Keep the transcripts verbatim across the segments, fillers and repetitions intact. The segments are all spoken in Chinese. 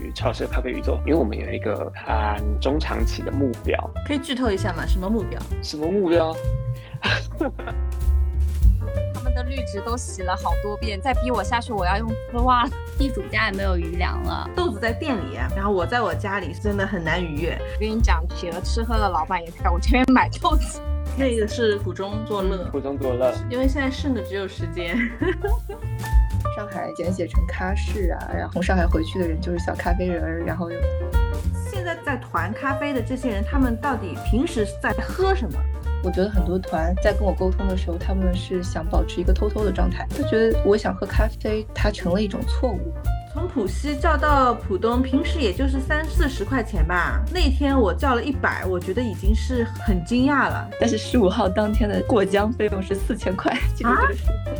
于超市的咖啡宇宙，因为我们有一个很中长期的目标。 可以剧透一下吗？什么目标？ 什么目标？ 他们的滤纸都洗了好多遍，再逼我下去，我要用丝袜。 地主家也没有余粮了。 豆子在店里，然后我在我家里，真的很难逾越。 我跟你讲，企鹅吃喝的老板也在我这边买豆子。 那个是苦中作乐， 苦中作乐， 因为现在剩的只有时间。 上海简写成咖士啊，然后从上海回去的人就是小咖啡人，然后又现在在团咖啡的这些人，他们到底平时在喝什么？ 我觉得很多团在跟我沟通的时候，他们是想保持一个偷偷的状态，就觉得我想喝咖啡，它成了一种错误。 从浦西叫到浦东，平时也就是三四十块钱吧。那天我叫了一百，我觉得已经是很惊讶了。 但是十五号当天的过江费用是四千块，记住这个数。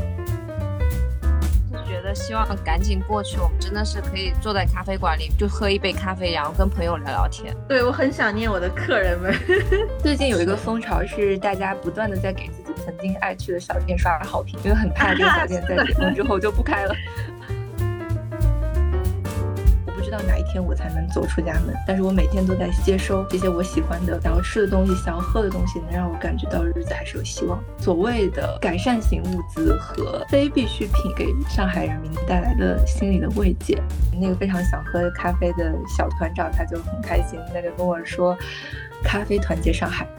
就觉得希望赶紧过去，我们真的是可以坐在咖啡馆里，就喝一杯咖啡，然后跟朋友聊聊天。 对，我很想念我的客人们。 最近有一个风潮是大家不断的在给自己曾经爱去的小店刷好评，因为很怕这个小店在解封之后就不开了。不知道哪一天我才能走出家门，但是我每天都在接收这些我喜欢的想要吃的东西，想要喝的东西，能让我感觉到日子还是有希望。所谓的改善型物资和非必需品给上海人民带来的心理的慰藉。那个非常想喝咖啡的小团长他就很开心，他就跟我说咖啡团结上海。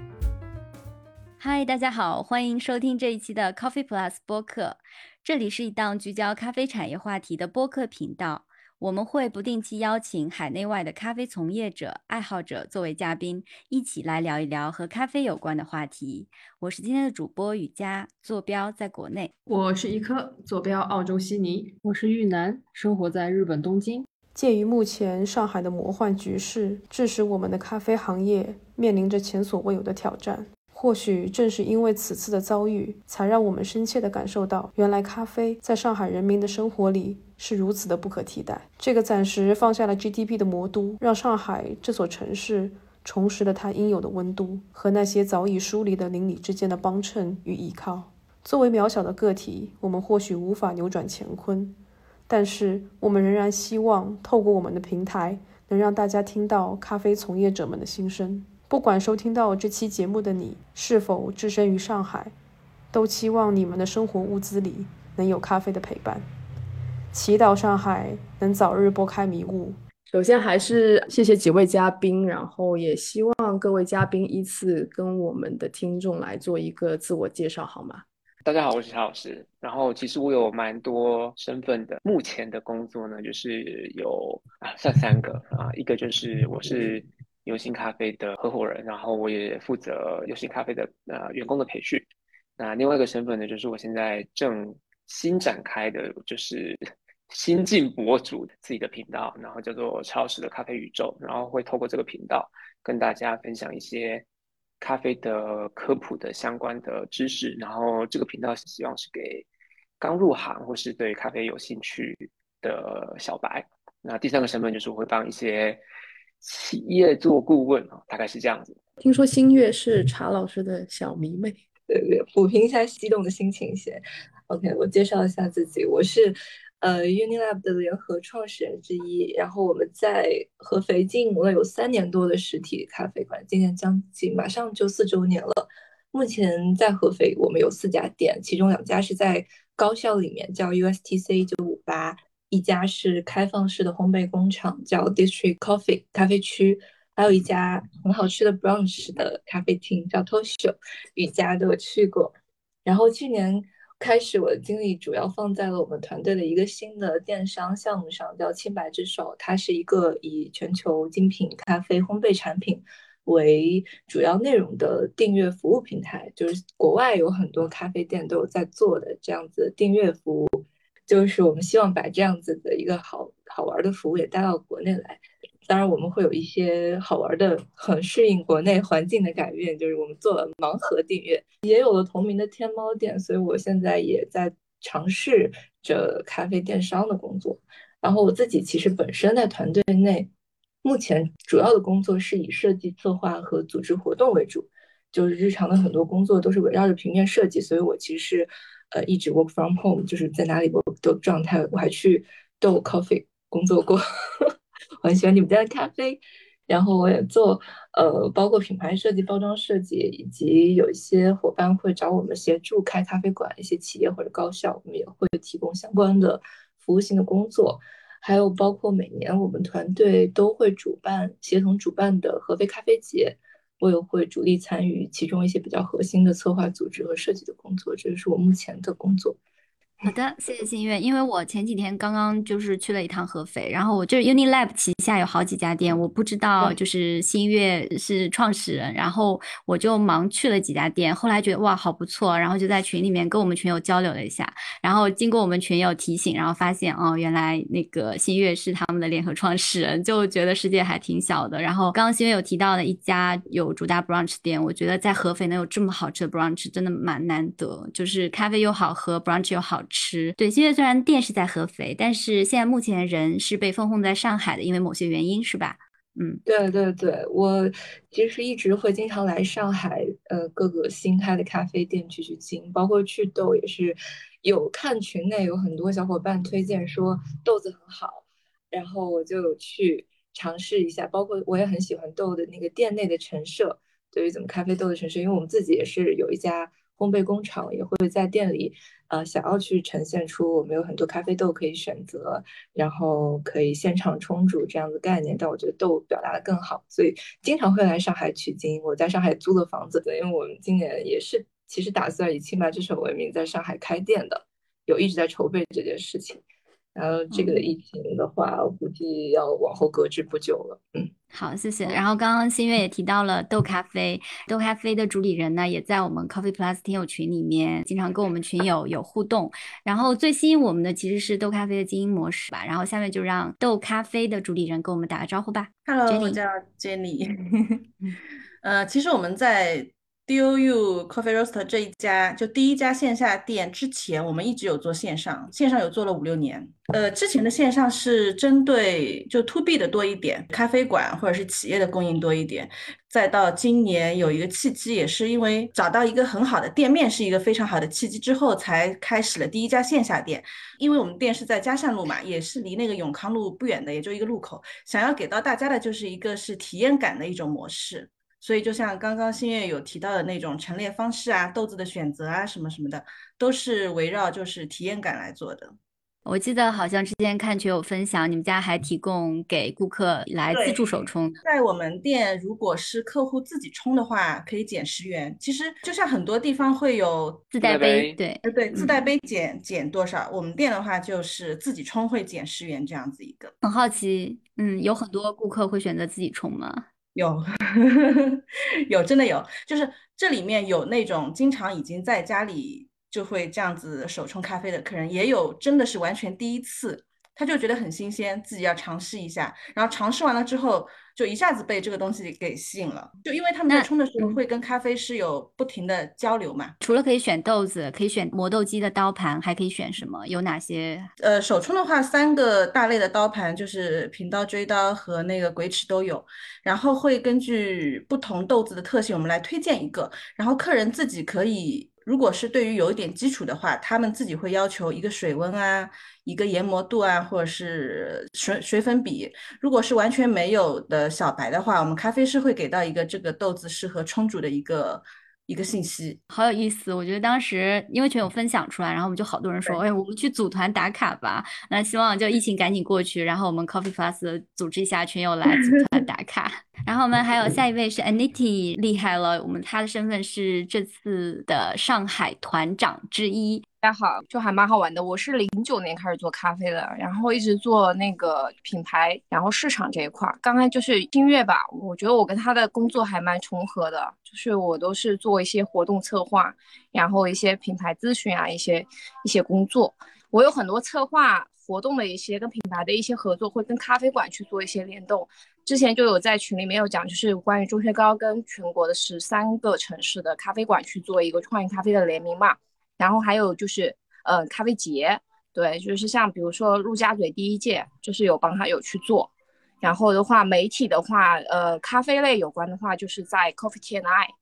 嗨，大家好，欢迎收听这一期的 Coffee Plus 播客，这里是一档聚焦咖啡产业话题的播客频道。我们会不定期邀请海内外的咖啡从业者、爱好者作为嘉宾，一起来聊一聊和咖啡有关的话题。我是今天的主播雨佳，坐标在国内。 我是一颗，坐标澳洲悉尼。 我是玉南，生活在日本东京。 鉴于目前上海的魔幻局势，致使我们的咖啡行业面临着前所未有的挑战。或许正是因为此次的遭遇，才让我们深切地感受到，原来咖啡在上海人民的生活里是如此的不可替代。这个暂时放下了 G D P 的魔都，让上海这所城市重拾了它应有的温度，和那些早已疏离的邻里之间的帮衬与依靠。作为渺小的个体，我们或许无法扭转乾坤，但是我们仍然希望透过我们的平台，能让大家听到咖啡从业者们的心声。不管收听到这期节目的你是否置身于上海，都期望你们的生活物资里能有咖啡的陪伴，祈祷上海能早日拨开迷雾。 首先还是谢谢几位嘉宾，然后也希望各位嘉宾依次跟我们的听众来做一个自我介绍好吗？ 大家好，我是乔老师。然后其实我有蛮多身份的，目前的工作呢就是有啊算三个啊，一个就是我是优心咖啡的合伙人，然后我也负责优心咖啡的呃员工的培训。那另外一个身份呢，就是我现在正新展开的，就是新晋博主自己的频道，然后叫做超时的咖啡宇宙，然后会透过这个频道跟大家分享一些咖啡的科普的相关的知识。然后这个频道希望是给刚入行或是对咖啡有兴趣的小白。那第三个身份就是我会帮一些企业做顾问，大概是这样子。 听说新月是查老师的小迷妹。 对对，抚平一下激动的心情先。OK， 我介绍一下自己，我是呃 Unilab 的联合创始人之一。然后我们在合肥经营了有三年多的实体咖啡馆，今年将近马上就四周年了。目前在合肥我们有四家店，其中两家是在高校里面，叫 U S T C 九五八。一家是开放式的烘焙工厂，叫 District Coffee 咖啡区，还有一家很好吃的 brunch 的咖啡厅叫 Tosho， 雨佳都有去过。然后去年开始，我的精力主要放在了我们团队的一个新的电商项目上，叫青白之手。它是一个以全球精品咖啡烘焙产品为主要内容的订阅服务平台，就是国外有很多咖啡店都有在做的这样子的订阅服务。就是我们希望把这样子的一个好好玩的服务也带到国内来。当然我们会有一些好玩的很适应国内环境的改变，就是我们做了盲盒订阅，也有了同名的天猫店，所以我现在也在尝试着咖啡电商的工作。然后我自己其实本身在团队内目前主要的工作是以设计策划和组织活动为主，就是日常的很多工作都是围绕着平面设计，所以我其实是呃，一直 work from home， 就是在哪里我都状态。我还去豆 coffee 工作过我很喜欢你们家的咖啡。然后我也做呃，包括品牌设计、包装设计，以及有一些伙伴会找我们协助开咖啡馆，一些企业或者高校，我们也会提供相关的服务性的工作。还有包括每年我们团队都会主办协同主办的合肥咖啡节，我也会主力参与其中一些比较核心的策划、组织和设计的工作，这是我目前的工作。 好的，谢谢新月。因为我前几天刚刚就是去了一趟合肥，然后我就是 Unilab 旗下有好几家店，我不知道就是新月是创始人，然后我就忙去了几家店，后来觉得哇好不错，然后就在群里面跟我们群友交流了一下，然后经过我们群友提醒，然后发现哦原来那个新月是他们的联合创始人，就觉得世界还挺小的。然后刚刚新月有提到的一家有主打 brunch 店，我觉得在合肥能有这么好吃的 brunch 真的蛮难得，就是咖啡又好喝 brunch 又好吃。对，新月虽然店是在合肥，但是现在目前人是被分轰在上海的，因为某些原因是吧？嗯， 对对对，我其实一直会经常来上海，呃，各个新开的咖啡店去取经，包括祛豆也是有看群内有很多小伙伴推荐说豆子很好，然后我就有去尝试一下，包括我也很喜欢豆的那个店内的陈设，对于怎么咖啡豆的陈设，因为我们自己也是有一家烘焙工厂，也会在店里，呃，想要去呈现出我们有很多咖啡豆可以选择，然后可以现场冲煮这样的概念，但我觉得豆表达的更好，所以经常会来上海取经。我在上海租了房子，因为我们今年也是其实打算以清白之手为名在上海开店的，有一直在筹备这件事情。然后这个疫情的话，我估计要往后搁置不久了。嗯， 好，谢谢。然后刚刚新月也提到了豆咖啡，豆咖啡的主理人呢，也在我们 Coffee Plus 听友群里面，经常跟我们群友有互动。然后最吸引我们的其实是豆咖啡的经营模式吧。然后下面就让豆咖啡的主理人跟我们打个招呼吧。 Hello， Jenny 我叫 Jenny。呃，其实我们在 D O U Coffee Roaster 这一家就第一家线下店之前，我们一直有做线上，线上有做了五六年。呃，之前的线上是针对就 to B 的多一点，咖啡馆或者是企业的供应多一点。再到今年有一个契机，也是因为找到一个很好的店面是一个非常好的契机之后，才开始了第一家线下店。因为我们店是在嘉善路嘛，也是离那个永康路不远的，也就一个路口。想要给到大家的就是一个是体验感的一种模式。所以就像刚刚新月有提到的那种陈列方式啊、豆子的选择啊什么什么的，都是围绕就是体验感来做的。 我记得好像之前看群友分享，你们家还提供给顾客来自助手冲。 在我们店，如果是客户自己冲的话，可以减十元。其实就像很多地方会有自带杯，对， 呃对，自带杯减减多少？我们店的话就是自己冲会减十元这样子一个。 很好奇，嗯，有很多顾客会选择自己冲吗？ 有，有，真的有，就是这里面有那种经常已经在家里就会这样子手冲咖啡的客人，也有真的是完全第一次，他就觉得很新鲜，自己要尝试一下，然后尝试完了之后，就一下子被这个东西给吸引了。就因为他们在冲的时候会跟咖啡师有不停的交流嘛。 除了可以选豆子，可以选磨豆机的刀盘，还可以选什么？有哪些？ 呃，手冲的话，三个大类的刀盘就是平刀、锥刀和那个鬼齿都有，然后会根据不同豆子的特性，我们来推荐一个，然后客人自己可以。如果是对于有一点基础的话，他们自己会要求一个水温啊，一个研磨度啊，或者是水水粉比。如果是完全没有的小白的话，我们咖啡师会给到一个这个豆子适合冲煮的一个一个信息。 好有意思，我觉得当时因为群友分享出来，然后我们就好多人说，哎，我们去组团打卡吧。那希望就疫情赶紧过去，然后我们 Coffee Plus 组织一下群友来组团打卡。然后我们还有下一位是 Anity， 厉害了，我们他的身份是这次的上海团长之一。 大家好，就还蛮好玩的。我是零九年开始做咖啡的，然后一直做那个品牌，然后市场这一块。刚才就是新月吧，我觉得我跟他的工作还蛮重合的，就是我都是做一些活动策划，然后一些品牌咨询啊，一些一些工作。我有很多策划活动的一些跟品牌的一些合作，会跟咖啡馆去做一些联动。之前就有在群里面有讲，就是关于钟薛高跟全国的十三个城市的咖啡馆去做一个创意咖啡的联名嘛。然后还有就是呃咖啡节，对，就是像比如说陆家嘴第一届就是有帮他有去做。然后的话媒体的话呃咖啡类有关的话就是在 Coffee T and I，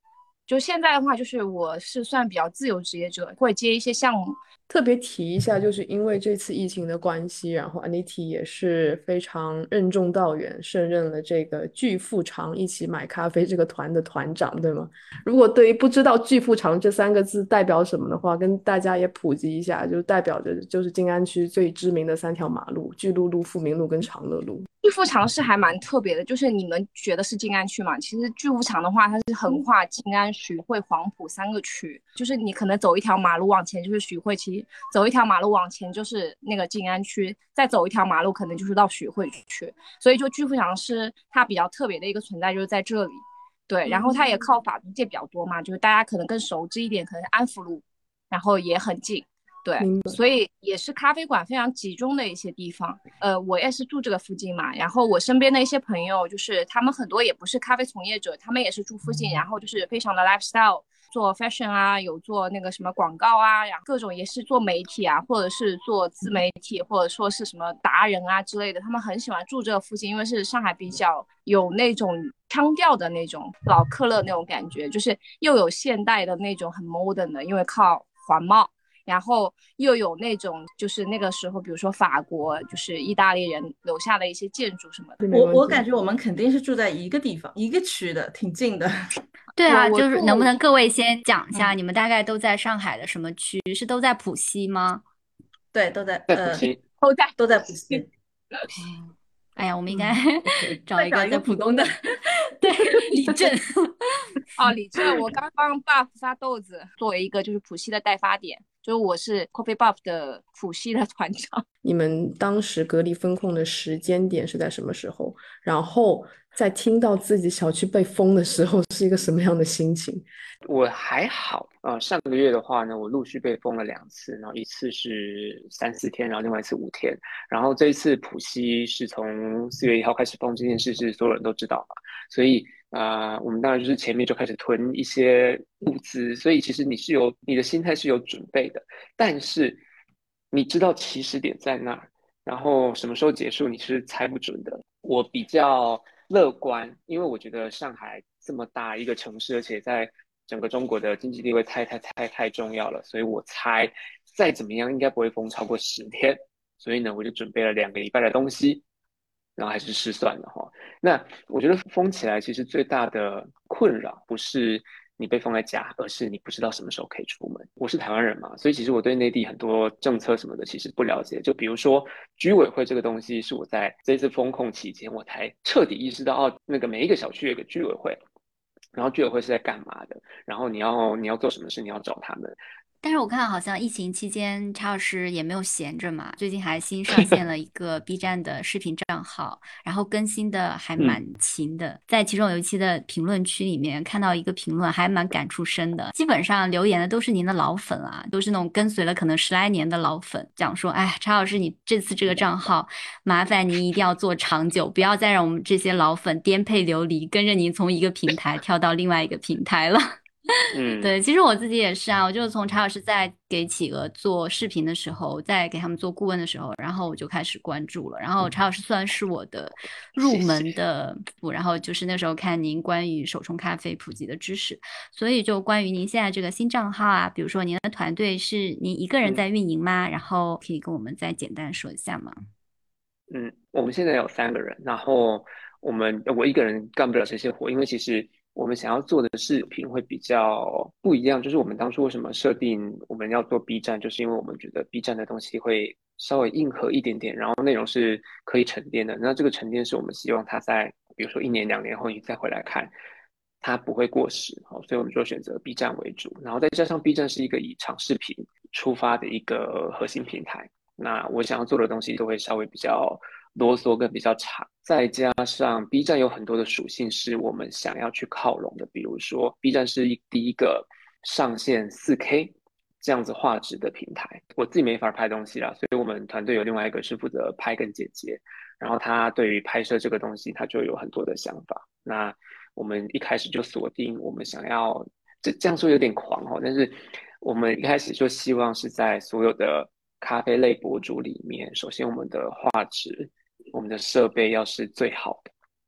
就现在的话，就是我是算比较自由职业者，会接一些项目。 特别提一下，就是因为这次疫情的关系，然后 Anity 也是非常任重道远，胜任了这个巨富长一起买咖啡这个团的团长，对吗？如果对于不知道巨富长这三个字代表什么的话，跟大家也普及一下，就代表着就是静安区最知名的三条马路：巨鹿路、富民路跟长乐路。 巨富长是还蛮特别的，就是你们觉得是静安区嘛？其实巨富长的话，它是横跨静安、徐汇、黄埔三个区，就是你可能走一条马路往前就是徐汇区，走一条马路往前就是那个静安区，再走一条马路可能就是到徐汇区。所以就巨富长是它比较特别的一个存在，就是在这里。对，然后它也靠法租界比较多嘛，就是大家可能更熟知一点，可能是安福路，然后也很近。对，所以也是咖啡馆非常集中的一些地方。呃，我也是住这个附近嘛，然后我身边的一些朋友，就是他们很多也不是咖啡从业者，他们也是住附近，然后就是非常的 lifestyle， 做 fashion 啊，有做那个什么广告啊，然后各种也是做媒体啊，或者是做自媒体，或者说是什么达人啊之类的，他们很喜欢住这个附近，因为是上海比较有那种腔调的那种老克勒那种感觉，就是又有现代的那种很 modern 的，因为靠环贸。然后又有那种就是那个时候比如说法国就是意大利人留下的一些建筑什么的。 我我感觉我们肯定是住在一个地方一个区的，挺近的。 对啊，就是能不能各位先讲一下、嗯、你们大概都在上海的什么区？是都在浦西吗？ 对，都在在浦西、 呃、都在都在浦西。 哎呀，我们应该、 嗯、 找一个在浦东的对，李正哦，李正，我刚帮 Buff 发豆子，作为一个就是浦西的代发点，就是我是 Coffee Buff 的浦西的团长。 你们当时隔离封控的时间点是在什么时候？然后在听到自己小区被封的时候是一个什么样的心情？ 我还好，呃，上个月的话呢，我陆续被封了两次，然后一次是三四天，然后另外一次五天。然后这一次浦西是从四月一号开始封，这件事是所有人都知道嘛，所以呃，我们当然就是前面就开始囤一些物资，所以其实你是有你的心态是有准备的，但是你知道起始点在那儿，然后什么时候结束你是猜不准的。我比较乐观，因为我觉得上海这么大一个城市，而且在整个中国的经济地位太太太太重要了，所以我猜再怎么样应该不会封超过十天。所以呢，我就准备了两个礼拜的东西，然后还是失算了哈。那我觉得封起来其实最大的困扰不是你被封在家，而是你不知道什么时候可以出门。我是台湾人嘛，所以其实我对内地很多政策什么的其实不了解。就比如说居委会这个东西，是我在这次封控期间我才彻底意识到，哦，那个每一个小区有一个居委会，然后居委会是在干嘛的，然后你要你要做什么事，你要找他们。 但是我看好像疫情期间查老师也没有闲着嘛，最近还新上线了一个 B 站的视频账号，然后更新的还蛮勤的、嗯、在其中有一期的评论区里面看到一个评论还蛮感触深的，基本上留言的都是您的老粉啊，都是那种跟随了可能十来年的老粉，讲说哎，查老师你这次这个账号麻烦您一定要做长久，不要再让我们这些老粉颠沛流离，跟着您从一个平台跳到另外一个平台了。 嗯， 对，其实我自己也是啊，我就从查老师在给企鹅做视频的时候，在给他们做顾问的时候，然后我就开始关注了。然后查老师算是我的入门的，谢谢。然后就是那时候看您关于手冲咖啡普及的知识，所以就关于您现在这个新账号啊，比如说您的团队是您一个人在运营吗？嗯、然后可以跟我们再简单说一下吗？ 嗯，我们现在有三个人，然后我们我一个人干不了这些活，因为其实我们想要做的视频会比较不一样，就是我们当初为什么设定我们要做 B 站，就是因为我们觉得 B 站的东西会稍微硬核一点点，然后内容是可以沉淀的。那这个沉淀是我们希望它在比如说一年两年后你再回来看，它不会过时，所以我们就选择 B 站为主，然后再加上 B 站是一个以长视频出发的一个核心平台。那我想要做的东西都会稍微比较啰嗦跟比较长，再加上 B 站有很多的属性是我们想要去靠拢的，比如说 B 站是第一个上线 四 K 这样子画质的平台，我自己没法拍东西啦，所以我们团队有另外一个是负责拍跟剪接，然后他对于拍摄这个东西他就有很多的想法。那我们一开始就锁定我们想要，这这样说有点狂哦，但是我们一开始就希望是在所有的咖啡类博主里面，首先我们的画质我们的设备要是最好的，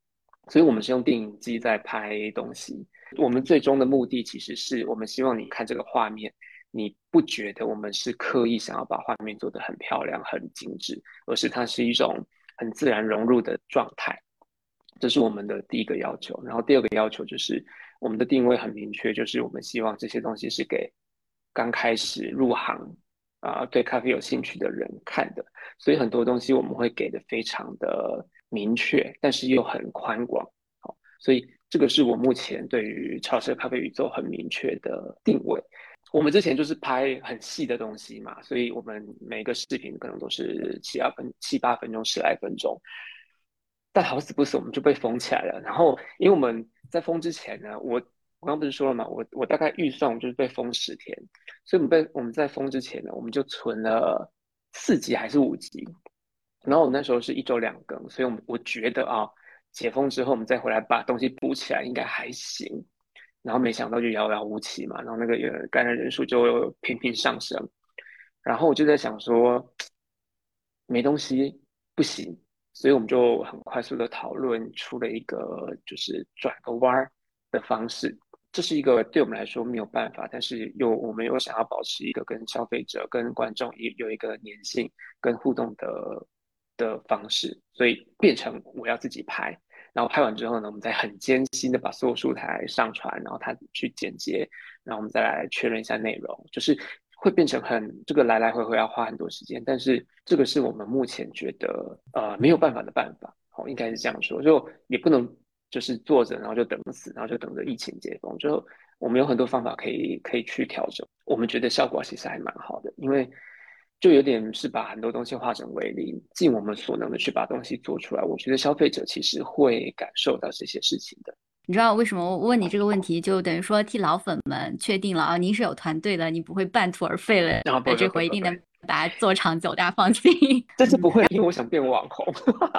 所以我们是用电影机在拍东西。我们最终的目的其实是我们希望你看这个画面，你不觉得我们是刻意想要把画面做得很漂亮、很精致，而是它是一种很自然融入的状态。这是我们的第一个要求。然后第二个要求就是我们的定位很明确，就是我们希望这些东西是给刚开始入行啊、呃、对咖啡有兴趣的人看的。所以很多东西我们会给的非常的明确，但是又很宽广。好，所以这个是我目前对于潮湿咖啡宇宙很明确的定位。我们之前就是拍很细的东西嘛，所以我们每个视频可能都是七八分、七八分钟、十来分钟。但好死不死，我们就被封起来了。然后，因为我们在封之前呢，我我刚不是说了嘛，我我大概预算我就是被封十天，所以我们被我们在封之前呢，我们就存了四集还是五集。然后我们那时候是一周两更，所以我们我觉得啊，解封之后我们再回来把东西补起来应该还行。然后没想到就遥遥无期嘛，然后那个感染人数就频频上升。然后我就在想说，没东西不行，所以我们就很快速的讨论出了一个就是转个弯儿的方式。这是一个对我们来说没有办法，但是又我们又想要保持一个跟消费者、跟观众也有一个粘性跟互动的的方式，所以变成我要自己拍。然后拍完之后呢，我们再很艰辛的把所有素材上传，然后他去剪接，然后我们再来确认一下内容，就是会变成很这个来来回回要花很多时间，但是这个是我们目前觉得呃没有办法的办法，好、哦，应该是这样说，就也不能就是坐着然后就等死，然后就等着疫情解封，就我们有很多方法可以可以去调整，我们觉得效果其实还蛮好的，因为就有点是把很多东西化整为零，尽我们所能的去把东西做出来。我觉得消费者其实会感受到这些事情的。 你知道为什么我问你这个问题，就等于说替老粉们确定了啊，您是有团队的，你不会半途而废了。 啊，不这回一定能把它做长久，大家放心。 这次不会，因为我想变网红。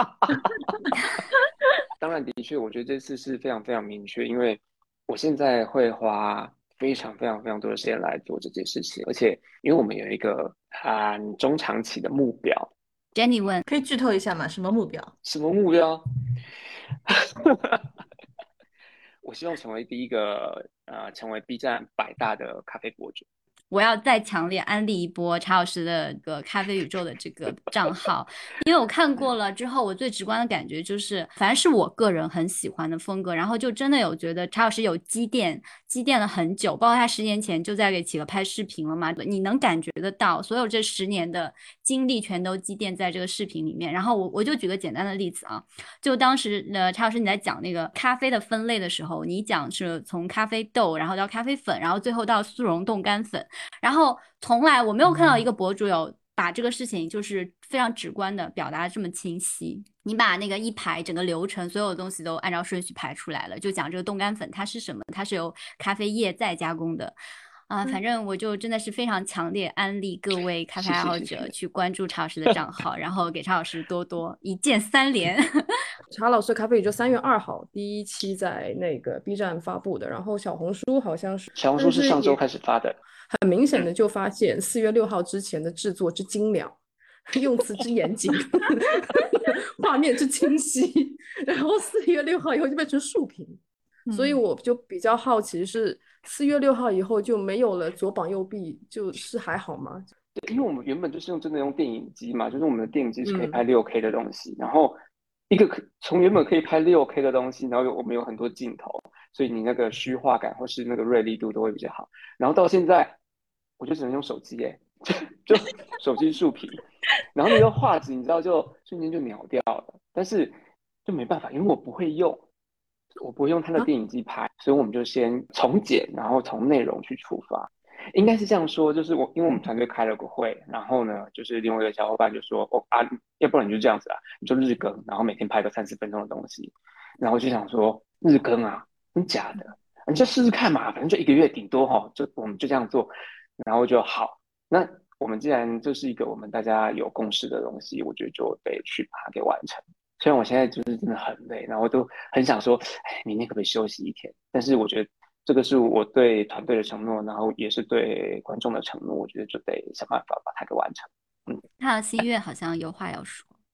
当然，的确，我觉得这次是非常非常明确，因为我现在会花非常非常非常多的时间来做这件事情，而且因为我们有一个很中长期的目标。 Jenny 问， 可以剧透一下吗？什么目标？ 什么目标？我希望成为第一个呃，成为 B 站百大的咖啡博主。 我要再强烈安利一波查老师的个咖啡宇宙的这个账号，因为我看过了之后，我最直观的感觉就是，反正是我个人很喜欢的风格，然后就真的有觉得查老师有积淀，积淀了很久，包括他十年前就在给企鹅拍视频了嘛，你能感觉得到，所有这十年的精力全都积淀在这个视频里面。然后我我就举个简单的例子啊，就当时呃查老师你在讲那个咖啡的分类的时候，你讲是从咖啡豆，然后到咖啡粉，然后最后到速溶冻干粉。然后从来我没有看到一个博主有把这个事情就是非常直观的表达这么清晰。你把那个一排整个流程所有的东西都按照顺序排出来了，就讲这个冻干粉它是什么，它是由咖啡叶再加工的啊、呃，反正我就真的是非常强烈安利各位咖啡爱好者去关注查老师的账号，然后给查老师多多一键三连。 查老师咖啡宇宙三月二号第一期在那个 B 站发布的，然后小红书好像是小红书是上周开始发的， 很明显的就发现四月六号之前的制作之精良，用词之严谨，画面之清晰，然后四月六号以后就变成竖屏、嗯、所以我就比较好奇是四月六号以后就没有了左膀右臂，就是还好吗？ 对，因为我们原本就是用真的用电影机嘛，就是我们的电影机是可以拍 六 K 的东西、嗯、然后一个从原本可以拍 六 K 的东西，然后我们有很多镜头，所以你那个虚化感或是那个锐利度都会比较好，然后到现在我就只能用手机耶，就就手机竖屏，然后那个画质你知道就瞬间就秒掉了，但是就没办法，因为我不会用，我不会用它的电影机拍、啊、所以我们就先重剪，然后从内容去出发。应该是这样说，就是我因为我们团队开了个会，然后呢，就是另外一个小伙伴就说：“哦啊，要不然你就这样子啊，你就日更，然后每天拍个三十分钟的东西。”然后我就想说，日更啊，真假的？你就试试看嘛，反正就一个月顶多哈，就我们就这样做。然后就好，那我们既然这是一个我们大家有共识的东西，我觉得就得去把它给完成。虽然我现在就是真的很累，然后都很想说，哎，明天可不可以休息一天？但是我觉得。这个是我对团队的承诺，然后也是对观众的承诺，我觉得就得想办法把它给完成。嗯， 他的心月好像有话要说。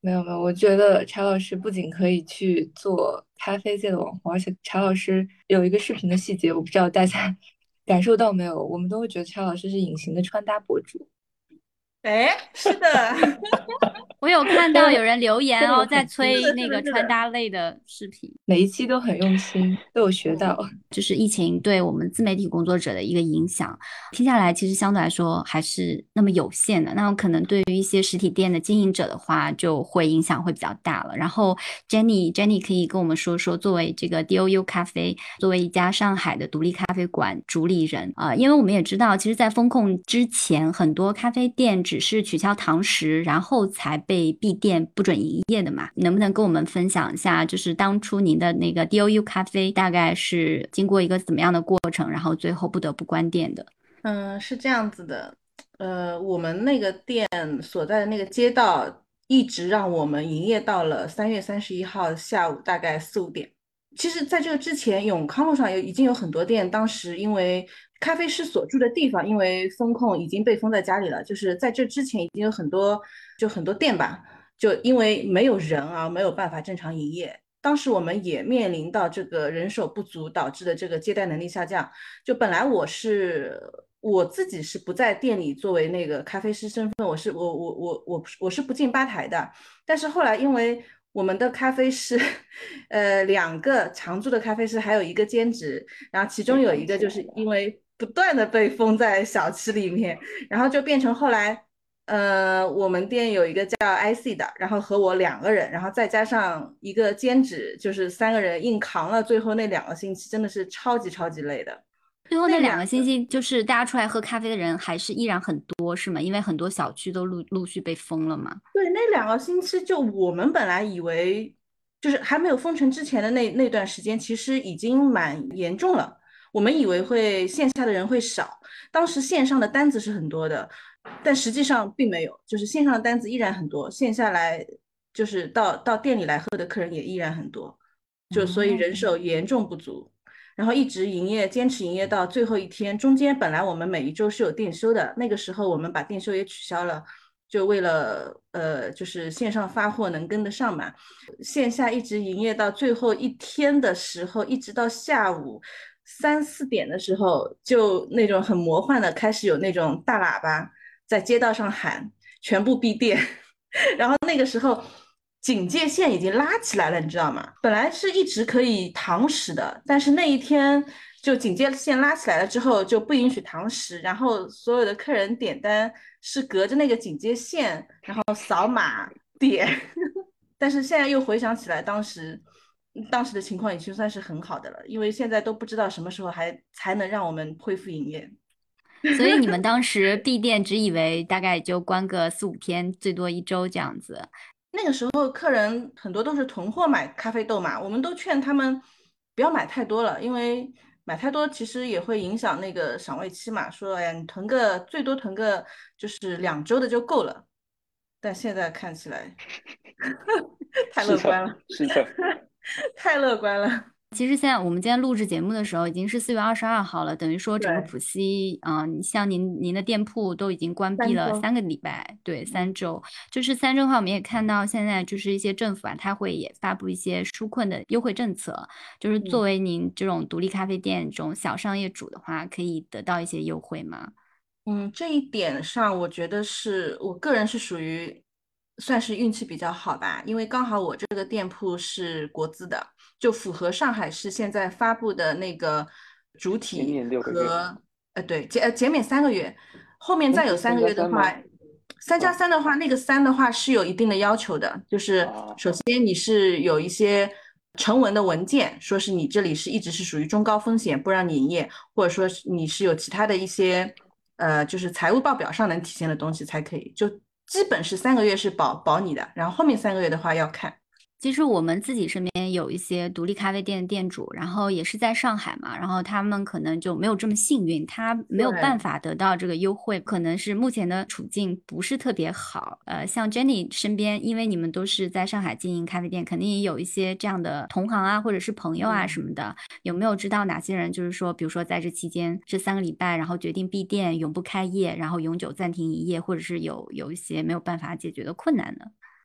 没有没有，我觉得柴老师不仅可以去做咖啡界的网红，而且柴老师有一个视频的细节，我不知道大家感受到没有，我们都会觉得柴老师是隐形的穿搭博主。 哎，是的， 我有看到有人留言哦，在真的很催那个是的，是的。 穿搭类的视频。 每一期都很用心，都有学到。 就是疫情对我们自媒体工作者的一个影响，听下来其实相对来说还是那么有限的。那可能对于一些实体店的经营者的话，就会影响会比较大了。然后 Jenny Jenny 可以跟我们说说，作为这个 D O U 咖啡，作为一家上海的独立咖啡馆主理人啊、呃，因为我们也知道，其实，在风控之前，很多咖啡店只是取消堂食，然后才被闭店不准营业的嘛。能不能跟我们分享一下，就是当初您的那个 D O U 咖啡大概是经过一个怎么样的过程，然后最后不得不关店的？ 嗯，是这样子的，呃，我们那个店所在的那个街道一直让我们营业到了三月三十一号下午大概四五点。其实，在这个之前，永康路上有已经有很多店，当时因为咖啡师所住的地方，因为风控已经被封在家里了，就是在这之前已经有很多就很多店吧，就因为没有人啊，没有办法正常营业。当时我们也面临到这个人手不足导致的这个接待能力下降。就本来我是我自己是不在店里作为那个咖啡师身份，我是我我我我我是不进吧台的。但是后来因为我们的咖啡师，呃，两个常驻的咖啡师，还有一个兼职，然后其中有一个就是因为不断的被封在小区里面，然后就变成后来。呃，我们店有一个叫 I C 的，然后和我两个人，然后再加上一个兼职，就是三个人硬扛了最后那两个星期，真的是超级超级累的。 最后那两个星期，就是大家出来喝咖啡的人还是依然很多，是吗？因为很多小区都陆陆续被封了嘛。 对，那两个星期，就我们本来以为，就是还没有封城之前的那那段时间，其实已经蛮严重了。我们以为会线下的人会少，当时线上的单子是很多的，但实际上并没有，就是线上的单子依然很多，线下来就是到到店里来喝的客人也依然很多，就所以人手严重不足。然后一直营业，坚持营业到最后一天。中间本来我们每一周是有店休的，那个时候我们把店休也取消了，就为了呃，就是线上发货能跟得上嘛。线下一直营业到最后一天的时候，一直到下午三四点的时候，就那种很魔幻的开始有那种大喇叭在街道上喊全部闭店，然后那个时候。警戒线已经拉起来了，你知道吗？本来是一直可以堂食的，但是那一天就警戒线拉起来了之后，就不允许堂食，然后所有的客人点单是隔着那个警戒线，然后扫码点。但是现在又回想起来，当时当时的情况已经算是很好的了，因为现在都不知道什么时候还才能让我们恢复营业。 所以你们当时闭店，只以为大概就关个四五天，最多一周这样子。 那个时候客人很多都是囤货买咖啡豆嘛，我们都劝他们不要买太多了，因为买太多其实也会影响那个赏味期嘛。说哎呀，你囤个最多囤个就是两周的就够了。但现在看起来太乐观了， 是的， 太乐观了。 其实现在我们今天录制节目的时候已经是四月二十二号了，等于说整个浦西，嗯、呃，像您您的店铺都已经关闭了三个礼拜，对，三周。就是三周的话，我们也看到现在就是一些政府啊，它会也发布一些纾困的优惠政策，就是作为您这种独立咖啡店这种小商业主的话，可以得到一些优惠吗？ 嗯，这一点上，我觉得是我个人是属于算是运气比较好吧，因为刚好我这个店铺是国资的，就符合上海市现在发布的那个主体和呃对减呃减免三个月，后面再有三个月的话，三加三的话，那个三的话是有一定的要求的，就是首先你是有一些成文的文件，说是你这里是一直是属于中高风险，不让你营业，或者说你是有其他的一些。呃，就是财务报表上能体现的东西才可以，就基本是三个月是保保你的，然后后面三个月的话要看。 其实我们自己身边有一些独立咖啡店的店主，然后也是在上海嘛，然后他们可能就没有这么幸运，他没有办法得到这个优惠，可能是目前的处境不是特别好。呃，像 Jenny 身边，因为你们都是在上海经营咖啡店，肯定也有一些这样的同行啊，或者是朋友啊什么的。嗯、有没有知道哪些人，就是说，比如说在这期间这三个礼拜，然后决定闭店，永不开业，然后永久暂停营业，或者是有有一些没有办法解决的困难呢？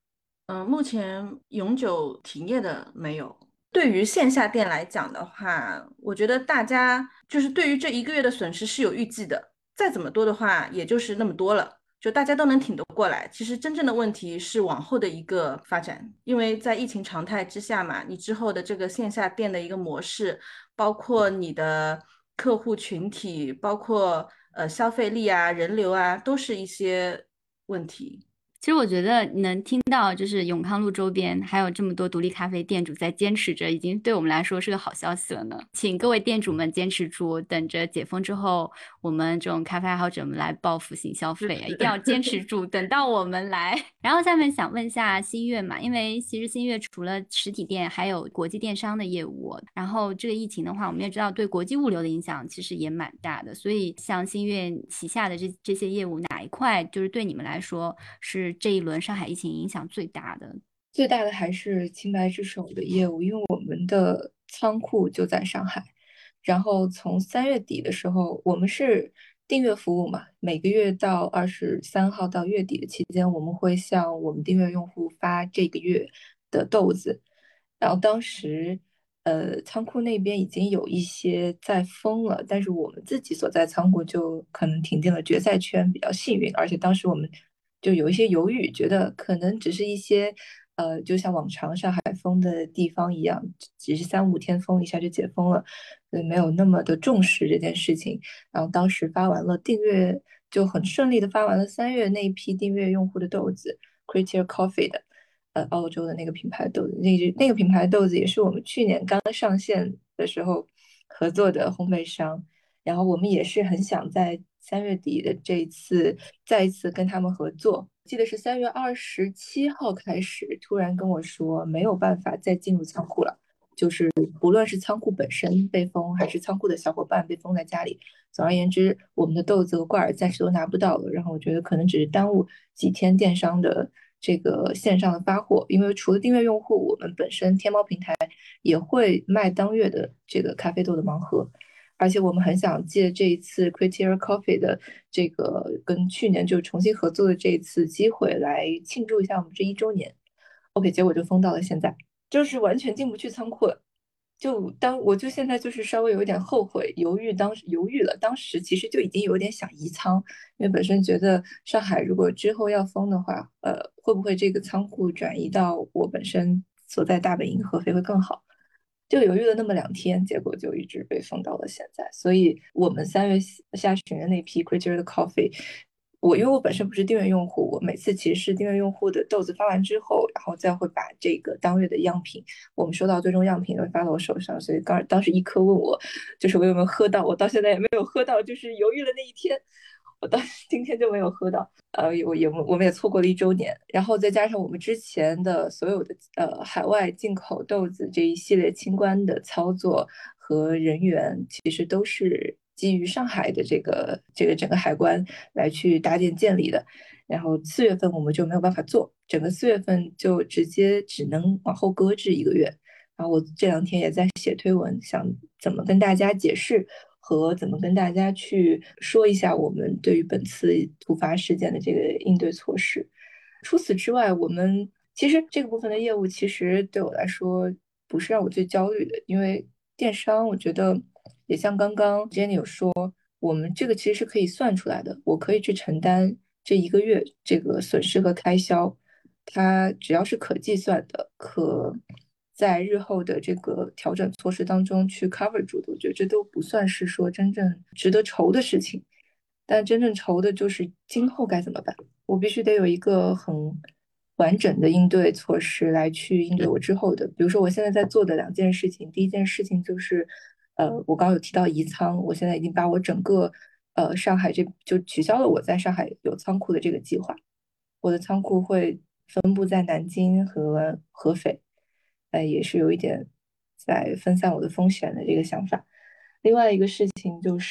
嗯，目前永久停业的没有。对于线下店来讲的话，我觉得大家就是对于这一个月的损失是有预计的，再怎么多的话，也就是那么多了，就大家都能挺得过来。其实真正的问题是往后的一个发展，因为在疫情常态之下嘛，你之后的这个线下店的一个模式，包括你的客户群体，包括呃消费力啊、人流啊，都是一些问题。 其实我觉得能听到就是永康路周边还有这么多独立咖啡店主在坚持着，已经对我们来说是个好消息了呢。请各位店主们坚持住，等着解封之后，我们这种咖啡爱好者们来报复性消费，一定要坚持住，等到我们来。然后下面想问一下新月嘛，因为其实新月除了实体店，还有国际电商的业务。然后这个疫情的话，我们也知道对国际物流的影响其实也蛮大的，所以像新月旗下的这这些业务，哪一块就是对你们来说是这一轮上海疫情影响最大的？ 最大的还是清白之手的业务，因为我们的仓库就在上海。然后从三月底的时候，我们是订阅服务嘛，每个月到二十三号到月底的期间，我们会向我们订阅用户发这个月的豆子。然后当时，呃，仓库那边已经有一些在封了，但是我们自己所在仓库就可能挺进了决赛圈，比较幸运。而且当时我们就有一些犹豫，觉得可能只是一些，呃，就像往常上海封的地方一样，只是三五天封一下就解封了，所以没有那么的重视这件事情。然后当时发完了订阅，就很顺利的发完了三月那一批订阅用户的豆子 Criteria Coffee 的。呃，澳洲的那个品牌豆子，那那个品牌豆子也是我们去年刚上线的时候合作的烘焙商，然后我们也是很想在三月底的这一次再一次跟他们合作。记得是三月二十七号开始，突然跟我说没有办法再进入仓库了，就是不论是仓库本身被封，还是仓库的小伙伴被封在家里，总而言之，我们的豆子和罐儿暂时都拿不到了。然后我觉得可能只是耽误几天电商的这个线上的发货，因为除了订阅用户，我们本身天猫平台也会卖当月的这个咖啡豆的盲盒，而且我们很想借这一次 Criteria Coffee 的这个跟去年就重新合作的这一次机会来庆祝一下我们这一周年。OK，结果就封到了现在，就是完全进不去仓库了。就当我就现在就是稍微有一点后悔，犹豫当时犹豫了，当时其实就已经有点想移仓，因为本身觉得上海如果之后要封的话，呃，会不会这个仓库转移到我本身所在大本营合肥会更好？就犹豫了那么两天，结果就一直被封到了现在。所以我们三月下旬的那批 Creature 的 Coffee。我因为我本身不是订阅用户，我每次其实是订阅用户的豆子发完之后，然后再会把这个当月的样品，我们收到最终样品会发到我手上。所以刚当时一科问我，就是我有没有喝到，我到现在也没有喝到，就是犹豫了那一天，我到今天就没有喝到。呃，我也我们也错过了一周年，然后再加上我们之前的所有的呃海外进口豆子这一系列清关的操作和人员，其实都是基于上海的这个这个整个海关来去搭建建立的。然后四月份我们就没有办法做，整个四月份就直接只能往后搁置一个月。然后我这两天也在写推文，想怎么跟大家解释和怎么跟大家去说一下我们对于本次突发事件的这个应对措施。除此之外，我们其实这个部分的业务其实对我来说不是让我最焦虑的，因为电商我觉得也像刚刚 Jenny 有说，我们这个其实是可以算出来的，我可以去承担这一个月这个损失和开销，它只要是可计算的，可在日后的这个调整措施当中去 cover 住的，我觉得这都不算是说真正值得愁的事情。但真正愁的就是今后该怎么办，我必须得有一个很完整的应对措施来去应对我之后的。比如说我现在在做的两件事情，第一件事情就是，呃，我刚刚有提到移仓，我现在已经把我整个呃上海这就取消了我在上海有仓库的这个计划，我的仓库会分布在南京和合肥，呃，也是有一点在分散我的风险的这个想法。另外一个事情就是，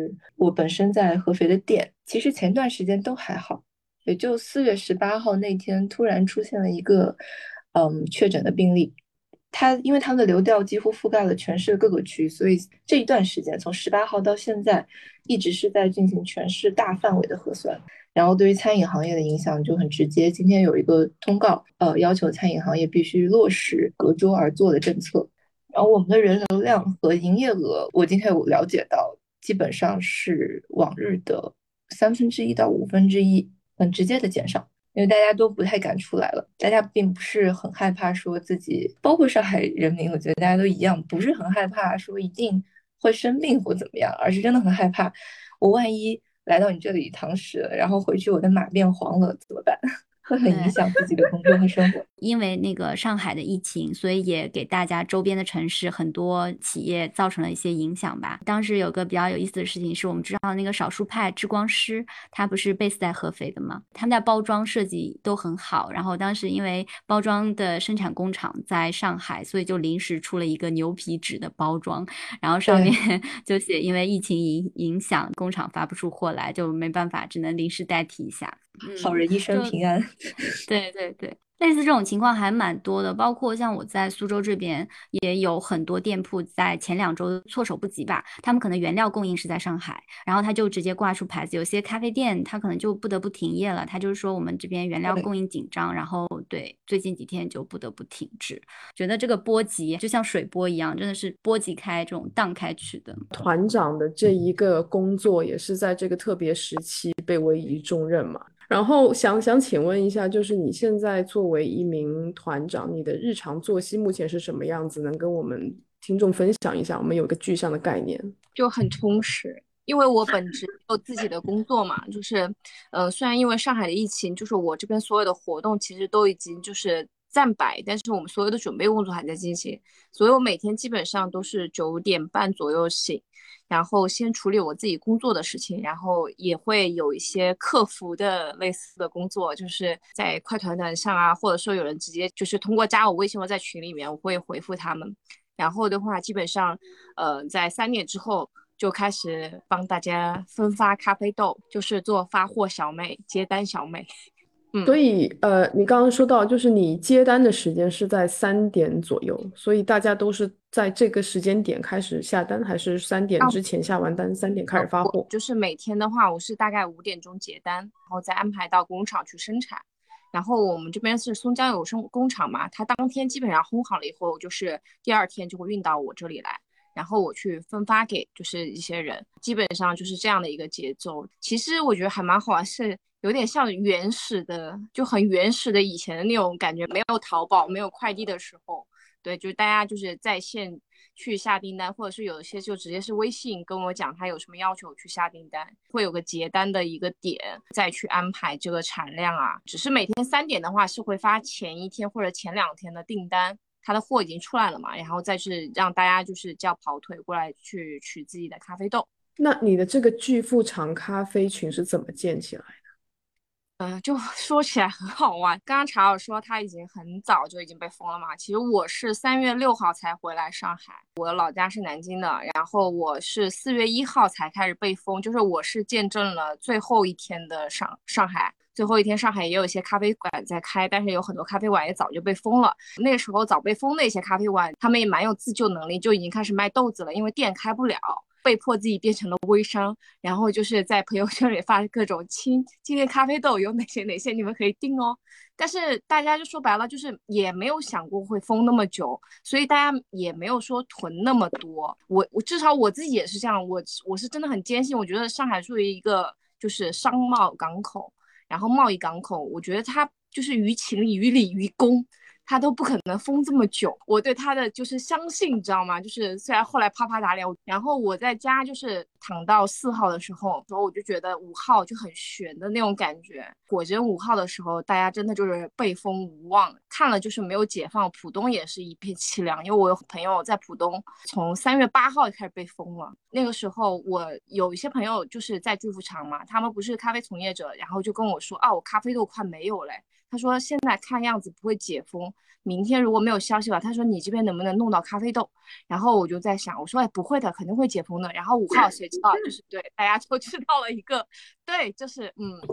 我本身在合肥的店，其实前段时间都还好，也就四月十八号那天突然出现了一个嗯确诊的病例， 它因为它们的流调几乎覆盖了全市的各个区，所以这一段时间从十八号到现在一直是在进行全市大范围的核酸。然后对于餐饮行业的影响就很直接，今天有一个通告，呃，要求餐饮行业必须落实隔桌而坐的政策。然后我们的人流量和营业额，我今天有了解到，基本上是往日的三分之一到五分之一，很直接的减少。因为大家都不太敢出来了，大家并不是很害怕说自己，包括上海人民，我觉得大家都一样，不是很害怕说一定会生病或怎么样，而是真的很害怕，我万一来到你这里堂食了，然后回去我的马变黄了怎么办？会很影响自己的工作和生活。 因为那个上海的疫情，所以也给大家周边的城市很多企业造成了一些影响吧。当时有个比较有意思的事情是，我们知道那个少数派之光师，他不是 base 在合肥的吗？他们家包装设计都很好，然后当时因为包装的生产工厂在上海，所以就临时出了一个牛皮纸的包装，然后上面就写因为疫情影影响，工厂发不出货来，就没办法，只能临时代替一下。 好人一生平安。 对对对，类似这种情况还蛮多的，包括像我在苏州这边也有很多店铺在前两周措手不及吧，他们可能原料供应是在上海，然后他就直接挂出牌子，有些咖啡店他可能就不得不停业了，他就是说我们这边原料供应紧张，然后对最近几天就不得不停止。觉得这个波及就像水波一样，真的是波及开这种荡开去的。 团长的这一个工作也是在这个特别时期被委以重任嘛。然后想想请问一下，就是你现在作为一名团长，你的日常作息目前是什么样子？能跟我们听众分享一下，我们有一个具象的概念。 就很充实，因为我本职有自己的工作嘛，就是呃，虽然因为上海的疫情，就是我这边所有的活动其实都已经就是暂摆，但是我们所有的准备工作还在进行，所以我每天基本上都是九点半左右醒，然后先处理我自己工作的事情，然后也会有一些客服的类似的工作，就是在快团团上啊，或者说有人直接就是通过加我微信或在群里面，我会回复他们。然后的话，基本上，呃，在三点之后就开始帮大家分发咖啡豆，就是做发货小妹、接单小妹。嗯， 所以呃，你刚刚说到，就是你接单的时间是在三点左右，所以大家都是在这个时间点开始下单，还是三点之前下完单，三点开始发货？ 就是每天的话，我是大概五点钟结单，然后再安排到工厂去生产。然后我们这边是松江有生工厂嘛，它当天基本上烘好了以后，就是第二天就会运到我这里来，然后我去分发给就是一些人，基本上就是这样的一个节奏。其实我觉得还蛮好玩，是有点像原始的，就很原始的以前的那种感觉，没有淘宝、没有快递的时候，对，就是大家就是在线去下订单，或者是有一些就直接是微信跟我讲他有什么要求去下订单，会有个结单的一个点，再去安排这个产量啊。只是每天三点的话是会发前一天或者前两天的订单，他的货已经出来了嘛，然后再是让大家就是叫跑腿过来去取自己的咖啡豆。 那你的这个巨富长咖啡群是怎么建起来的？ 嗯、呃，就说起来很好玩。刚刚查尔说他已经很早就已经被封了嘛，其实我是三月六号才回来上海，我的老家是南京的，然后我是四月一号才开始被封，就是我是见证了最后一天的上上海。最后一天，上海也有一些咖啡馆在开，但是有很多咖啡馆也早就被封了。那个时候早被封的一些咖啡馆，他们也蛮有自救能力，就已经开始卖豆子了，因为店开不了。被迫自己变成了微商，然后就是在朋友圈里发各种亲，今天咖啡豆有哪些哪些，你们可以订哦。但是大家就说白了，就是也没有想过会封那么久，所以大家也没有说囤那么多。我我至少我自己也是这样，我我是真的很坚信，我觉得上海作为一个就是商贸港口，然后贸易港口，我觉得它就是于情于理于公。他都不可能封这么久，我对他的就是相信，你知道吗？就是虽然后来啪啪打脸，然后我在家就是躺到四号的时候，然后我就觉得五号就很悬的那种感觉。果真五号的时候，大家真的就是被封无望，看了就是没有解放。浦东也是一片凄凉，因为我有朋友在浦东，从三月八号就开始被封了。那个时候我有一些朋友就是在巨富长嘛，他们不是咖啡从业者，然后就跟我说啊，我咖啡豆快没有嘞。他说现在看样子不会解封，明天如果没有消息了，他说你这边能不能弄到咖啡豆？然后我就在想，我说哎不会的，肯定会解封的。然后五号谁知道，就是对大家都知道了一个，对，就是嗯，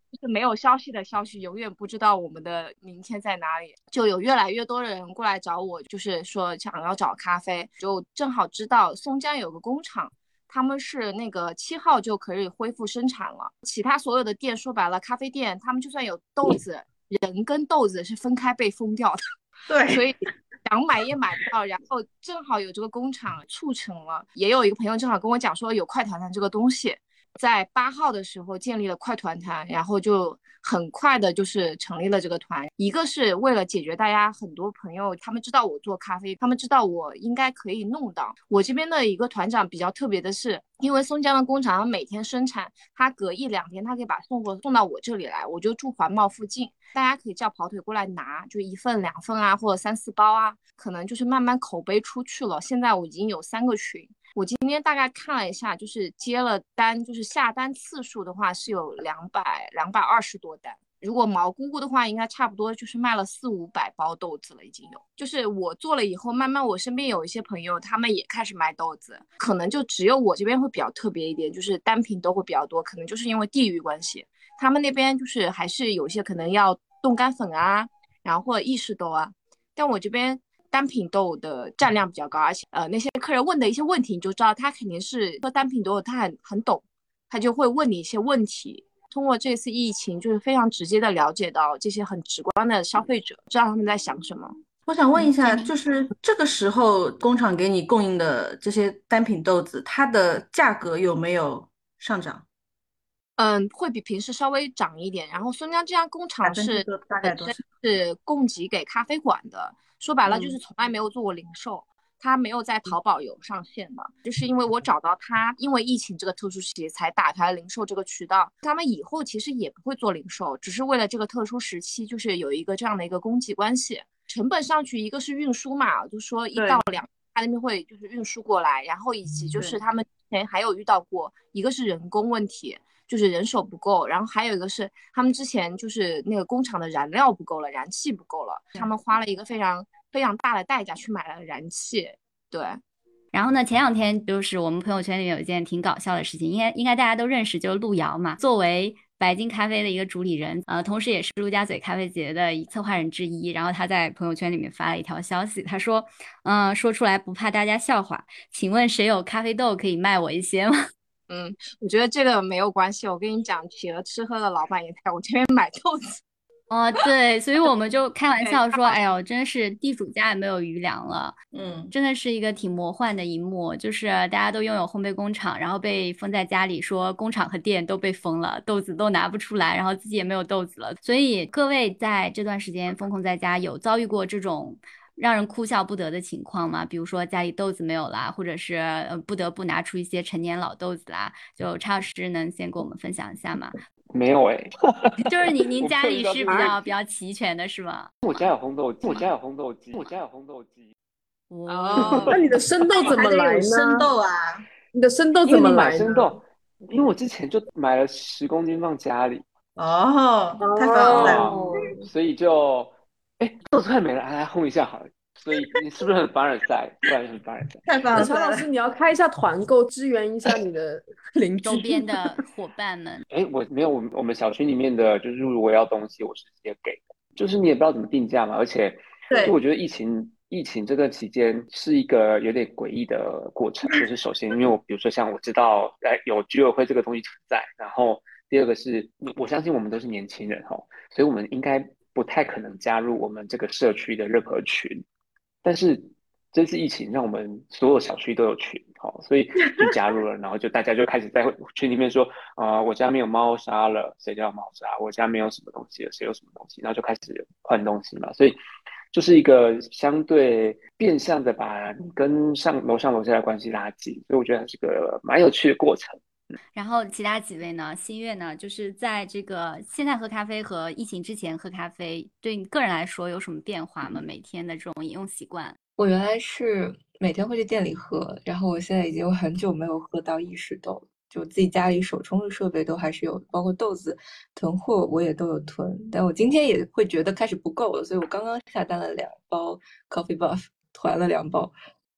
就是没有消息的消息，永远不知道我们的明天在哪里。就有越来越多的人过来找我，就是说想要找咖啡，就正好知道松江有个工厂，他们是那个七号就可以恢复生产了。其他所有的店说白了，咖啡店他们就算有豆子，人跟豆子是分开被封掉的。 对， 所以想买也买不到，然后正好有这个工厂促成了，也有一个朋友正好跟我讲说有快团团这个东西，在八号的时候建立了快团团，然后就很快的就是成立了这个团。一个是为了解决大家很多朋友他们知道我做咖啡，他们知道我应该可以弄到。我这边的一个团长比较特别的是，因为松江的工厂每天生产，他隔一两天他可以把送货送到我这里来，我就住环贸附近，大家可以叫跑腿过来拿，就一份两份啊，或者三四包啊，可能就是慢慢口碑出去了。现在我已经有三个群，我今天大概看了一下，就是接了单，就是下单次数的话是有两百两百二十多单。如果毛姑姑的话，应该差不多就是卖了四五百包豆子了，已经有。就是我做了以后，慢慢我身边有一些朋友，他们也开始卖豆子，可能就只有我这边会比较特别一点，就是单品都会比较多，可能就是因为地域关系，他们那边就是还是有些可能要冻干粉啊，然后或者意式豆啊，但我这边单品豆的占量比较高，而且呃那些客人问的一些问题，你就知道他肯定是做单品豆，他很很懂，他就会问你一些问题。通过这次疫情，就是非常直接的了解到这些很直观的消费者，知道他们在想什么。 我想问一下，就是这个时候工厂给你供应的这些单品豆子，它的价格有没有上涨？ 嗯，会比平时稍微涨一点。然后松江这家工厂是大概多少？ 是供给给咖啡馆的，说白了就是从来没有做过零售。嗯，他没有在淘宝有上线的，就是因为我找到他，因为疫情这个特殊时期才打开零售这个渠道。他们以后其实也不会做零售，只是为了这个特殊时期，就是有一个这样的一个供给关系。成本上去，一个是运输嘛，就说一到两，他那边会就是运输过来，然后以及就是他们之前还有遇到过，一个是人工问题，就是人手不够，然后还有一个是他们之前就是那个工厂的燃料不够了，燃气不够了，他们花了一个非常非常大的代价去买了燃气。对， 然后呢，前两天就是我们朋友圈里面有一件挺搞笑的事情，应该应该大家都认识，就是路遥嘛，作为白金咖啡的一个主理人，呃，同时也是陆家嘴咖啡节的策划人之一。然后他在朋友圈里面发了一条消息，他说：“嗯、呃，说出来不怕大家笑话，请问谁有咖啡豆可以卖我一些吗？” 嗯，我觉得这个没有关系。我跟你讲，企鹅吃喝的老板也在我这边买豆子。 哦，对，所以我们就开玩笑说，哎呦，真是地主家也没有余粮了。 嗯， 真的是一个挺魔幻的一幕，就是大家都拥有烘焙工厂，然后被封在家里，说工厂和店都被封了，豆子都拿不出来，然后自己也没有豆子了。所以各位在这段时间封控在家，有遭遇过这种让人哭笑不得的情况吗？比如说家里豆子没有啦，或者是呃不得不拿出一些陈年老豆子啦，就查老师能先跟我们分享一下吗？ 没有哎、欸， 就是您您家里是比较比较齐全的是吗？ 我家有烘豆机，我家有烘豆机，我家有烘豆机。 哦， 那你的生豆怎么来呢？ 生豆啊， 你的生豆怎么来呢？ 因为你买生豆，因为我之前就买了十公斤放家里。 哦，太棒了！ 哦，所以就，哎，豆子快没了，来烘一下好了。所以你是不是很凡尔赛？不然很凡尔赛。 太棒了！ 曹老师，你要开一下团购，支援一下你的邻居周边的伙伴们。 哎，我没有，我们我们小区里面的，就是如果要东西，我是直接给的。就是你也不知道怎么定价嘛，而且，就我觉得疫情疫情这段期间是一个有点诡异的过程。就是首先，因为我比如说像我知道，哎，有居委会这个东西存在，然后第二个是，我相信我们都是年轻人哦，所以我们应该不太可能加入我们这个社区的任何群。但是这次疫情让我们所有小区都有群，好，所以就加入了，然后就大家就开始在群里面说，啊、呃，我家没有猫砂了，谁家有猫砂？我家没有什么东西了，谁有什么东西？然后就开始换东西嘛，所以就是一个相对变相的把跟上楼上楼下的关系拉近，所以我觉得是个蛮有趣的过程。 然后其他几位呢？新月呢？就是在这个现在喝咖啡和疫情之前喝咖啡，对你个人来说有什么变化吗？每天的这种饮用习惯？ 我原来是每天会去店里喝，然后我现在已经有很久没有喝到意式豆，就自己家里手冲的设备都还是有，包括豆子囤货我也都有囤，但我今天也会觉得开始不够了，所以我刚刚下单了两包 Coffee Buff， 团了两包。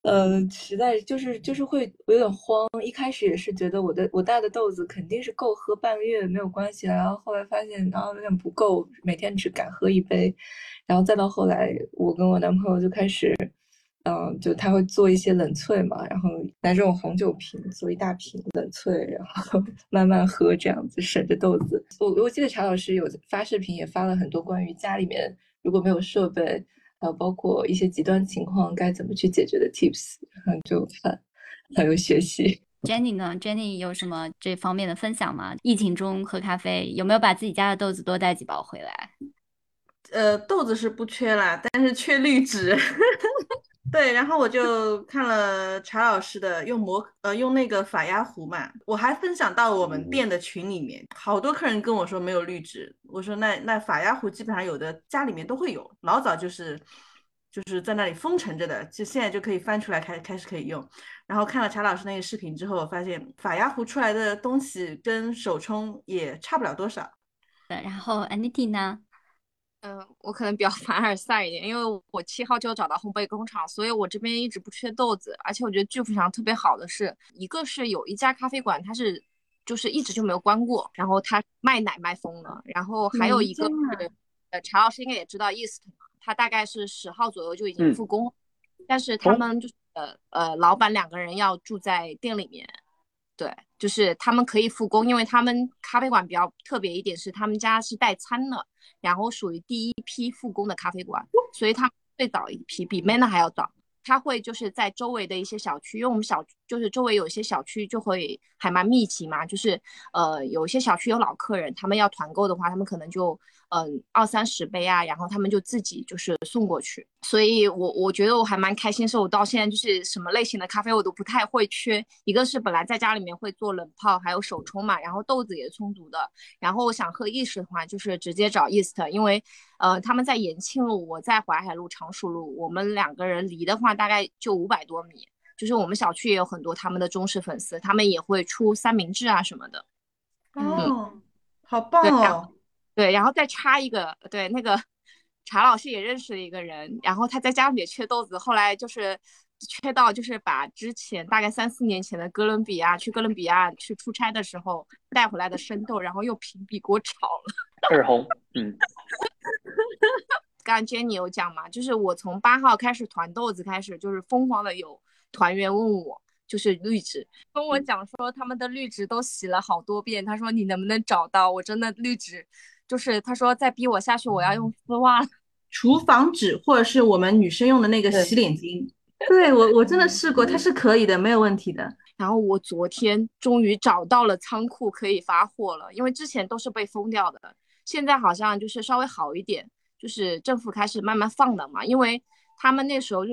呃，实在就是就是会有点慌。一开始也是觉得我的我带的豆子肯定是够喝半个月没有关系，然后后来发现然后有点不够，每天只敢喝一杯，然后再到后来我跟我男朋友就开始，嗯，就他会做一些冷萃嘛，然后拿这种红酒瓶做一大瓶冷萃，然后慢慢喝这样子，省着豆子。我我记得查老师有发视频，也发了很多关于家里面如果没有设备。还有包括一些极端情况该怎么去解决的 tips， 然后就很很有学习。 Jenny 呢 ？Jenny 有什么这方面的分享吗？疫情中喝咖啡，有没有把自己家的豆子多带几包回来？ 呃，豆子是不缺啦，但是缺滤纸。对，然后我就看了查老师的用摩呃用那个法压壶嘛，我还分享到我们店的群里面，好多客人跟我说没有滤纸，我说那那法压壶基本上有的家里面都会有，老早就是就是在那里封尘着的，就现在就可以翻出来开开始可以用。然后看了查老师那个视频之后，我发现法压壶出来的东西跟手冲也差不了多少。 对，然后 Anita 呢？ 嗯、呃，我可能比较凡尔赛一点，因为我七号就找到烘焙工厂，所以我这边一直不缺豆子。而且我觉得巨富场特别好的是，一个是有一家咖啡馆，它是就是一直就没有关过，然后它卖奶卖疯了。然后还有一个是，呃，查老师应该也知道 East， 他大概是十号左右就已经复工，嗯、但是他们就是、呃呃，老板两个人要住在店里面。对，就是他们可以复工，因为他们咖啡馆比较特别一点是他们家是带餐的，然后属于第一批复工的咖啡馆，所以他们最早一批比 Manner 还要早。他会就是在周围的一些小区，因为我们小就是周围有一些小区就会还蛮密集嘛，就是呃有一些小区有老客人，他们要团购的话，他们可能就嗯、呃、二三十杯啊，然后他们就自己就是送过去。所以我我觉得我还蛮开心，是我到现在就是什么类型的咖啡我都不太会缺。一个是本来在家里面会做冷泡，还有手冲嘛，然后豆子也充足的。然后我想喝意式的话，就是直接找 East， 因为呃他们在延庆路，我在淮海路常熟路，我们两个人离的话大概就五百多米。就是我们小区也有很多他们的忠实粉丝，他们也会出三明治啊什么的。 哦，嗯、好棒哦！ 对，然后再插一个，对，那个查老师也认识了一个人，然后他在家里也缺豆子，后来就是缺到就是把之前大概三四年前的哥伦比亚去哥伦比亚去出差的时候带回来的生豆，然后用平底锅炒了二红。嗯， 刚刚 Jenny 有讲嘛，就是我从八号开始团豆子开始，就是疯狂的有团员问我。就是滤纸，跟我讲说他们的滤纸都洗了好多遍，他说你能不能找到？我真的滤纸，就是他说再逼我下去，我要用丝袜。 厨房纸或者是我们女生用的那个洗脸巾，对我我真的试过，它是可以的，没有问题的。 然后我昨天终于找到了仓库可以发货了，因为之前都是被封掉的，现在好像就是稍微好一点，就是政府开始慢慢放的嘛，因为他们那时候就是。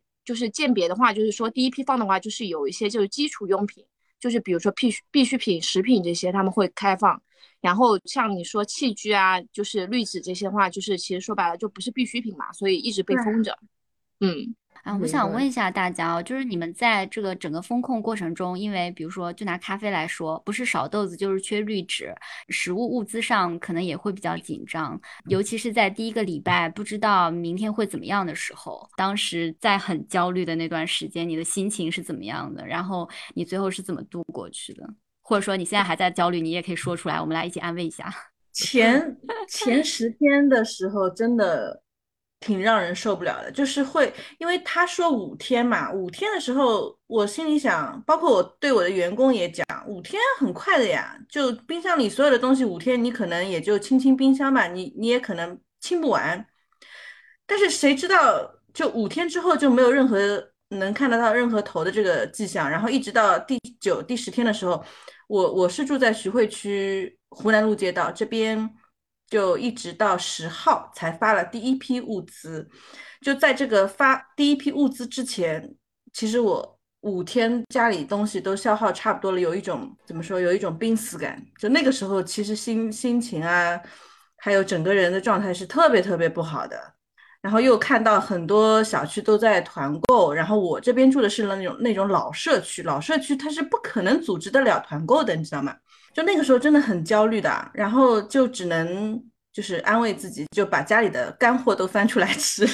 就是鉴别的话，就是说第一批放的话，就是有一些就是基础用品，就是比如说必需必需品、食品这些他们会开放。然后像你说器具啊，就是滤纸这些话，就是其实说白了就不是必需品嘛，所以一直被封着。嗯。 啊，我想问一下大家哦，就是你们在这个整个风控过程中，因为比如说就拿咖啡来说，不是少豆子就是缺滤纸，食物物资上可能也会比较紧张，尤其是在第一个礼拜不知道明天会怎么样的时候，当时在很焦虑的那段时间，你的心情是怎么样的？然后你最后是怎么度过去的？或者说你现在还在焦虑，你也可以说出来，我们来一起安慰一下。 前前十天的时候真的挺让人受不了的，就是会，因为他说五天嘛，五天的时候，我心里想，包括我对我的员工也讲，五天很快的呀，就冰箱里所有的东西，五天你可能也就清清冰箱吧，你你也可能清不完，但是谁知道，就五天之后就没有任何能看得到任何头的这个迹象，然后一直到第九、第十天的时候，我我是住在徐汇区湖南路街道这边。就一直到十号才发了第一批物资，就在这个发第一批物资之前，其实我五天家里东西都消耗差不多了，有一种怎么说，有一种濒死感。就那个时候，其实心心情啊，还有整个人的状态是特别特别不好的。然后又看到很多小区都在团购，然后我这边住的是那种那种老社区，老社区它是不可能组织得了团购的，你知道吗？就那个时候真的很焦虑的，然后就只能就是安慰自己，就把家里的干货都翻出来吃。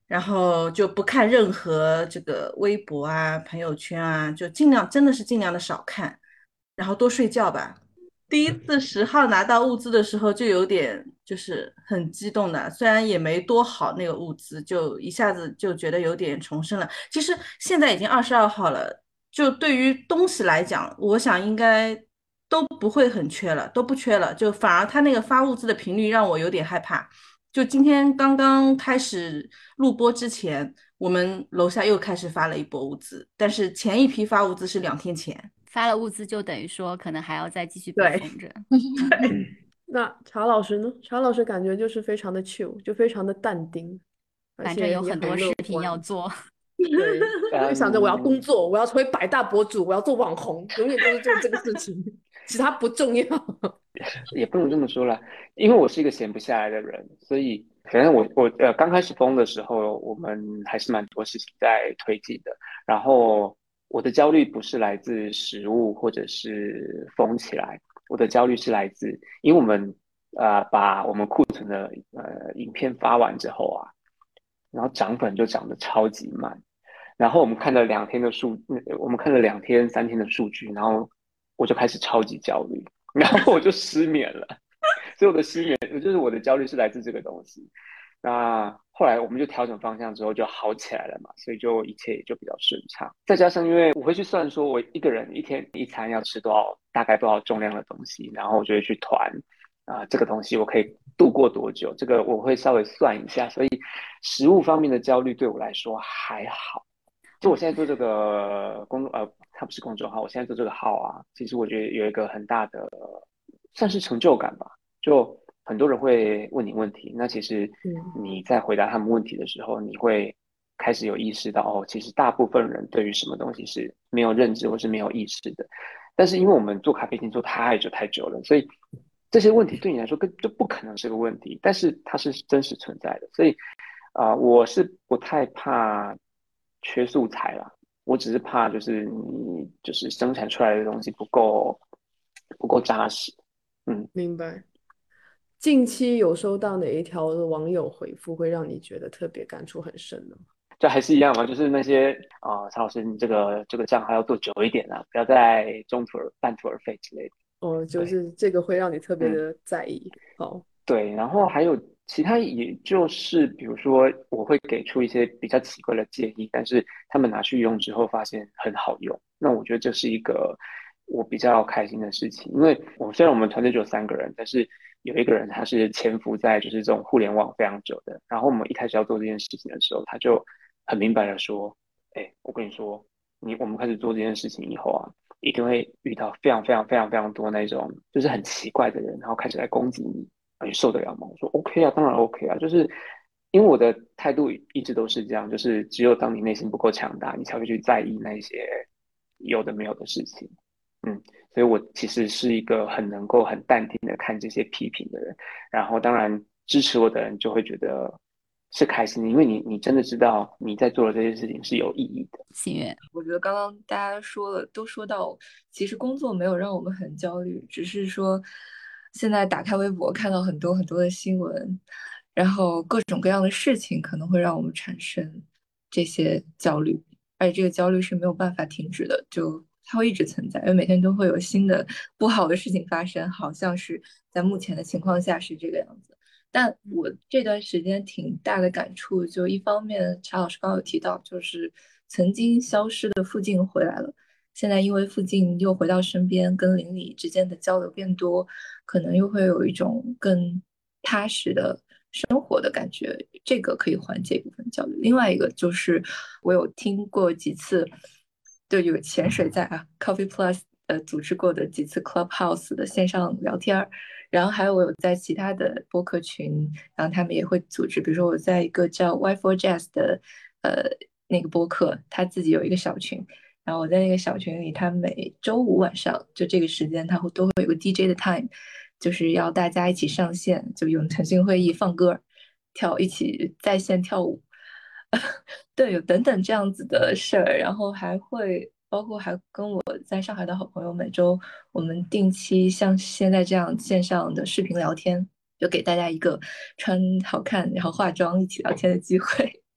然后就不看任何这个微博啊、朋友圈啊，就尽量真的是尽量的少看，然后多睡觉吧。第一次十号拿到物资的时候，就有点就是很激动的，虽然也没多好那个物资，就一下子就觉得有点重生了。其实现在已经二十二号了，就对于东西来讲，我想应该都不会很缺了，都不缺了，就反而他那个发物资的频率让我有点害怕。就今天刚刚开始录播之前，我们楼下又开始发了一波物资，但是前一批发物资是两天前。 发了物资就等于说可能还要再继续被对封着。 那查老师呢？查老师感觉就是非常的 chill，就非常的淡定，而反正有很且也很乐多视频观。 要做。 对，就想着我要工嗯， 作，我要成为百大博主，我要做网红，永远都是做这个事情，其他不重要。 也不能这么说啦，因为我是一个闲不下来的人，所以反正我我呃刚开始封的时候，我们还是蛮多事情在推进的。然后我的焦虑不是来自食物或者是封起来，我的焦虑是来自，因为我们呃把我们库存的呃影片发完之后啊，然后涨粉就涨得超级慢，然后我们看了两天的数，嗯我们看了两天三天的数据，然后我就开始超级焦虑，然后我就失眠了。所以我的失眠就是我的焦虑是来自这个东西。那后来我们就调整方向之后就好起来了嘛，所以就一切也就比较顺畅。再加上因为我会去算说我一个人一天一餐要吃多少，大概多少重量的东西，然后我就会去团啊、呃这个东西我可以度过多久，这个我会稍微算一下，所以食物方面的焦虑对我来说还好。就我现在做这个公呃，它不是公众号，我现在做这个号啊，其实我觉得有一个很大的算是成就感吧。就很多人会问你问题，那其实嗯你在回答他们问题的时候，你会开始有意识到，哦，其实大部分人对于什么东西是没有认知或是没有意识的。但是因为我们做咖啡已经做太久太久了，所以这些问题对你来说根就不可能是个问题，但是它是真实存在的。所以啊、呃我是不太怕缺素材啦，我只是怕就是你就是生产出来的东西不够不够扎实。嗯， 明白。近期有收到哪一条的网友回复会让你觉得特别感触很深呢？ 就还是一样嘛，就是那些啊，呃曹老师，你这个这个账还要做久一点啊，不要再中途而半途而废之类的。 哦，就对， 是这个会让你特别嗯， 的在意。好， 对，然后还有其他，也就是比如说，我会给出一些比较奇怪的建议，但是他们拿去用之后发现很好用，那我觉得这是一个我比较开心的事情，因为我虽然我们团队只有三个人，但是有一个人他是潜伏在就是这种互联网非常久的，然后我们一开始要做这件事情的时候，他就很明白的说，哎，我跟你说，你我们开始做这件事情以后啊。一定会遇到非常非常非常非常多那种就是很奇怪的人，然后开始来攻击你，你受得了吗？我说 OK 啊，当然 OK 啊，就是因为我的态度一直都是这样，就是只有当你内心不够强大，你才会去在意那些有的没有的事情。嗯，所以我其实是一个很能够很淡定的看这些批评的人，然后当然支持我的人就会觉得是开心的，因为你你真的知道你在做的这些事情是有意义的。 心愿， 我觉得刚刚大家说了，都说到，其实工作没有让我们很焦虑，只是说现在打开微博看到很多很多的新闻，然后各种各样的事情可能会让我们产生这些焦虑，而且这个焦虑是没有办法停止的，就它会一直存在，因为每天都会有新的不好的事情发生，好像是在目前的情况下是这个样子。但我这段时间挺大的感触，就一方面，查老师刚刚有提到，就是曾经消失的附近回来了，现在因为附近又回到身边，跟邻里之间的交流变多，可能又会有一种更踏实的生活的感觉，这个可以缓解一部分焦虑。另外一个就是我有听过几次，就有潜水在啊 Coffee Plus 呃组织过的几次 Clubhouse 的线上聊天儿。然后还有我有在其他的播客群，然后他们也会组织，比如说我在一个叫 Y four Jazz 的呃那个播客，他自己有一个小群，然后我在那个小群里，他每周五晚上就这个时间，他会都会有个 D J 的 time，就是要大家一起上线，就用腾讯会议放歌，跳一起在线跳舞，对，有等等这样子的事儿，然后还会包括还跟我在上海的好朋友，每周我们定期像现在这样线上的视频聊天，就给大家一个穿好看然后化妆一起聊天的机会，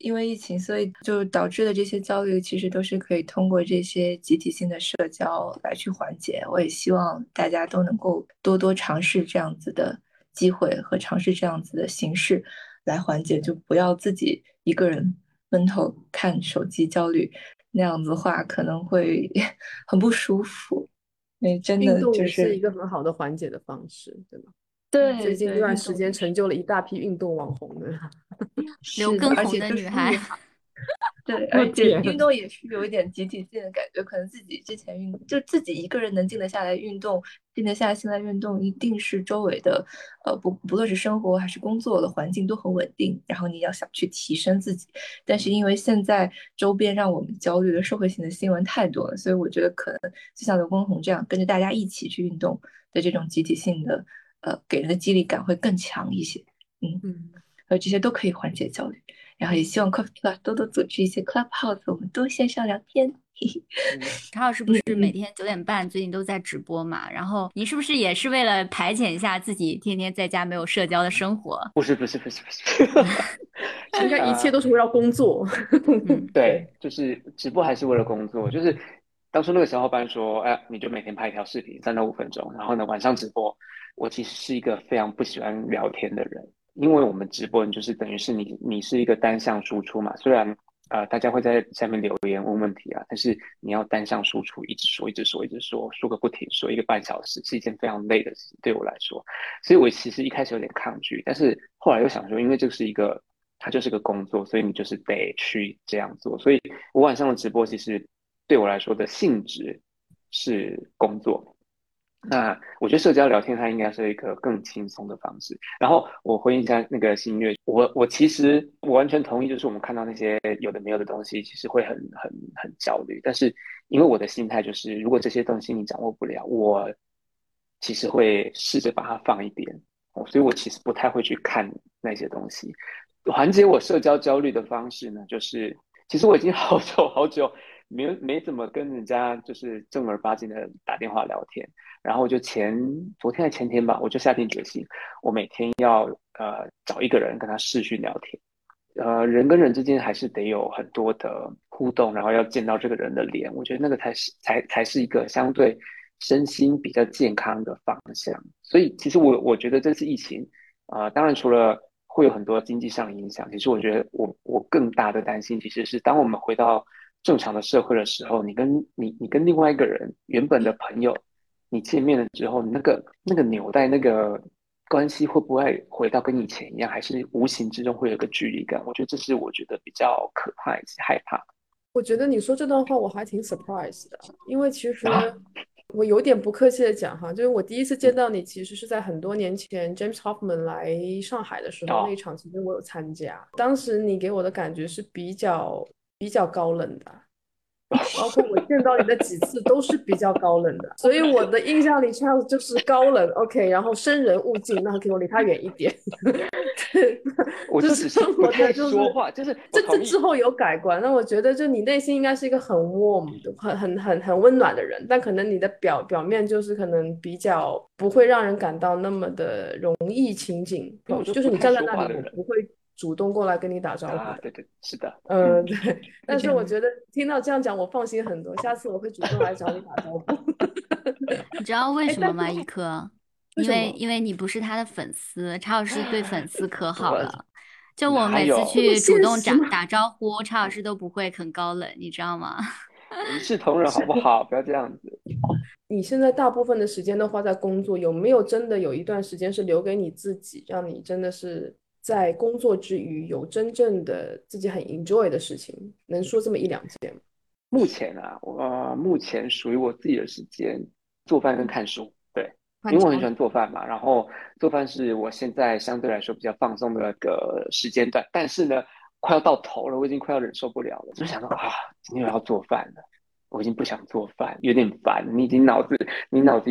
因为疫情，所以就导致的这些焦虑，其实都是可以通过这些集体性的社交来去缓解。我也希望大家都能够多多尝试这样子的机会和尝试这样子的形式来缓解，就不要自己一个人闷头看手机焦虑，那样子的话可能会很不舒服。那真运动也的就是是一个很好的缓解的方式，对吗？ 对最近这对，运段时间动也是成就了一大批运动网红的。 留是的，而更红的且对身女孩。 体好。对， 我而且天， 运动也是有一点集体性的感觉，可能自己之前运就自己一个人能静得下来运动，静得下心来运动，一定是周围的呃不不论是生活还是工作的环境都很稳定，然后你要想去提升自己，但是因为现在周边让我们焦虑的社会性的新闻太多了，所以我觉得可能就像刘畊宏这样跟着大家一起去运动的这种集体性的呃给人的激励感会更强一些，嗯， 嗯， 而这些都可以缓解焦虑。然后也希望 Coffee Plus 多多组织一些 Clubhouse，我们多线上聊天。嘿嘿， 常老师不是每天九点半最近都在直播嘛？然后你是不是也是为了排遣一下自己天天在家没有社交的生活？ 不是不是不是不是， 应该一切都是围绕工作。 嗯， 对，就是直播还是为了工作。就是当初那个小伙伴说，哎，你就每天拍一条视频，三到五分钟，然后呢晚上直播。我其实是一个非常不喜欢聊天的人，因为我们直播，你就是等于是你你是一个单向输出嘛。虽然呃大家会在下面留言问问题啊，但是你要单向输出，一直说一直说一直说，说个不停，说一个半小时，是一件非常累的事情对我来说。所以我其实一开始有点抗拒，但是后来又想说，因为这是一个它就是个工作，所以你就是得去这样做。所以我晚上的直播其实对我来说的性质是工作。那我觉得社交聊天它应该是一个更轻松的方式。然后我回应一下那个新月，我我其实我完全同意，就是我们看到那些有的没有的东西，其实会很很很焦虑。但是因为我的心态就是，如果这些东西你掌握不了，我其实会试着把它放一边。哦，所以我其实不太会去看那些东西。缓解我社交焦虑的方式呢，就是其实我已经好久好久没没怎么跟人家就是正儿八经的打电话聊天。然后我就前昨天还前天吧，我就下定决心，我每天要呃找一个人跟他视讯聊天。呃，人跟人之间还是得有很多的互动，然后要见到这个人的脸，我觉得那个才是才才是一个相对身心比较健康的方向。所以其实我我觉得这次疫情，啊、呃，当然除了会有很多经济上的影响，其实我觉得我我更大的担心其实是当我们回到正常的社会的时候，你跟你你跟另外一个人原本的朋友，你见面了之后，那个那个纽带那个关系会不会回到跟以前一样，还是无形之中会有个距离感？我觉得这是我觉得比较可怕以及害怕。 我觉得你说这段话我还挺 surprise 的，因为其实啊， 我有点不客气的讲哈，就是我第一次见嗯， 到你其实是在很多年前 James Hoffman 来上海的时候，那一哦， 场其实我有参加，当时你给我的感觉是比较比较高冷的，包括我见到你的几次都是比较高冷的，所以我的印象里 Charles 就是高冷，OK，然后生人勿近，那给我离他远一点。对，就是我就只是不我的太就是说话，就是我这这同意。 之后有改观，那我觉得就你内心应该是一个很 warm 的、很很很很温暖的人，但可能你的表表面就是可能比较不会让人感到那么的容易亲近因为我 approach， 就就是你不太说站在那里， 话的人我不会主动过来跟你打招呼啊， 的。 对对，是的， 嗯， 嗯， 对，但是是这样的。 我觉得听到这样讲，我放心很多。下次我会主动来找你打招呼。 你知道为哎， 什么吗， 但是一科？因为什么为因为你不是他的粉丝，查老师对粉丝可好我了。就我每次哪有这么去主现实吗？ 动打打招呼，查老师都不会很高冷，你知道吗？ 一视同仁好不好？不要这样子。 你现在大部分的时间都花在工作，有没有真的有一段时间是留给你自己，让你真的是在工作之余有真正的自己很 enjoy 的事情？能说这么一两件吗？ 目前啊，我、呃、目前属于我自己的时间，做饭跟看书。对，因为我很喜欢做饭嘛，然后做饭是我现在相对来说比较放松的一个时间段。但是呢，快要到头了，我已经快要忍受不了了，就想说啊，今天我要做饭了，我已经不想做饭，有点烦。你已经脑子，你脑子已经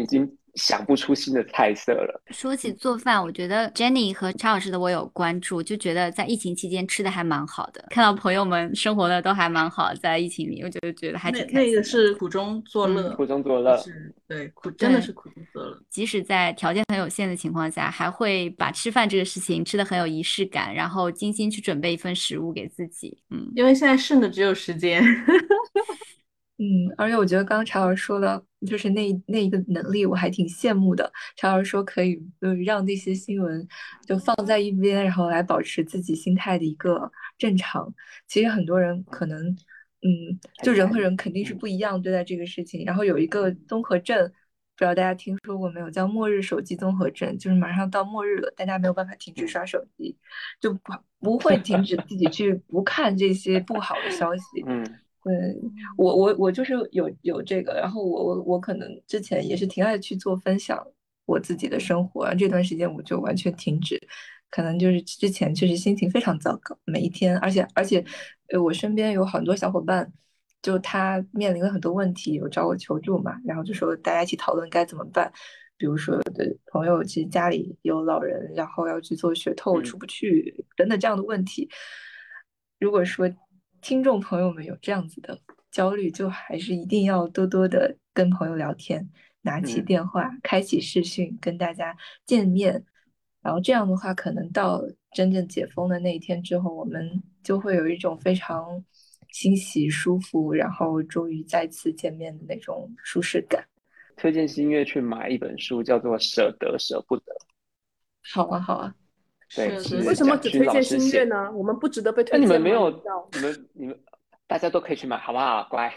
想不出新的菜色了。 说起做饭，我觉得 Jenny 和查老师的我有关注，就觉得在疫情期间吃的还蛮好的，看到朋友们生活的都还蛮好，在疫情里，我就觉得还挺那那个开心的。 是苦中作乐， 苦中作就乐， 是对苦真的对， 是苦中作乐。 即使在条件很有限的情况下，还会把吃饭这个事情吃得很有仪式感，然后精心去准备一份食物给自己。嗯， 因为现在剩的只有时间。 嗯，而且我觉得刚刚查老师说的，就是那那一个能力，我还挺羡慕的。查老师说可以，呃，让那些新闻就放在一边，然后来保持自己心态的一个正常。其实很多人可能，嗯，就人和人肯定是不一样对待这个事情。然后有一个综合症，不知道大家听说过没有，叫末日手机综合症，就是马上到末日了，大家没有办法停止刷手机，就不不会停止自己去不看这些不好的消息。 嗯， 对，我我我就是有有这个，然后我我我可能之前也是挺爱去做分享我自己的生活，然后这段时间我就完全停止，可能就是之前确实心情非常糟糕，每一天，而且而且，呃，我身边有很多小伙伴，就他面临了很多问题，有找我求助嘛，然后就说大家一起讨论该怎么办。比如说，有的朋友其实家里有老人，然后要去做血透嗯出不去等等这样的问题。如果说听众朋友们有这样子的焦虑，就还是一定要多多的跟朋友聊天，拿起嗯电话，开启视讯，跟大家见面。然后这样的话，可能到真正解封的那一天之后，我们就会有一种非常欣喜、舒服，然后终于再次见面的那种舒适感。 推荐新月去买一本书，叫做《舍得舍不得》。 好啊，好啊。 对， 是的， 是为什么蒋勋只推荐老师写。 新月呢？我们不值得被那推荐吗？ 你们没有， 难道你们你们大家都可以去买，好不好？乖。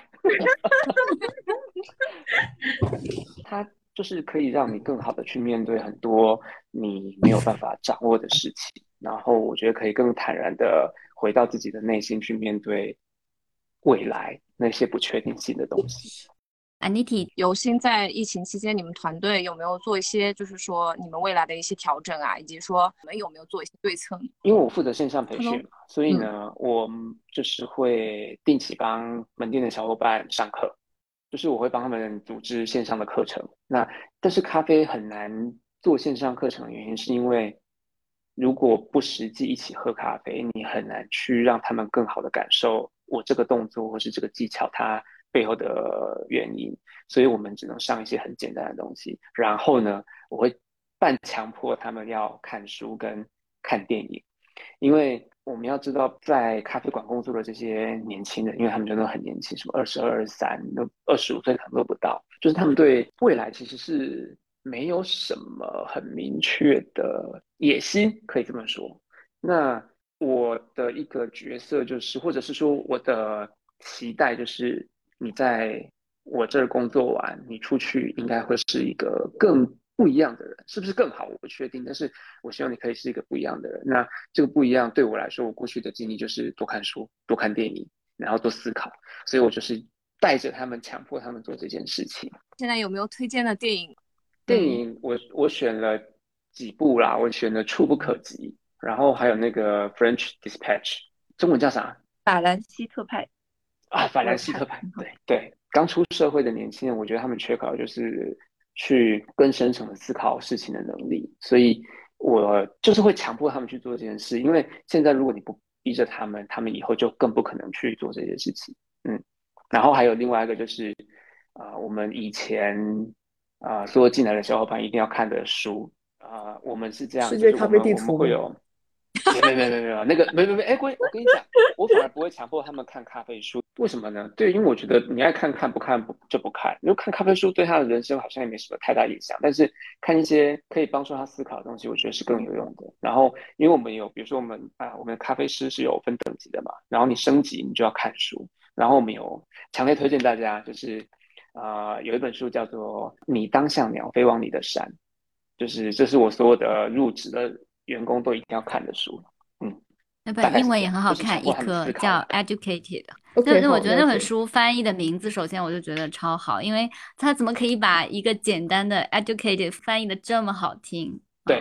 它就是可以让你更好的去面对很多你没有办法掌握的事情，然后我觉得可以更坦然的回到自己的内心去面对未来那些不确定性的东西。 Anity， 尤心在疫情期间，你们团队有没有做一些，就是说你们未来的一些调整啊，以及说你们有没有做一些对策呢？ 因为我负责线上培训嘛，所以嗯呢，我就是会定期帮门店的小伙伴上课，就是我会帮他们组织线上的课程。那但是咖啡很难做线上课程的原因，是因为如果不实际一起喝咖啡，你很难去让他们更好的感受我这个动作或是这个技巧它背后的原因。所以我们只能上一些很简单的东西。然后呢，我会半强迫他们要看书跟看电影，因为我们要知道，在咖啡馆工作的这些年轻人，因为他们真的很年轻，什么二十二、二十三、二十五岁可能都不到，就是他们对未来其实是没有什么很明确的野心，可以这么说。那我的一个角色就是，或者是说我的期待就是，你在我这儿工作完，你出去应该会是一个更不一样的人，是不是更好？我不确定，但是我希望你可以是一个不一样的人。那这个不一样对我来说，我过去的经历就是多看书、多看电影，然后多思考，所以我就是带着他们，强迫他们做这件事情。 现在有没有推荐的电影？ 电影我我选了几部啦，我选了《触不可及》，然后还有那个《French Dispatch》，中文叫啥？ 法兰西特派啊，法兰西特派，对对，刚出社会的年轻人，我觉得他们缺考就是去更深层的思考事情的能力，所以我就是会强迫他们去做这件事，因为现在如果你不逼着他们，他们以后就更不可能去做这件事情。嗯，然后还有另外一个就是，啊、呃，我们以前啊、呃，所有进来的小伙伴一定要看的书啊、呃，我们是这样， 世界咖就是我们我们啡地图吗？ 会有。没有没有没有没有那个没没没哎，我我跟你讲，我反而不会强迫他们看咖啡书，为什么呢？对，因为我觉得你爱看看不看不就不看，因为看咖啡书对他的人生好像也没什么太大影响，但是看一些可以帮助他思考的东西，我觉得是更有用的。然后，因为我们有，比如说我们啊，我们的咖啡师是有分等级的嘛，然后你升级你就要看书，然后我们有强烈推荐大家，就是啊、呃，有一本书叫做《你当像鸟飞往你的山》，就是这是我所有的入职的员工都一定要看的书。嗯， 那本英文也很好看， 就是一科叫 Educated。 OK， 那我觉得那本好书翻译的名字，首先我就觉得超好，因为它怎么可以把一个简单的 educated 翻译的这么好听？ 对嗯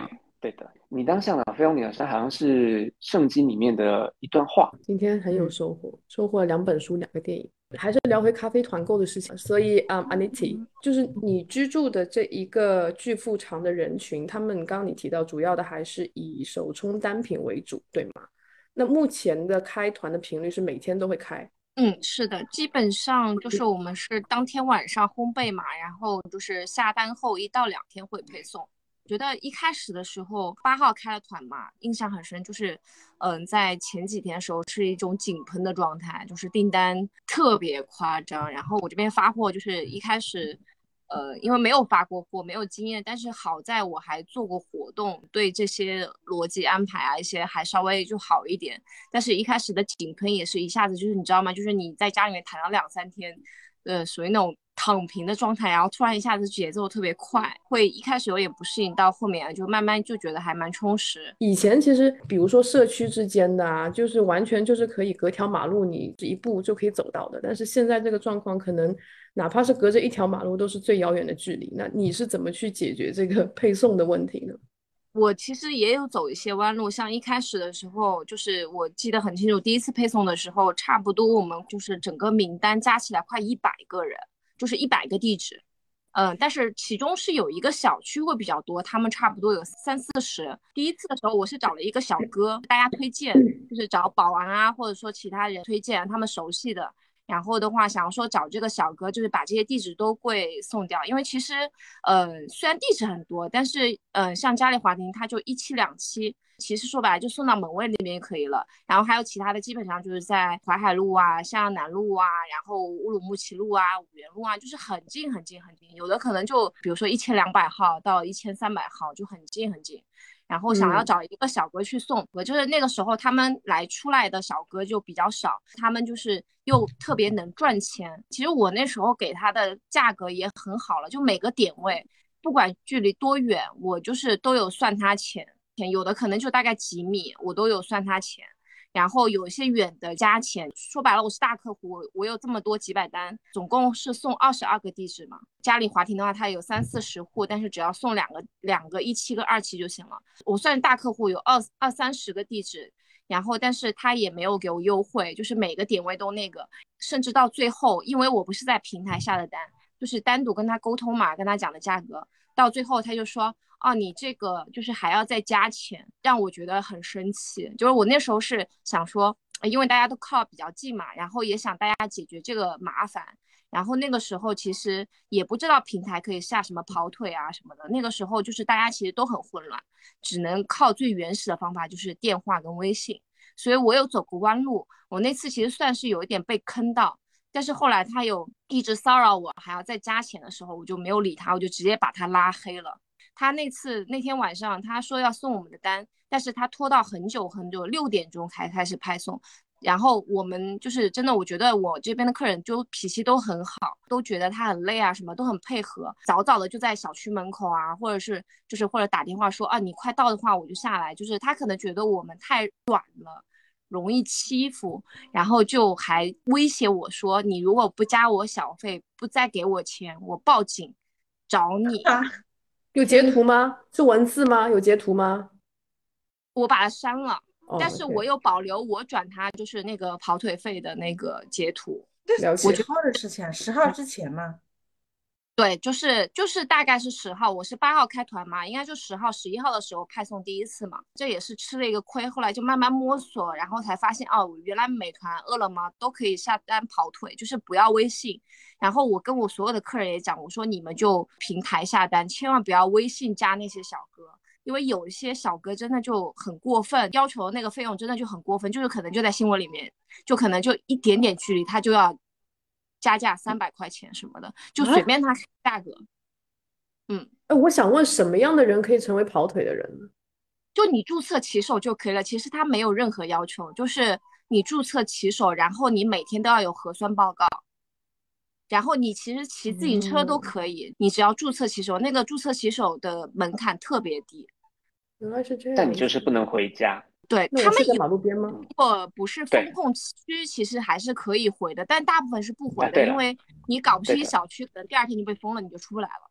对的，你当向导费用你好像好像是圣经里面的一段话。 今天很有收获，收获了两本书，两个电影。还是聊回咖啡团购的事情。所以，嗯 ，Anity，就是你居住的这一个巨富长的人群，他们刚刚你提到，主要的还是以手冲单品为主，对吗？那目前的开团的频率是每天都会开？ 嗯，是的，基本上就是我们是当天晚上烘焙嘛，然后就是下单后一到两天会配送。觉得一开始的时候八号开了团嘛，印象很深，就是嗯，在前几天的时候是一种井喷的状态，就是订单特别夸张。然后我这边发货就是一开始呃，因为没有发过货，没有经验，但是好在我还做过活动，对这些逻辑安排啊一些还稍微就好一点。但是一开始的井喷也是一下子就是你知道吗？就是你在家里面躺了两三天，呃，属于那种躺平的状态，然后突然一下子节奏特别快，会一开始有点不适应，到后面就慢慢就觉得还蛮充实。 以前其实比如说社区之间的啊，就是完全就是可以隔条马路你一步就可以走到的，但是现在这个状况可能哪怕是隔着一条马路都是最遥远的距离。那你是怎么去解决这个配送的问题呢？ 我其实也有走一些弯路，像一开始的时候，就是我记得很清楚，第一次配送的时候，差不多我们就是整个名单加起来快一百个人，就是一百个地址。嗯，但是其中是有一个小区会比较多，他们差不多有三四十。第一次的时候，我是找了一个小哥，大家推荐，就是找保安啊，或者说其他人推荐他们熟悉的。然后的话，想要说找这个小哥，就是把这些地址都会送掉，因为其实，呃，虽然地址很多，但是，嗯、呃，像嘉里华庭，它就一期两期，其实说白了就送到门卫那边就可以了。然后还有其他的，基本上就是在淮海路啊、向阳南路啊，然后乌鲁木齐路啊、五原路啊，就是很近很近很近，有的可能就比如说一千两百号到一千三百号，就很近很近。然后想要找一个小哥去送，我、嗯、就是那个时候他们来出来的小哥就比较少，他们就是又特别能赚钱。其实我那时候给他的价格也很好了，就每个点位不管距离多远，我就是都有算他钱，有的可能就大概几米，我都有算他钱。然后有一些远的加钱，说白了我是大客户，我有这么多几百单，总共是送二十二个地址嘛。嘉里华庭的话，它有三四十户，但是只要送两个两个一期跟二期就行了。我算大客户有二二三十个地址，然后但是他也没有给我优惠，就是每个点位都那个，甚至到最后，因为我不是在平台下的单，就是单独跟他沟通嘛，跟他讲的价格，到最后他就说。哦，你这个就是还要再加钱，让我觉得很生气。就是我那时候是想说，因为大家都靠比较近嘛，然后也想大家解决这个麻烦。然后那个时候其实也不知道平台可以下什么跑腿啊什么的，那个时候就是大家其实都很混乱，只能靠最原始的方法，就是电话跟微信。所以我有走过弯路，我那次其实算是有一点被坑到。但是后来他有一直骚扰我，还要再加钱的时候，我就没有理他，我就直接把他拉黑了。他那次那天晚上他说要送我们的单，但是他拖到很久很久，六点钟才开始派送。然后我们就是真的，我觉得我这边的客人就脾气都很好，都觉得他很累啊，什么都很配合，早早的就在小区门口啊，或者是就是或者打电话说啊，你快到的话我就下来。就是他可能觉得我们太软了，容易欺负，然后就还威胁我说，你如果不加我小费，不再给我钱，我报警找你。啊有截图吗？是文字吗？有截图吗？ 我把它删了， 哦、 但是我有保留我转他就是那个跑腿费的那个截图。 这是几号的事情？十号之前吗？ 对，就是就是大概是十号，我是八号开团嘛，应该就十号、十一号的时候派送第一次嘛，这也是吃了一个亏，后来就慢慢摸索，然后才发现哦，原来美团、饿了么都可以下单跑腿，就是不要微信。然后我跟我所有的客人也讲，我说你们就平台下单，千万不要微信加那些小哥，因为有一些小哥真的就很过分，要求那个费用真的就很过分，就是可能就在新闻里面，就可能就一点点距离他就要加价三百块钱什么的，就随便他价格。啊、嗯， 哎，我想问，什么样的人可以成为跑腿的人呢？ 就你注册骑手就可以了，其实他没有任何要求，就是你注册骑手，然后你每天都要有核酸报告。然后你其实骑自行车都可以，嗯、你只要注册骑手，那个注册骑手的门槛特别低。 原来是这样。 但你就是不能回家。 对，他们在马路边吗？ 如果不是风控区，其实还是可以回的，但大部分是不回的， 啊、 因为你搞不出一小区，可能第二天就被封了，你就出不来了。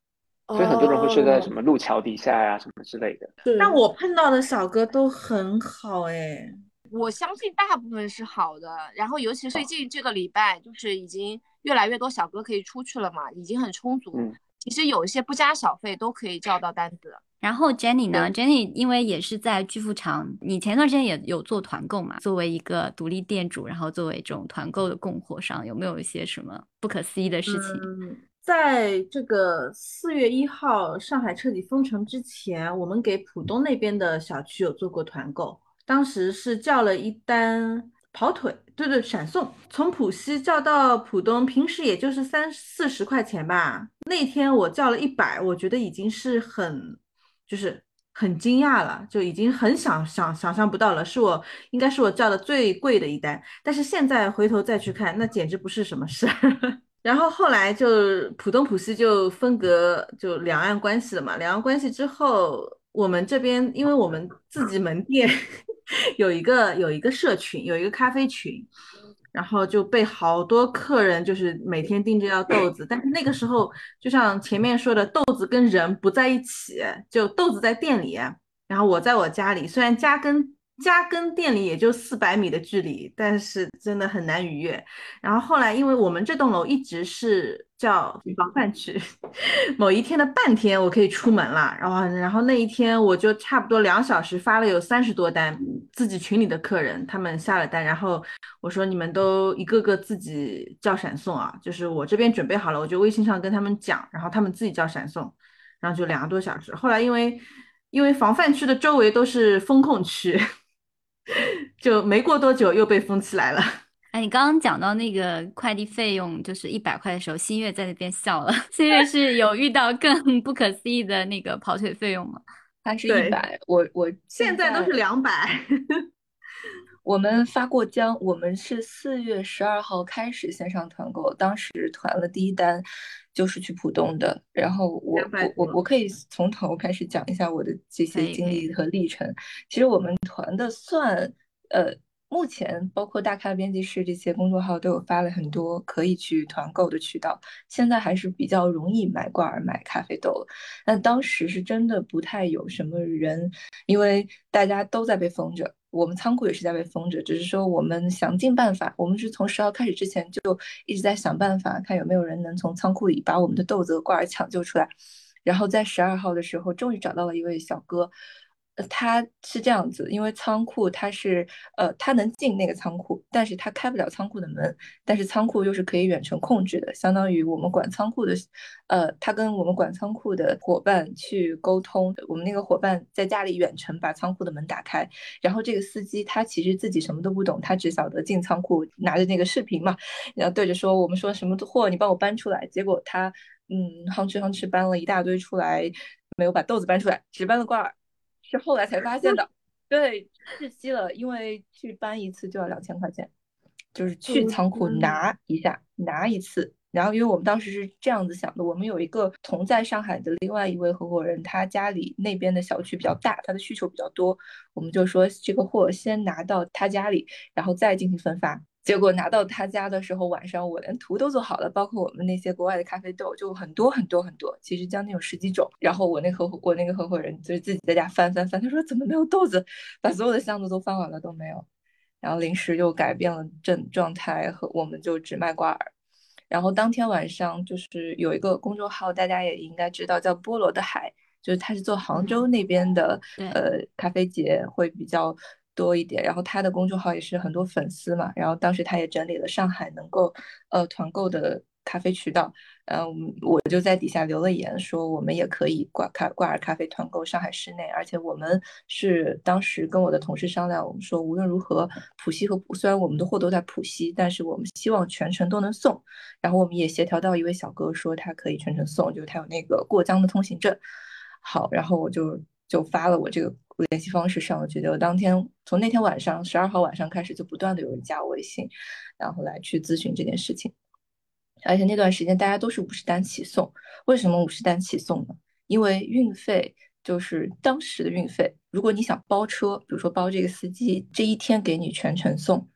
所以很多人会睡在什哦， 么路桥底下呀、什么之类的。 但是， 我碰到的小哥都很好哎。 我相信大部分是好的，然后尤其是最近这个礼拜，就是已经越来越多小哥可以出去了嘛，已经很充足。 嗯， 其实有一些不加小费都可以叫到单子。 然后 Jenny 呢对， ？Jenny 因为也是在巨富场，你前段时间也有做团购嘛？作为一个独立店主，然后作为这种团购的供货商，有没有一些什么不可思议的事情？ 嗯，在这个四月一号上海彻底封城之前，我们给浦东那边的小区有做过团购，当时是叫了一单跑腿，对对，闪送，从浦西叫到浦东，平时也就是三四十块钱吧。那天我叫了一百，我觉得已经是很，就是很惊讶了，就已经很想想想象不到了，是我应该是我叫的最贵的一单。但是现在回头再去看，那简直不是什么事儿。然后后来就浦东浦西就分隔就两岸关系了嘛，两岸关系之后，我们这边因为我们自己门店有一个有一个社群，有一个咖啡群，然后就被好多客人就是每天盯着要豆子，但是那个时候就像前面说的，豆子跟人不在一起，就豆子在店里，然后我在我家里，虽然家跟家跟店里也就四百米的距离，但是真的很难逾越。然后后来，因为我们这栋楼一直是叫防范区，某一天的半天我可以出门了，然后然后那一天我就差不多两小时发了有三十多单，自己群里的客人他们下了单，然后我说你们都一个个自己叫闪送啊，就是我这边准备好了，我就微信上跟他们讲，然后他们自己叫闪送，然后就两个多小时。后来因为因为防范区的周围都是风控区，就没过多久又被封起来了。 哎，你刚刚讲到那个快递费用就是一百块的时候，新月在那边笑了。新月是有遇到更不可思议的那个跑腿费用吗？ 它是一对， 百，我我现在都是两百。 我们发过浆，我们是四月十二号开始线上团购，当时团了第一单就是去浦东的。然后我两百我我多。 我可以从头开始讲一下我的这些可以可以。 经历和历程。其实我们团的算呃，目前包括大咖编辑室这些公众号都有发了很多可以去团购的渠道，现在还是比较容易买挂耳买咖啡豆。但当时是真的不太有什么人，因为大家都在被封着。我们仓库也是在被封着，只是说我们想尽办法，我们是从十号开始之前就一直在想办法，看有没有人能从仓库里把我们的豆子和挂耳抢救出来。然后在十二号的时候，终于找到了一位小哥，呃，他是这样子，因为仓库他是呃，他能进那个仓库，但是他开不了仓库的门，但是仓库又是可以远程控制的，相当于我们管仓库的，呃，他跟我们管仓库的伙伴去沟通，我们那个伙伴在家里远程把仓库的门打开，然后这个司机他其实自己什么都不懂，他只晓得进仓库拿着那个视频嘛，然后对着说我们说什么货你帮我搬出来，结果他嗯哼哧哼哧搬了一大堆出来，没有把豆子搬出来，只搬了挂耳。是后来才发现的，对，窒息了，因为去搬一次就要两千块钱，就是去哦仓库天呐， 拿一下，拿一次。然后，因为我们当时是这样子想的，我们有一个同在上海的另外一位合伙人，他家里那边的小区比较大，他的需求比较多，我们就说这个货先拿到他家里，然后再进行分发。结果拿到他家的时候，晚上我连图都做好了，包括我们那些国外的咖啡豆，就很多很多很多，其实将近有十几种。然后我那合伙我那个合伙人就是自己在家翻翻翻，他说怎么没有豆子？把所有的箱子都翻完了都没有。然后临时又改变了阵状态，和我们就只卖挂耳。然后当天晚上就是有一个公众号，大家也应该知道，叫菠萝的海，就是他是做杭州那边的、 嗯、 呃咖啡节会比较多一点，然后他的公众号也是很多粉丝嘛，然后当时他也整理了上海能够呃团购的咖啡渠道，嗯，我就在底下留了言说我们也可以挂咖挂耳咖啡团购上海市内，而且我们是当时跟我的同事商量，我们说无论如何浦西和虽然我们的货都在浦西，但是我们希望全程都能送，然后我们也协调到一位小哥说他可以全程送，就是他有那个过江的通行证。好，然后我就就发了我这个联系方式上，我觉得我当天从那天晚上十二号晚上开始就不断的有人加我微信，然后来去咨询这件事情。而且那段时间大家都是五十单起送，为什么五十单起送呢？因为运费就是当时的运费，如果你想包车，比如说包这个司机这一天给你全程送，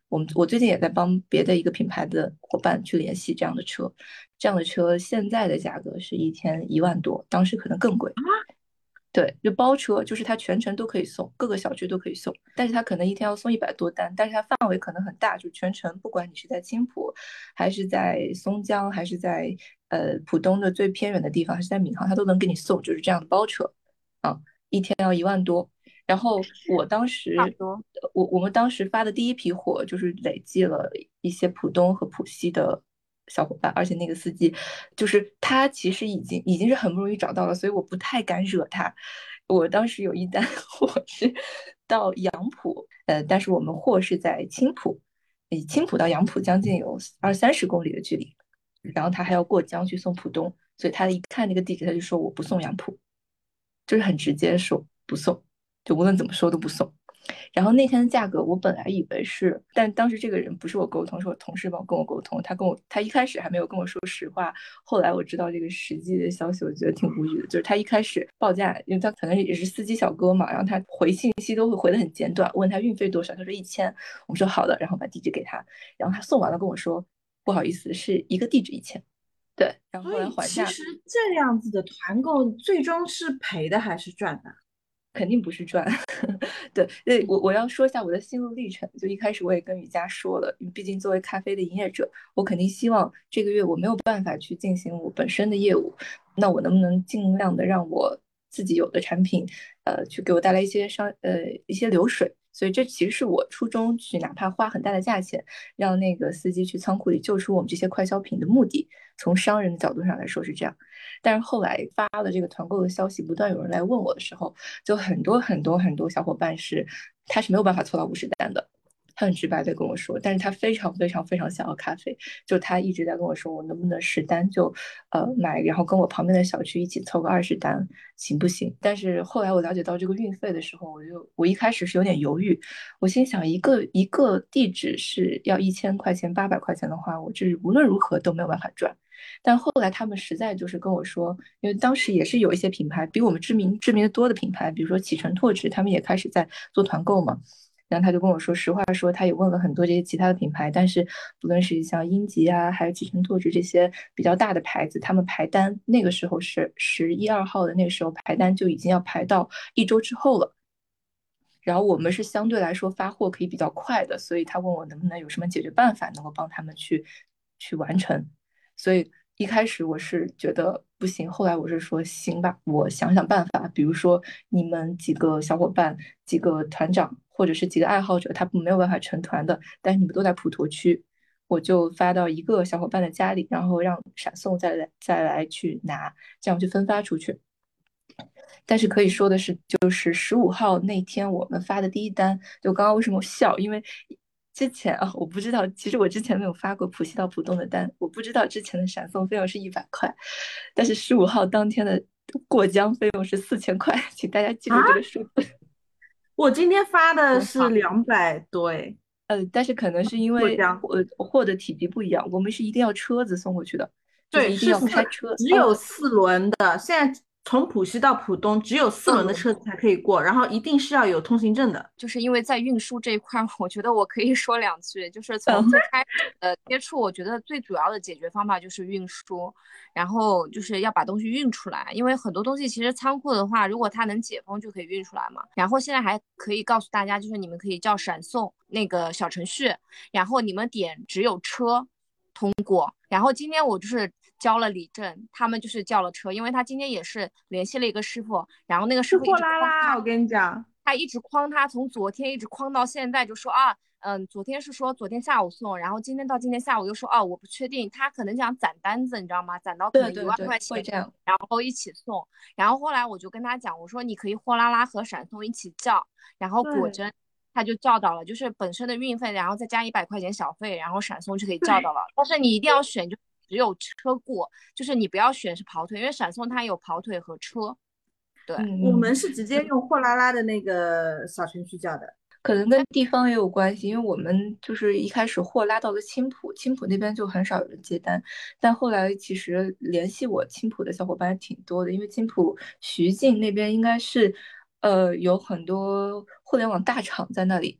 我们我最近也在帮别的一个品牌的伙伴去联系这样的车，这样的车现在的价格是一天一万多，当时可能更贵。对，就包车，就是它全程都可以送，各个小区都可以送，但是它可能一天要送一百多单，但是它范围可能很大，就全程不管你是在青浦，还是在松江，还是在呃浦东的最偏远的地方，还是在闵行，它都能给你送，就是这样的包车，啊，一天要一万多。然后我当时，我我们当时发的第一批货就是累计了一些浦东和浦西的小伙伴，而且那个司机就是他，其实已经已经是很不容易找到了，所以我不太敢惹他。我当时有一单货是到杨浦，呃，但是我们货是在青浦，以青浦到杨浦将近有二三十公里的距离，然后他还要过江去送浦东，所以他一看那个地址，他就说我不送杨浦，就是很直接说不送，就无论怎么说都不送。然后那天的价格，我本来以为是，但当时这个人不是我沟通，是我同事帮我跟我沟通。他跟我，他一开始还没有跟我说实话，后来我知道这个实际的消息，我觉得挺无语的。就是他一开始报价，因为他可能也是司机小哥嘛，然后他回信息都会回得很简短，问他运费多少，他说一千，我们说好的，然后把地址给他，然后他送完了跟我说，不好意思，是一个地址一千。对，然后后来还价。 其实这样子的团购最终是赔的还是赚的？ 肯定不是赚。对，对我我要说一下我的心路历程。就一开始我也跟雨佳说了，毕竟作为咖啡的营业者，我肯定希望这个月我没有办法去进行我本身的业务，那我能不能尽量的让我自己有的产品，呃，去给我带来一些商呃一些流水。所以这其实是我初衷去哪怕花很大的价钱，让那个司机去仓库里救出我们这些快消品的目的。从商人的角度上来说是这样，但是后来发了这个团购的消息，不断有人来问我的时候，就很多很多很多小伙伴是他是没有办法凑到五十单的。他很直白的跟我说，但是他非常非常非常想要咖啡，就他一直在跟我说，我能不能十单就呃买，然后跟我旁边的小区一起凑个二十单，行不行？但是后来我了解到这个运费的时候，我就我一开始是有点犹豫，我心想一个一个地址是要一千块钱、八百块钱的话，我这无论如何都没有办法赚。但后来他们实在就是跟我说，因为当时也是有一些品牌比我们知名知名的多的品牌，比如说启辰拓殖，他们也开始在做团购嘛。然后他就跟我说，实话说，他也问了很多这些其他的品牌，但是不论是像英吉啊，还有启辰拓殖这些比较大的牌子，他们排单那个时候是十一二号的那个时候排单就已经要排到一周之后了。然后我们是相对来说发货可以比较快的，所以他问我能不能有什么解决办法能够帮他们去去完成。所以一开始我是觉得不行，后来我是说行吧，我想想办法。比如说你们几个小伙伴、几个团长或者是几个爱好者，他没有办法成团的，但是你们都在普陀区，我就发到一个小伙伴的家里，然后让闪送再来再来去拿，这样去分发出去。但是可以说的是，就是十五号那天我们发的第一单，就刚刚为什么我笑，因为之前啊，我不知道，其实我之前没有发过浦西到浦东的单，我不知道之前的闪送费用是一百块，但是十五号当天的过江费用是四千块，请大家记住这个数字。啊、 我今天发的是两百多哎， 呃，但是可能是因为货货的体积不一样，我们是一定要车子送过去的，就是一定要开车， 只有四轮的，现在。从浦西到浦东只有四轮的车子才可以过，嗯、然后一定是要有通行证的。 就是因为在运输这一块，我觉得我可以说两句。就是从最开始的接触，我觉得最主要的解决方法就是运输，然后就是要把东西运出来。因为很多东西其实仓库的话，如果它能解封就可以运出来嘛。然后现在还可以告诉大家，就是你们可以叫闪送那个小程序，然后你们点只有车通过。然后今天我就是交了李正，他们就是叫了车，因为他今天也是联系了一个师傅，然后那个师傅一直货拉拉，我跟你讲， 他一直诓他，从昨天一直诓到现在，就说啊，嗯，昨天是说昨天下午送，然后今天到今天下午又说哦，我不确定，他可能想攒单子，你知道吗？攒到可能一万块钱， 会这样， 然后一起送。然后后来我就跟他讲，我说你可以货拉拉和闪送一起叫，然后果真。他就叫到了，就是本身的运费，然后再加一百块钱小费，然后闪送就可以叫到了。但是你一定要选，就只有车过，就是你不要选是跑腿，因为闪送它有跑腿和车。对， 嗯、我们是直接用货拉拉的那个小程序叫的， 可能跟地方也有关系，因为我们就是一开始货拉到了青浦，青浦那边就很少有人接单，但后来其实联系我青浦的小伙伴挺多的，因为青浦徐泾那边应该是。呃，有很多互联网大厂在那里，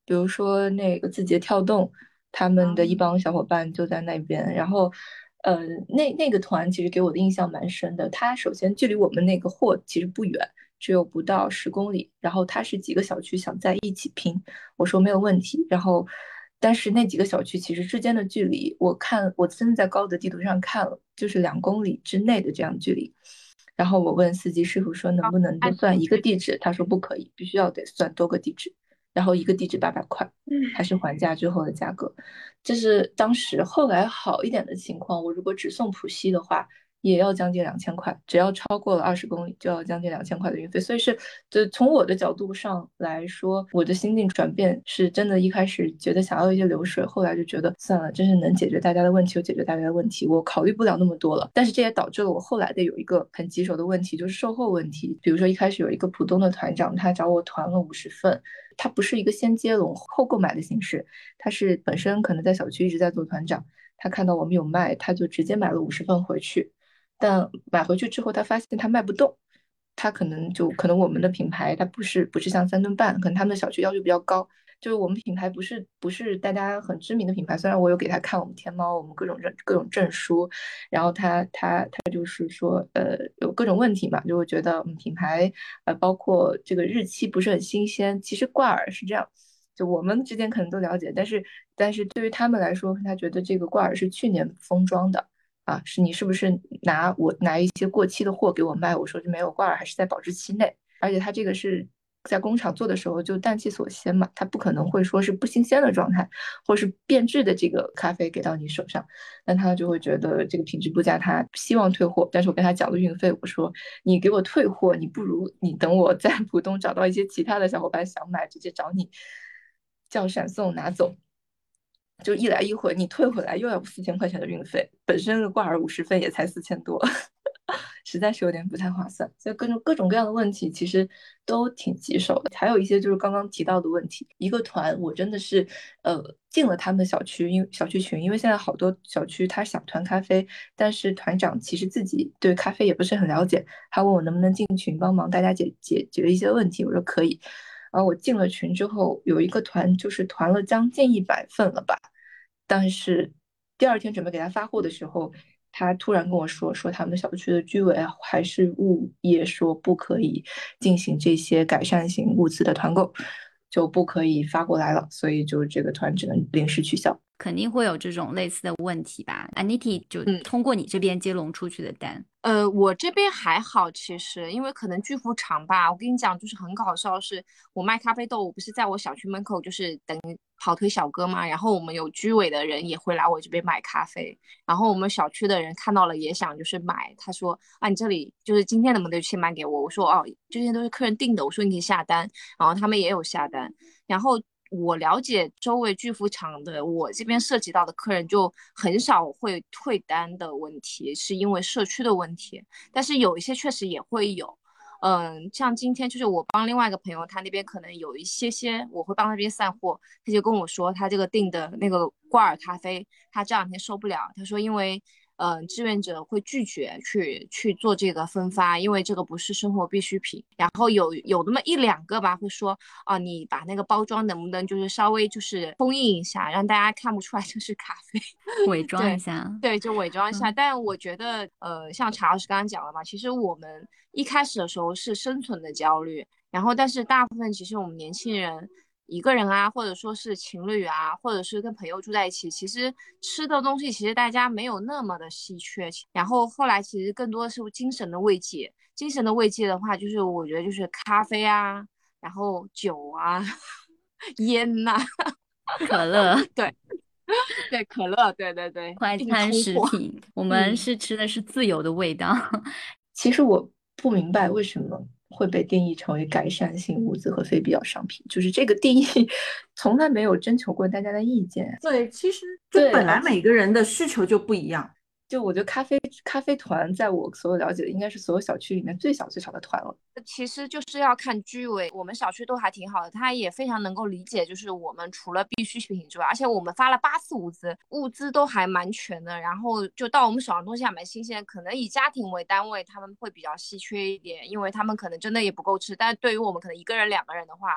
比如说那个字节跳动，他们的一帮小伙伴就在那边，然后。呃，那那个团其实给我的印象蛮深的。它首先距离我们那个货其实不远，只有不到十公里。然后它是几个小区想在一起拼，我说没有问题。然后，但是那几个小区其实之间的距离，我看我真的在高德地图上看了，就是两公里之内的这样距离。然后我问司机师傅说能不能就算一个地址，他说不可以，必须要得算多个地址。然后一个地址八百块，还是还价之后的价格。这是当时后来好一点的情况，我如果只送浦西的话，也要将近两千块，只要超过了二十公里就要将近两千块的运费。所以是，就从我的角度上来说，我的心境转变是真的，一开始觉得想要一些流水，后来就觉得算了，真是能解决大家的问题就解决大家的问题，我考虑不了那么多了。但是这也导致了我后来的有一个很棘手的问题，就是售后问题。比如说一开始有一个浦东的团长，他找我团了五十份。它不是一个先接龙后购买的形式，他是本身可能在小区一直在做团长，他看到我们有卖，他就直接买了五十份回去。但买回去之后，他发现他卖不动，他可能就可能我们的品牌，它不是不是像三吨半，可能他们的小区要求比较高，就是我们品牌不是不是大家很知名的品牌。虽然我有给他看我们天猫我们各种认各种证书，然后他他他就是说呃有各种问题嘛，就会觉得嗯品牌呃包括这个日期不是很新鲜。其实挂耳是这样。就我们之间可能都了解，但是但是对于他们来说，他觉得这个挂耳是去年封装的啊，是你是不是拿我拿一些过期的货给我卖？我说是没有，挂耳还是在保质期内，而且它这个是在工厂做的时候就氮气锁鲜嘛，它不可能会说是不新鲜的状态，或是变质的这个咖啡给到你手上，那他就会觉得这个品质不佳，他希望退货。但是我跟他讲了运费，我说你给我退货，你不如你等我在浦东找到一些其他的小伙伴想买，直接找你叫闪送拿走。就一来一回，你退回来又要四千块钱的运费，本身的挂耳五十份也才四千多，实在是有点不太划算。所以各种各种各样的问题其实都挺棘手的。还有一些就是刚刚提到的问题，一个团我真的是呃进了他们的小区，因为小区群，因为现在好多小区他想团咖啡，但是团长其实自己对咖啡也不是很了解，他问我能不能进群帮忙大家解解决一些问题，我说可以。然后我进了群之后，有一个团就是团了将近一百份了吧，但是第二天准备给他发货的时候，他突然跟我说，说他们小区的居委还是物业说不可以进行这些改善型物资的团购，就不可以发过来了，所以就这个团只能临时取消。 肯定会有这种类似的问题吧。Anity 就通过你这边接龙出去的单。 嗯、呃，我这边还好，其实因为可能巨幅长吧。我跟你讲，就是很搞笑，是我卖咖啡豆，我不是在我小区门口就是等跑腿小哥嘛，然后我们有居委的人也会来我这边买咖啡，然后我们小区的人看到了也想就是买，他说啊你这里就是今天能不能先买给我？我说哦这些都是客人订的，我说你可以下单，然后他们也有下单，然后。我了解周围巨幅厂的，我这边涉及到的客人就很少会退单的问题，是因为社区的问题，但是有一些确实也会有。嗯，像今天就是我帮另外一个朋友，他那边可能有一些些，我会帮那边散货，他就跟我说他这个订的那个挂耳咖啡，他这两天收不了，他说因为嗯、呃，志愿者会拒绝去去做这个分发，因为这个不是生活必需品。然后有有那么一两个吧，会说啊，你把那个包装能不能就是稍微就是封印一下，让大家看不出来这是咖啡， 伪装一下。 对，对，就伪装一下。嗯、但我觉得，呃，像查老师刚刚讲了嘛，其实我们一开始的时候是生存的焦虑，然后但是大部分其实我们年轻人。一个人啊，或者说是情侣啊，或者是跟朋友住在一起，其实吃的东西其实大家没有那么的稀缺。然后后来其实更多的是精神的慰藉，精神的慰藉的话，就是我觉得就是咖啡啊，然后酒啊，烟呐、啊， 可乐， 对对，可乐，对对对， 快餐食品，我们是吃的是自由的味道。 嗯、其实我不明白为什么会被定义成为改善性物资和非必要商品，就是这个定义从来没有征求过大家的意见。 对，其实就本来每个人的需求就不一样。 就我觉得咖啡咖啡团在我所有了解的应该是所有小区里面最小最小的团了。 其实就是要看居委，我们小区都还挺好的，他也非常能够理解，就是我们除了必需品之外，而且我们发了八次物资，物资都还蛮全的，然后就到我们手上东西还蛮新鲜，可能以家庭为单位他们会比较稀缺一点，因为他们可能真的也不够吃，但是对于我们可能一个人两个人的话，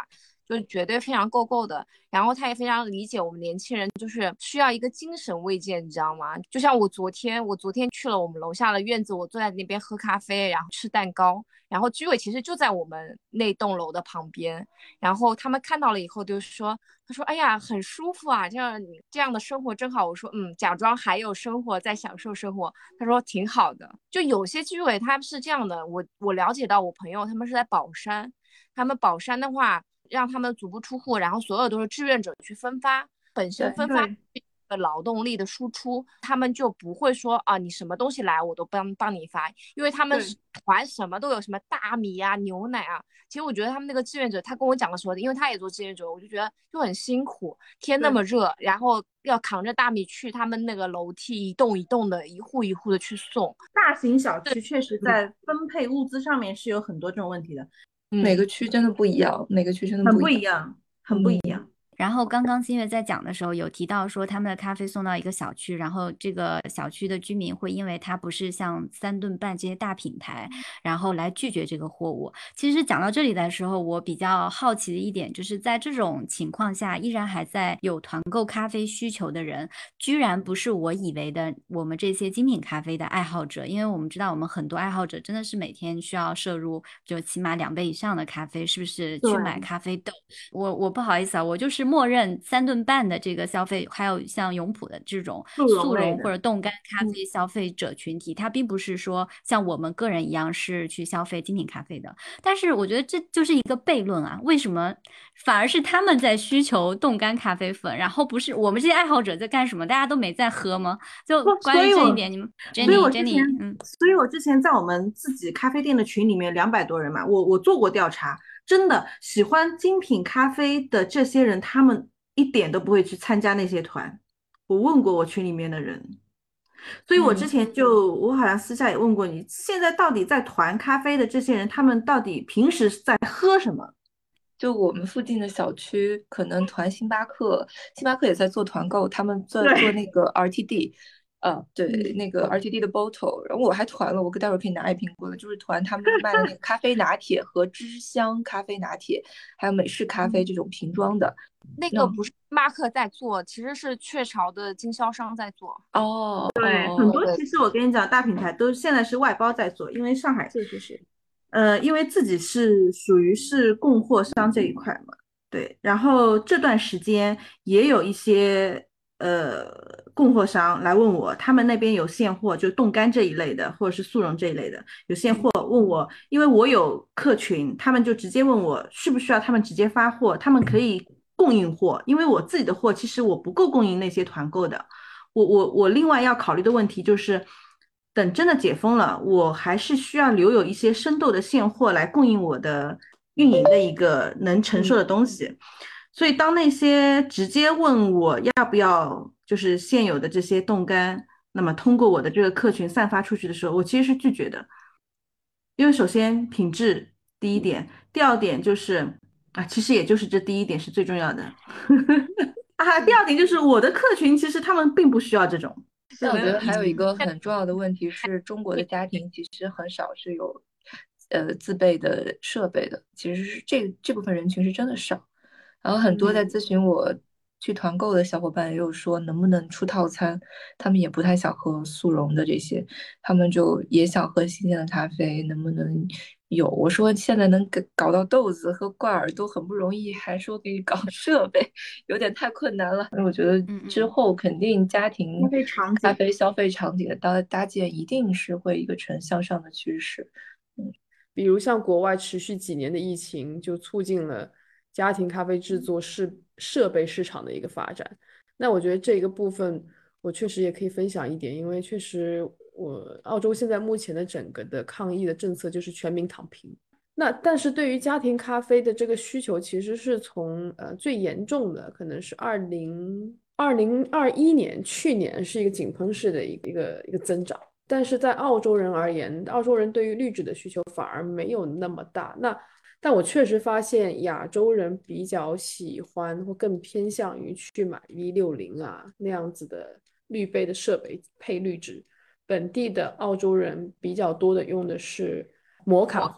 就绝对非常够够的。然后他也非常理解我们年轻人就是需要一个精神慰藉，你知道吗？就像我昨天，我昨天去了我们楼下的院子，我坐在那边喝咖啡，然后吃蛋糕，然后居委其实就在我们那栋楼的旁边，然后他们看到了以后就说，他说，哎呀，很舒服啊，这样你这样的生活真好。我说，嗯，假装还有生活，在享受生活。他说挺好的。就有些居委他是这样的，我我了解到我朋友他们是在宝山，他们宝山的话，让他们足不出户，然后所有都是志愿者去分发，本身分发的劳动力的输出，他们就不会说啊，你什么东西来我都帮帮你发，因为他们团什么都有，什么大米啊、牛奶啊。其实我觉得他们那个志愿者，他跟我讲的时候，因为他也做志愿者，我就觉得就很辛苦，天那么热，然后要扛着大米去他们那个楼梯一栋一栋的、一户一户的去送。 大型小区确实在分配物资上面是有很多这种问题的， 嗯、每个区真的不一样，每个区真的很不不一样，很不一样。嗯然后刚刚新月在讲的时候有提到说他们的咖啡送到一个小区，然后这个小区的居民会因为它不是像三顿半这些大品牌，然后来拒绝这个货物。其实讲到这里的时候，我比较好奇的一点就是在这种情况下依然还在有团购咖啡需求的人，居然不是我以为的我们这些精品咖啡的爱好者。因为我们知道我们很多爱好者真的是每天需要摄入就起码两杯以上的咖啡，是不是去买咖啡豆。我我不好意思啊，我就是默认三顿半的这个消费，还有像永璞的这种速溶或者冻干咖啡消费者群体，它并不是说像我们个人一样是去消费精品咖啡的。但是我觉得这就是一个悖论啊，为什么反而是他们在需求冻干咖啡粉，然后不是我们这些爱好者在干什么？大家都没在喝吗？就关于这一点，你们 Jenny Jenny 嗯， 所以我之前在我们自己咖啡店的群里面两百多人嘛，我我做过调查。真的喜欢精品咖啡的这些人，他们一点都不会去参加那些团。我问过我群里面的人，所以我之前就、嗯、我好像私下也问过你，现在到底在团咖啡的这些人，他们到底平时在喝什么？ 就我们附近的小区，可能团星巴克，星巴克也在做团购，他们在做那个 R T D。啊，对，那个 R T D 的 bottle， 然后我还团了，我待会儿可以拿爱苹果的，就是团他们卖的那个咖啡拿铁和芝香咖啡拿铁，还有美式咖啡这种瓶装的。 那个不是星巴克在做，其实是雀巢的经销商在做。 哦， 对， 哦很多其实我跟你讲，大品牌都现在是外包在做，因为上海是是是， 呃，因为自己是属于是供货商这一块嘛，对，然后这段时间也有一些。呃，供货商来问我，他们那边有现货，就冻干这一类的，或者是速溶这一类的，有现货问我，因为我有客群，他们就直接问我需不需要他们直接发货，他们可以供应货，因为我自己的货其实我不够供应那些团购的，我我我另外要考虑的问题就是，等真的解封了，我还是需要留有一些生豆的现货来供应我的运营的一个能承受的东西。嗯，所以当那些直接问我要不要就是现有的这些冻干，那么通过我的这个客群散发出去的时候，我其实是拒绝的。因为首先品质第一点，第二点就是啊，其实也就是这第一点是最重要的啊。第二点就是我的客群其实他们并不需要这种。 但我觉得还有一个很重要的问题是，中国的家庭其实很少是有呃自备的设备的，其实是这这部分人群是真的少。然后很多在咨询我去团购的小伙伴也有说能不能出套餐，他们也不太想喝速溶的这些，他们就也想喝新鲜的咖啡，能不能有？我说现在能搞到豆子和挂耳都很不容易，还说给你搞设备，有点太困难了。我觉得之后肯定家庭咖啡场景咖啡消费场景的搭搭建一定是会一个呈向上的趋势。嗯， 比如像国外持续几年的疫情，就促进了家庭咖啡制作是设备市场的一个发展。那我觉得这个部分我确实也可以分享一点，因为确实我澳洲现在目前的整个的抗疫的政策就是全民躺平。那但是对于家庭咖啡的这个需求，其实是从呃最严重的可能是二零二零二一年，去年是一个井喷式的一个一个一个增长。但是在澳洲人而言，澳洲人对于滤纸的需求反而没有那么大。那但我确实发现亚洲人比较喜欢或更偏向于去买 V 六十 啊那样子的滤杯的设备配滤纸，本地的澳洲人比较多的用的是摩卡壶，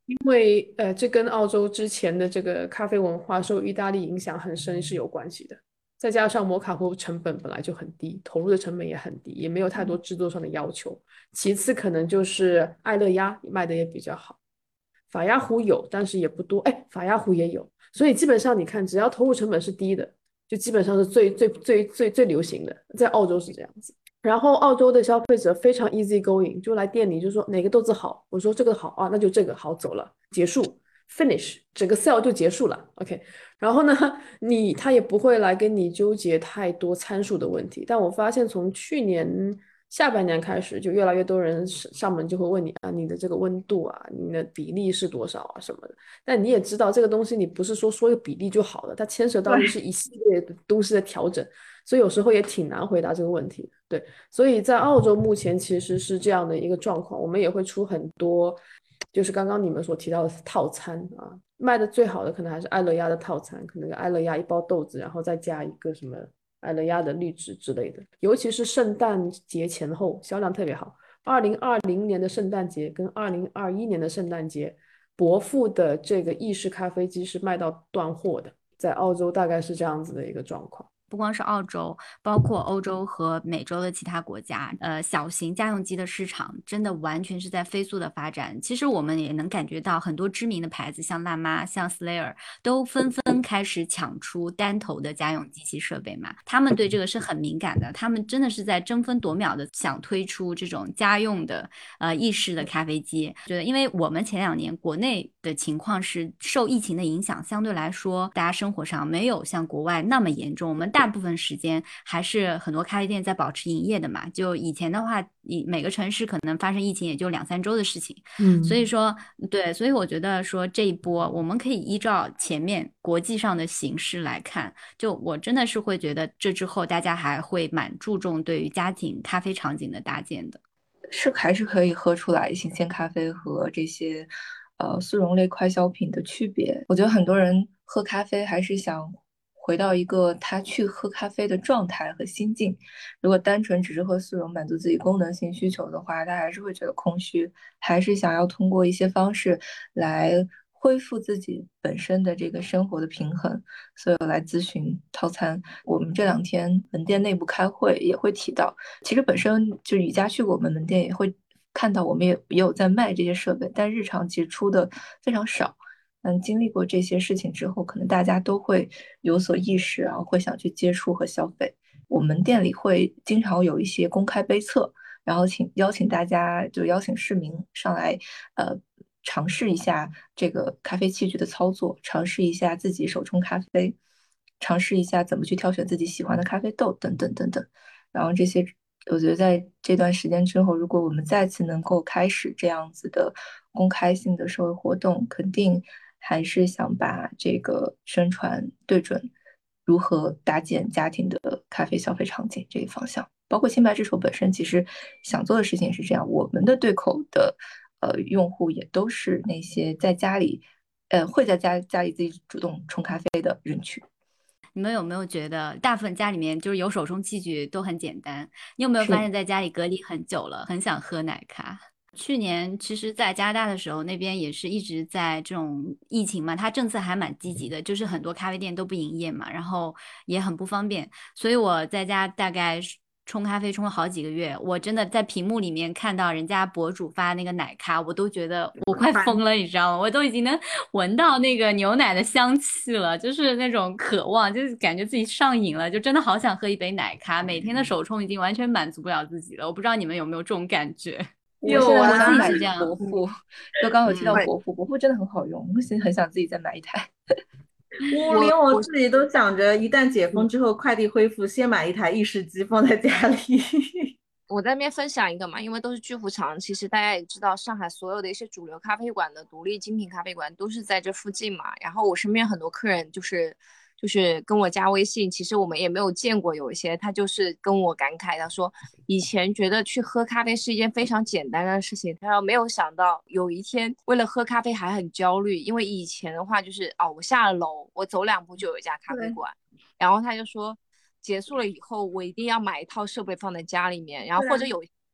因为呃，这跟澳洲之前的这个咖啡文化受意大利影响很深是有关系的。再加上摩卡壶成本本来就很低，投入的成本也很低，也没有太多制作上的要求。其次可能就是爱乐压卖的也比较好，法压壶有，但是也不多。哎，法压壶也有，所以基本上你看，只要投入成本是低的，就基本上是最最最最最流行的，在澳洲是这样子。然后澳洲的消费者非常 easy going，就来店里就说哪个豆子好，我说这个好啊，那就这个好，走了，结束 finish， 整个 sale 就结束了 OK。然后呢，你他也不会来跟你纠结太多参数的问题。但我发现从去年下半年开始，就越来越多人上门就会问你啊，你的这个温度啊，你的比例是多少啊什么的。但你也知道这个东西，你不是说说一个比例就好了，它牵扯到的是一系列的东西的调整。所以有时候也挺难回答这个问题的，对。所以在澳洲目前其实是这样的一个状况，我们也会出很多，就是刚刚你们所提到的套餐啊，卖的最好的可能还是爱乐压的套餐，可能爱乐压一包豆子，然后再加一个什么爱乐压的滤纸之类的。尤其是圣诞节前后销量特别好，二零二零年的圣诞节跟二零二一年的圣诞节，伯父的这个意式咖啡机是卖到断货的，在澳洲大概是这样子的一个状况。 不光是澳洲，包括欧洲和美洲的其他国家，呃，小型家用机的市场真的完全是在飞速的发展。其实我们也能感觉到，很多知名的牌子，像辣妈、像 Slayer， 都纷纷开始抢出单头的家用机器设备嘛。他们对这个是很敏感的，他们真的是在争分夺秒的想推出这种家用的呃意式的咖啡机。觉得，因为我们前两年国内的情况是受疫情的影响，相对来说，大家生活上没有像国外那么严重。我们大部分时间还是很多咖啡店在保持营业的嘛，就以前的话，每个城市可能发生疫情也就两三周的事情。嗯，所以说，对，所以我觉得说这一波我们可以依照前面国际上的形势来看，就我真的是会觉得这之后大家还会蛮注重对于家庭咖啡场景的搭建的， 是还是可以喝出来新鲜咖啡和这些呃速溶类快消品的区别。我觉得很多人喝咖啡还是想回到一个他去喝咖啡的状态和心境。如果单纯只是喝速溶满足自己功能性需求的话，他还是会觉得空虚，还是想要通过一些方式来恢复自己本身的这个生活的平衡。所以我来咨询套餐。我们这两天门店内部开会也会提到，其实本身就瑜伽去过我们门店也会看到我们也也有在卖这些设备，但日常其实出的非常少。嗯，经历过这些事情之后，可能大家都会有所意识，然后会想去接触和消费。我们店里会经常有一些公开杯测，然后请邀请大家，就邀请市民上来，呃，尝试一下这个咖啡器具的操作，尝试一下自己手冲咖啡，尝试一下怎么去挑选自己喜欢的咖啡豆，等等等等。然后这些，我觉得在这段时间之后，如果我们再次能够开始这样子的公开性的社会活动，肯定还是想把这个宣传对准如何搭建家庭的咖啡消费场景这一方向。包括新白之手本身其实想做的事情也是这样，我们的对口的呃用户也都是那些在家里呃会在家家里自己主动冲咖啡的人群。 你们有没有觉得大部分家里面就是有手冲器具都很简单？你有没有发现在家里隔离很久了，很想喝奶咖？去年其实在加拿大的时候，那边也是一直在这种疫情嘛，它政策还蛮积极的，就是很多咖啡店都不营业嘛，然后也很不方便，所以我在家大概冲咖啡冲了好几个月，我真的在屏幕里面看到人家博主发那个奶咖，我都觉得我快疯了，你知道吗？我都已经能闻到那个牛奶的香气了，就是那种渴望，就是感觉自己上瘾了，就真的好想喝一杯奶咖。每天的手冲已经完全满足不了自己了，我不知道你们有没有这种感觉？ 有啊，我自己是这样。 伯父，就刚刚有提到伯父，伯父真的很好用，我现在很想自己再买一台。 我连我自己都想着，一旦解封之后，快递恢复，先买一台意式机放在家里。 我在那边分享一个嘛，因为都是巨富场，其实大家也知道，上海所有的一些主流咖啡馆的独立精品咖啡馆都是在这附近嘛。然后我身边很多客人就是就是跟我加微信，其实我们也没有见过，有一些他就是跟我感慨，他说以前觉得去喝咖啡是一件非常简单的事情，他说没有想到有一天为了喝咖啡还很焦虑，因为以前的话就是哦，我下了楼，我走两步就有一家咖啡馆，然后他就说结束了以后我一定要买一套设备放在家里面，然后或者有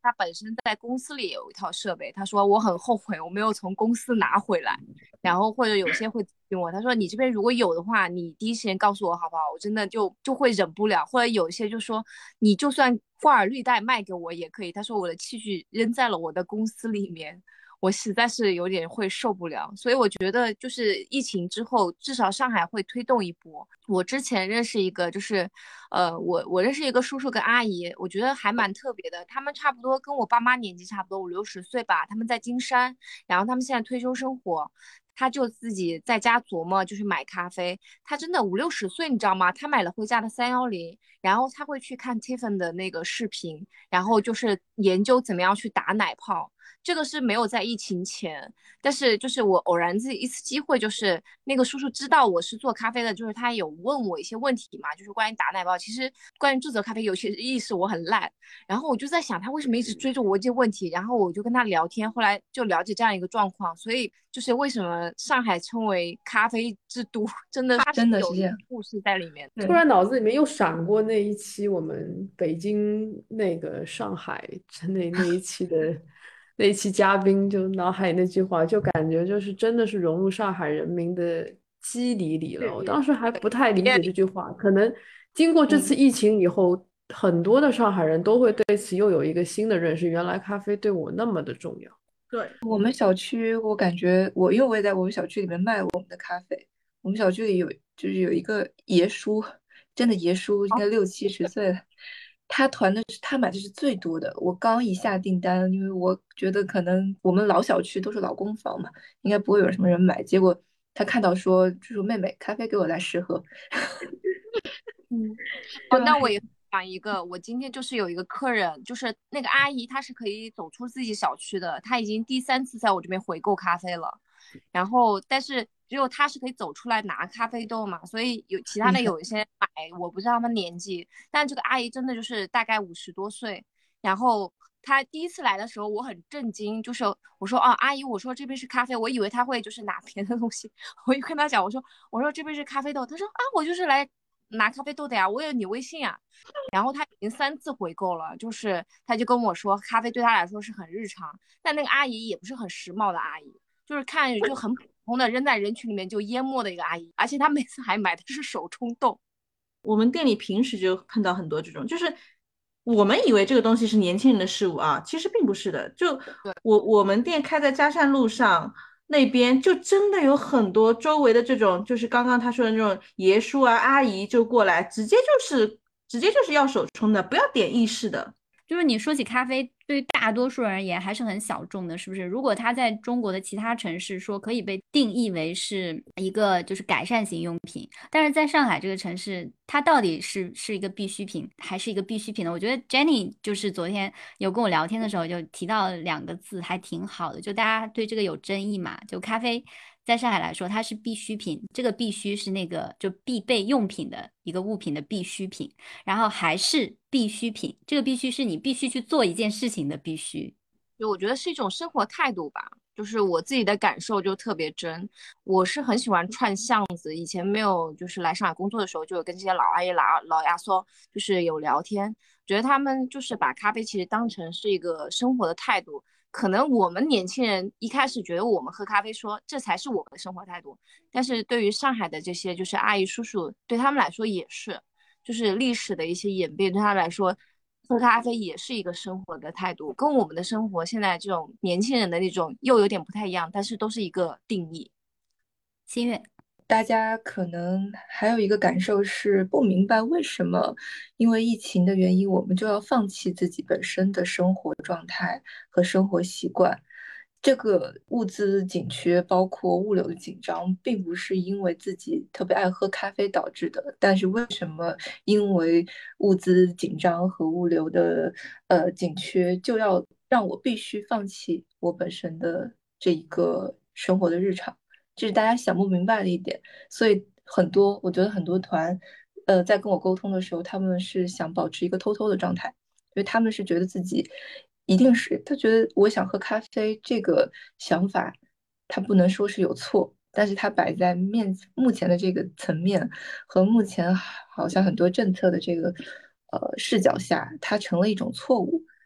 他本身在公司里也有一套设备，他说我很后悔我没有从公司拿回来，然后或者有些会咨询我，他说你这边如果有的话，你第一时间告诉我好不好？我真的就就会忍不了，或者有一些就说你就算挂耳绿带卖给我也可以，他说我的器具扔在了我的公司里面。我实在是有点会受不了，所以我觉得就是疫情之后，至少上海会推动一波。我之前认识一个，就是，呃，我我认识一个叔叔跟阿姨，我觉得还蛮特别的。他们差不多跟我爸妈年纪差不多，五六十岁吧。他们在金山，然后他们现在退休生活，他就自己在家琢磨，就是买咖啡。他真的五六十岁，你知道吗？他买了回家的三幺零，然后他会去看 Tiffany 的那个视频，然后就是研究怎么样去打奶泡。这个是没有在疫情前，但是就是我偶然自己一次机会，就是那个叔叔知道我是做咖啡的，就是他有问我一些问题嘛，就是关于打奶泡。其实关于制作咖啡有些意识我很烂，然后我就在想他为什么一直追着我这些问题，然后我就跟他聊天，后来就了解这样一个状况。所以就是为什么上海称为咖啡之都，真的它是有一个故事在里面。 突然脑子里面又闪过那一期我们北京那个上海那那一期的那一期嘉宾，就脑海那句话，就感觉就是真的是融入上海人民的肌理里了。我当时还不太理解这句话，可能经过这次疫情以后，嗯、很多的上海人都会对此又有一个新的认识，原来咖啡对我那么的重要。 对，我们小区，我感觉我因为我也在我们小区里面卖我们的咖啡，我们小区里有就是有一个爷叔，真的爷叔应该六七十岁了。他团的是他买的是最多的，我刚一下订单，因为我觉得可能我们老小区都是老公房嘛，应该不会有什么人买。结果他看到说，就说妹妹，咖啡给我来试喝。 嗯，哦，那我也讲一个，我今天就是有一个客人，就是那个阿姨，她是可以走出自己小区的，她已经第三次在我这边回购咖啡了，然后但是只有她是可以走出来拿咖啡豆嘛，所以有其他的有一些买，我不知道他们年纪，但这个阿姨真的就是大概五十多岁，然后她第一次来的时候我很震惊，就是我说啊阿姨，我说这边是咖啡，我以为她会就是拿别的东西，我就跟她讲，我说我说这边是咖啡豆，她说啊我就是来拿咖啡豆的呀，我有你微信啊。然后他已经三次回购了，就是他就跟我说咖啡对他来说是很日常，但那个阿姨也不是很时髦的阿姨，就是看就很普通的扔在人群里面就淹没的一个阿姨，而且他每次还买的是手冲豆。 我们店里平时就碰到很多这种，就是我们以为这个东西是年轻人的事物啊，其实并不是的。就我我们店开在嘉善路上那边，就真的有很多周围的这种，就是刚刚他说的那种爷叔啊阿姨就过来，直接就是直接就是要手冲的，不要点意式的。 就是你说起咖啡，对大多数人而言还是很小众的，是不是？如果它在中国的其他城市说可以被定义为是一个就是改善型用品，但是在上海这个城市，它到底是是一个必需品还是一个必需品呢？我觉得 Jenny 就是昨天有跟我聊天的时候就提到两个字，还挺好的，就大家对这个有争议嘛，就咖啡。在上海来说，它是必需品，这个必须是那个就必备用品的一个物品的必需品，然后还是必需品，这个必须是你必须去做一件事情的必须。 就我觉得是一种生活态度吧，就是我自己的感受就特别真。我是很喜欢串巷子，以前没有就是来上海工作的时候，就有跟这些老阿姨、老老亚叔就是有聊天，觉得他们就是把咖啡其实当成是一个生活的态度。可能我们年轻人一开始觉得我们喝咖啡说这才是我们的生活态度，但是对于上海的这些就是阿姨叔叔，对他们来说也是，就是历史的一些演变对他们来说，喝咖啡也是一个生活的态度，跟我们的生活现在这种年轻人的那种又有点不太一样，但是都是一个定义。 心月， 大家可能还有一个感受是不明白为什么因为疫情的原因，我们就要放弃自己本身的生活状态和生活习惯。这个物资紧缺，包括物流的紧张，并不是因为自己特别爱喝咖啡导致的。但是为什么因为物资紧张和物流的呃紧缺，就要让我必须放弃我本身的这一个生活的日常？这是大家想不明白的一点。所以很多，我觉得很多团，呃，在跟我沟通的时候，他们是想保持一个偷偷的状态，因为他们是觉得自己一定是，他觉得我想喝咖啡这个想法，他不能说是有错，但是他摆在面目前的这个层面和目前好像很多政策的这个呃视角下，它成了一种错误。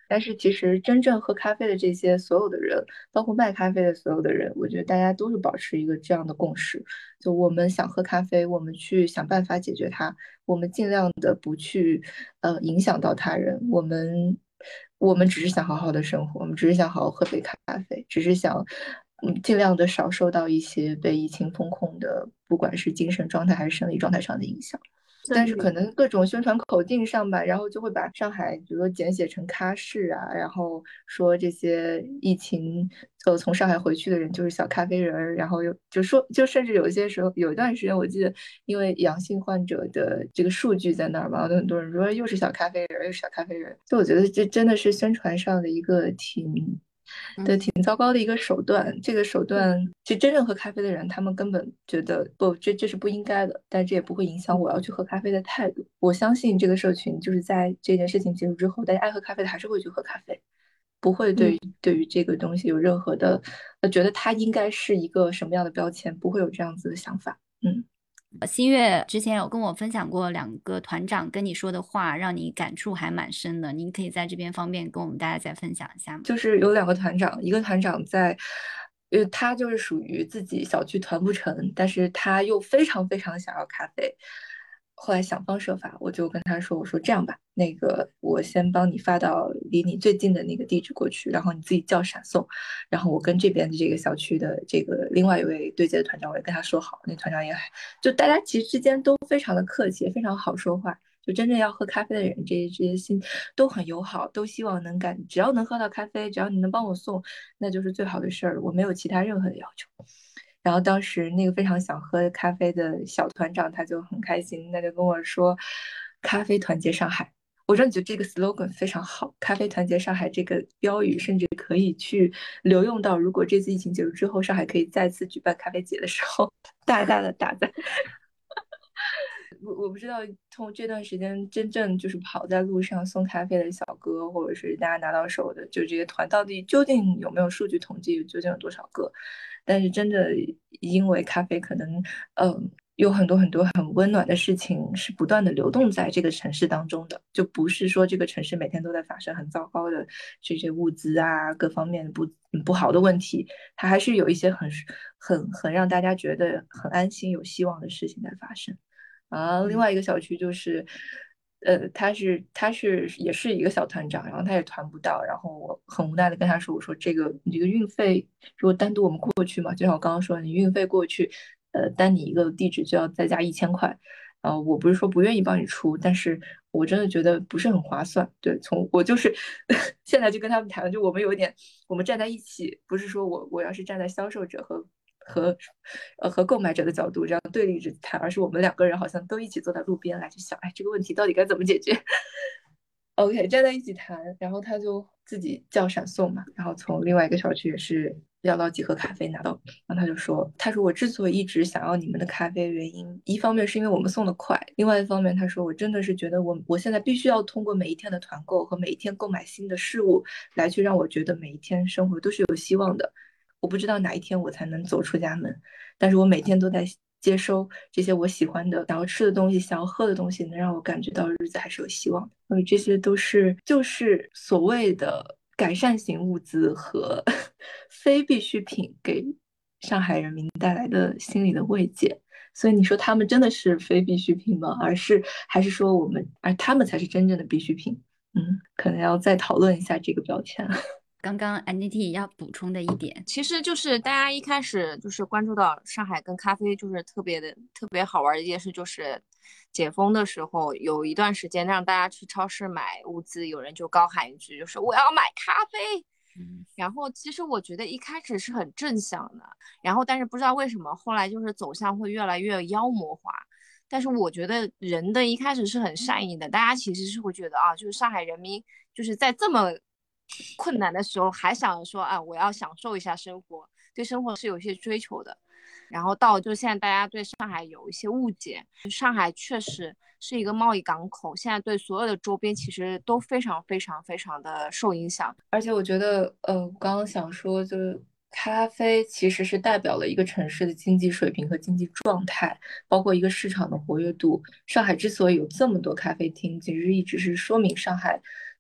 但是其实真正喝咖啡的这些所有的人，包括卖咖啡的所有的人，我觉得大家都是保持一个这样的共识，就我们想喝咖啡，我们去想办法解决它，我们尽量的不去呃影响到他人，我们我们只是想好好的生活，我们只是想好好喝杯咖啡，只是想嗯尽量的少受到一些被疫情封控的，不管是精神状态还是生理状态上的影响。但是可能各种宣传口径上吧，然后就会把上海比如说简写成咖市啊，然后说这些疫情呃从上海回去的人就是小咖啡人儿，然后又就说就甚至有些时候有一段时间我记得，因为阳性患者的这个数据在那儿嘛，有很多人说又是小咖啡人，又是小咖啡人，就我觉得这真的是宣传上的一个挺。对，挺糟糕的一个手段。这个手段，其实真正喝咖啡的人，他们根本觉得不，这这是不应该的。但这也不会影响我要去喝咖啡的态度。我相信这个社群，就是在这件事情结束之后，大家爱喝咖啡的还是会去喝咖啡，不会对于、嗯、对于这个东西有任何的，呃，觉得它应该是一个什么样的标签，不会有这样子的想法。嗯。 新月之前有跟我分享过两个团长跟你说的话，让你感触还蛮深的，您可以在这边方便跟我们大家再分享一下吗？ 就是有两个团长，一个团长在，因为他就是属于自己小区团不成，但是他又非常非常想要咖啡。后来想方设法，我就跟他说：“我说这样吧，那个我先帮你发到离你最近的那个地址过去，然后你自己叫闪送。然后我跟这边的这个小区的这个另外一位对接的团长，我也跟他说好，那团长也就大家其实之间都非常的客气，非常好说话。就真正要喝咖啡的人，这些这些心都很友好，都希望能感，只要能喝到咖啡，只要你能帮我送，那就是最好的事儿。我没有其他任何的要求。”然后当时那个非常想喝咖啡的小团长他就很开心，他就跟我说：“咖啡团结上海。”我真的觉得这个 slogan 非常好，“咖啡团结上海”这个标语甚至可以去留用到，如果这次疫情结束之后，上海可以再次举办咖啡节的时候，大大的打在。我我不知道，从这段时间真正就是跑在路上送咖啡的小哥，或者是大家拿到手的，就这些团到底究竟有没有数据统计，究竟有多少个？但是真的因为咖啡可能，嗯、呃，有很多很多很温暖的事情是不断的流动在这个城市当中的，就不是说这个城市每天都在发生很糟糕的这些物资啊各方面不不好的问题，它还是有一些很很很让大家觉得很安心有希望的事情在发生。啊，另外一个小区就是，呃，他是他是也是一个小团长，然后他也团不到，然后我很无奈的跟他说，我说这个你这个运费如果单独我们过去嘛，就像我刚刚说，你运费过去，呃，单你一个地址就要再加一千块，呃，我不是说不愿意帮你出，但是我真的觉得不是很划算。对，从我就是现在就跟他们谈，就我们有一点，我们站在一起，不是说我我要是站在销售者和。和呃和购买者的角度这样对立着谈，而是我们两个人好像都一起坐在路边来去想，哎，这个问题到底该怎么解决？OK， 站在一起谈，然后他就自己叫闪送嘛，然后从另外一个小区也是要到几盒咖啡拿到，然后他就说，他说我之所以一直想要你们的咖啡，原因一方面是因为我们送的快，另外一方面他说我真的是觉得我我现在必须要通过每一天的团购和每一天购买新的事物来去让我觉得每一天生活都是有希望的。我不知道哪一天我才能走出家门，但是我每天都在接收这些我喜欢的、想要吃的东西、想要喝的东西，能让我感觉到日子还是有希望的。所以这些都是就是所谓的改善型物资和非必需品给上海人民带来的心理的慰藉。所以你说他们真的是非必需品吗？而是还是说我们，而他们才是真正的必需品？嗯，可能要再讨论一下这个标签。 刚刚 Anita 要补充的一点， 其实就是大家一开始就是关注到上海跟咖啡就是特别的特别好玩的一件事，就是解封的时候有一段时间让大家去超市买物资，有人就高喊一句就是我要买咖啡。嗯，然后其实我觉得一开始是很正向的，然后但是不知道为什么后来就是走向会越来越妖魔化。但是我觉得人的一开始是很善意的，大家其实是会觉得啊，就是上海人民就是在这么困难的时候还想说啊，我要享受一下生活，对生活是有一些追求的。然后到就现在大家对上海有一些误解，上海确实是一个贸易港口，现在对所有的周边其实都非常非常非常的受影响。 而且我觉得呃我刚刚想说就是咖啡其实是代表了一个城市的经济水平和经济状态，包括一个市场的活跃度。上海之所以有这么多咖啡厅，其实一直是说明上海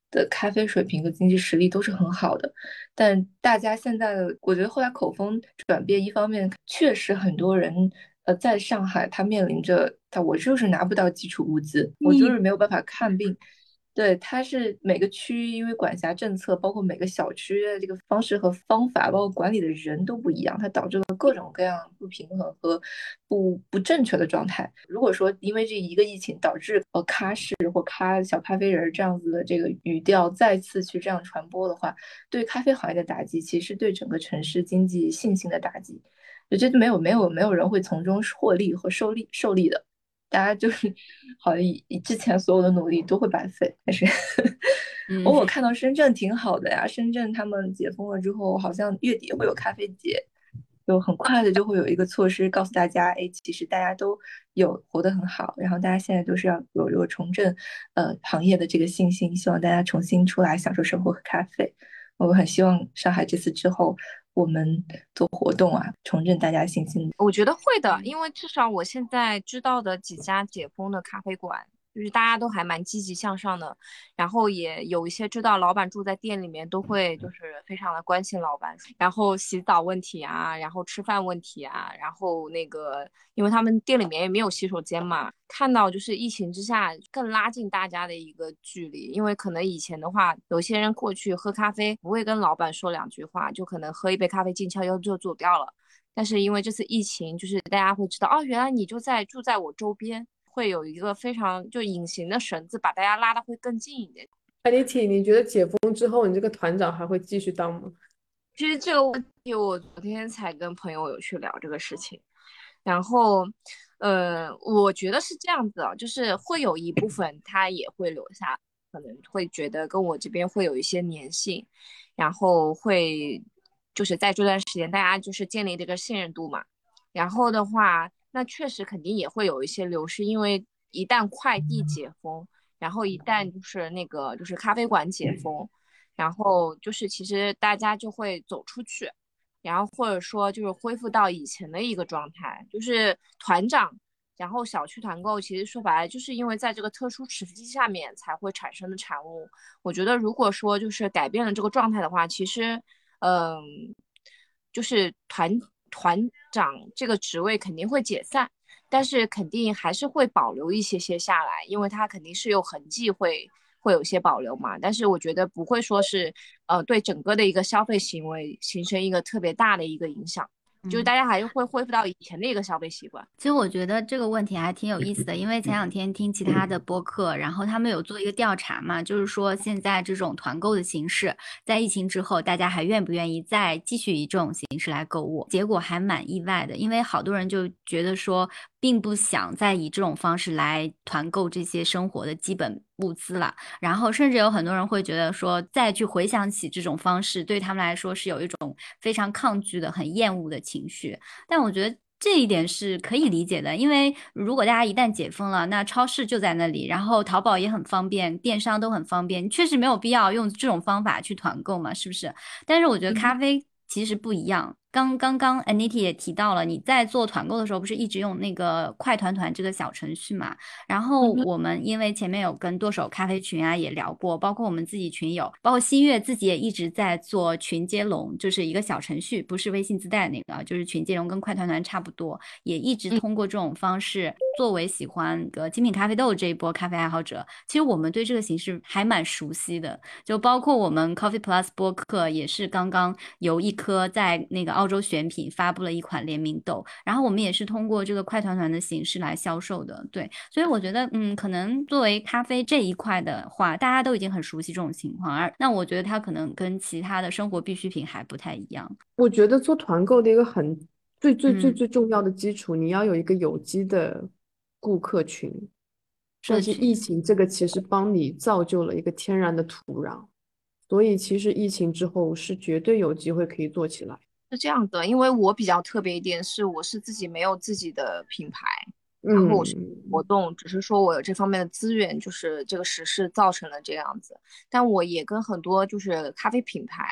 的咖啡水平和经济实力都是很好的，但大家现在的，我觉得后来口风转变，一方面确实很多人，呃，在上海他面临着他我就是拿不到基础物资，我就是没有办法看病。对，它是每个区因为管辖政策，包括每个小区的这个方式和方法，包括管理的人都不一样，它导致了各种各样不平衡和不不正确的状态。如果说因为这一个疫情导致呃咖市或咖小咖啡人这样子的这个语调再次去这样传播的话，对咖啡行业的打击，其实对整个城市经济信心的打击，我觉得没有没有没有人会从中获利和受利受利的。大家就是好像以之前所有的努力都会白费，但是偶尔看到深圳挺好的呀，深圳他们解封了之后，好像月底会有咖啡节，就很快的就会有一个措施告诉大家，哎，其实大家都有活得很好，然后大家现在都是要有有重振呃行业的这个信心，希望大家重新出来享受生活和咖啡。我很希望上海这次之后，我们做活动啊，重振大家信心。 我觉得会的，因为至少我现在知道的几家解封的咖啡馆，就是大家都还蛮积极向上的，然后也有一些知道老板住在店里面，都会就是非常的关心老板，然后洗澡问题啊，然后吃饭问题啊，然后那个因为他们店里面也没有洗手间嘛，看到就是疫情之下更拉近大家的一个距离，因为可能以前的话，有些人过去喝咖啡不会跟老板说两句话，就可能喝一杯咖啡静悄悄就走掉了。但是因为这次疫情，就是大家会知道，哦，原来你就在住在我周边，会有一个非常就隐形的绳子，把大家拉得会更近一点。 Anity，你觉得解封之后，你这个团长还会继续当吗？ 其实这个问题，我昨天才跟朋友有去聊这个事情，然后，呃，我觉得是这样子啊，就是会有一部分他也会留下，可能会觉得跟我这边会有一些粘性，然后会就是在这段时间大家就是建立这个信任度嘛，然后的话，那确实肯定也会有一些流失，因为一旦快递解封，然后一旦就是那个就是咖啡馆解封。然后就是其实大家就会走出去，然后或者说就是恢复到以前的一个状态，就是团长，然后小区团购，其实说白了就是因为在这个特殊时期下面才会产生的产物。我觉得如果说就是改变了这个状态的话，其实，嗯，就是团团长这个职位肯定会解散。但是肯定还是会保留一些些下来，因为它肯定是有痕迹会会有一些保留嘛。但是我觉得不会说是呃对整个的一个消费行为形成一个特别大的一个影响。就是大家还是会恢复到以前的一个消费习惯。 其实我觉得这个问题还挺有意思的，因为前两天听其他的播客，然后他们有做一个调查嘛，就是说现在这种团购的形式，在疫情之后，大家还愿不愿意再继续以这种形式来购物？结果还蛮意外的，因为好多人就觉得说，并不想再以这种方式来团购这些生活的基本物资了，然后甚至有很多人会觉得说，再去回想起这种方式，对他们来说是有一种非常抗拒的、很厌恶的情绪。但我觉得这一点是可以理解的，因为如果大家一旦解封了，那超市就在那里，然后淘宝也很方便，电商都很方便，确实没有必要用这种方法去团购嘛，是不是？但是我觉得咖啡其实不一样。刚刚刚 Anity 也提到了，你在做团购的时候，不是一直用那个快团团这个小程序嘛？然后我们因为前面有跟剁手咖啡群啊也聊过，包括我们自己群友，包括新月自己也一直在做群接龙，就是一个小程序，不是微信自带那个，就是群接龙跟快团团差不多，也一直通过这种方式，作为喜欢个精品咖啡豆这一波咖啡爱好者，其实我们对这个形式还蛮熟悉的，就包括我们 Coffee Plus 播客也是刚刚由一颗在那个澳洲选品发布了一款联名豆，然后我们也是通过这个快团团的形式来销售的，对，所以我觉得嗯，可能作为咖啡这一块的话，大家都已经很熟悉这种情况，而那我觉得它可能跟其他的生活必需品还不太一样。 我觉得做团购的一个很最最最最重要的基础，嗯、你要有一个有机的顾客群。但是疫情这个其实帮你造就了一个天然的土壤，所以其实疫情之后是绝对有机会可以做起来。 是这样的，因为我比较特别一点是，我是自己没有自己的品牌，然后我是活动，只是说我有这方面的资源，就是这个时势造成了这样子。但我也跟很多就是咖啡品牌，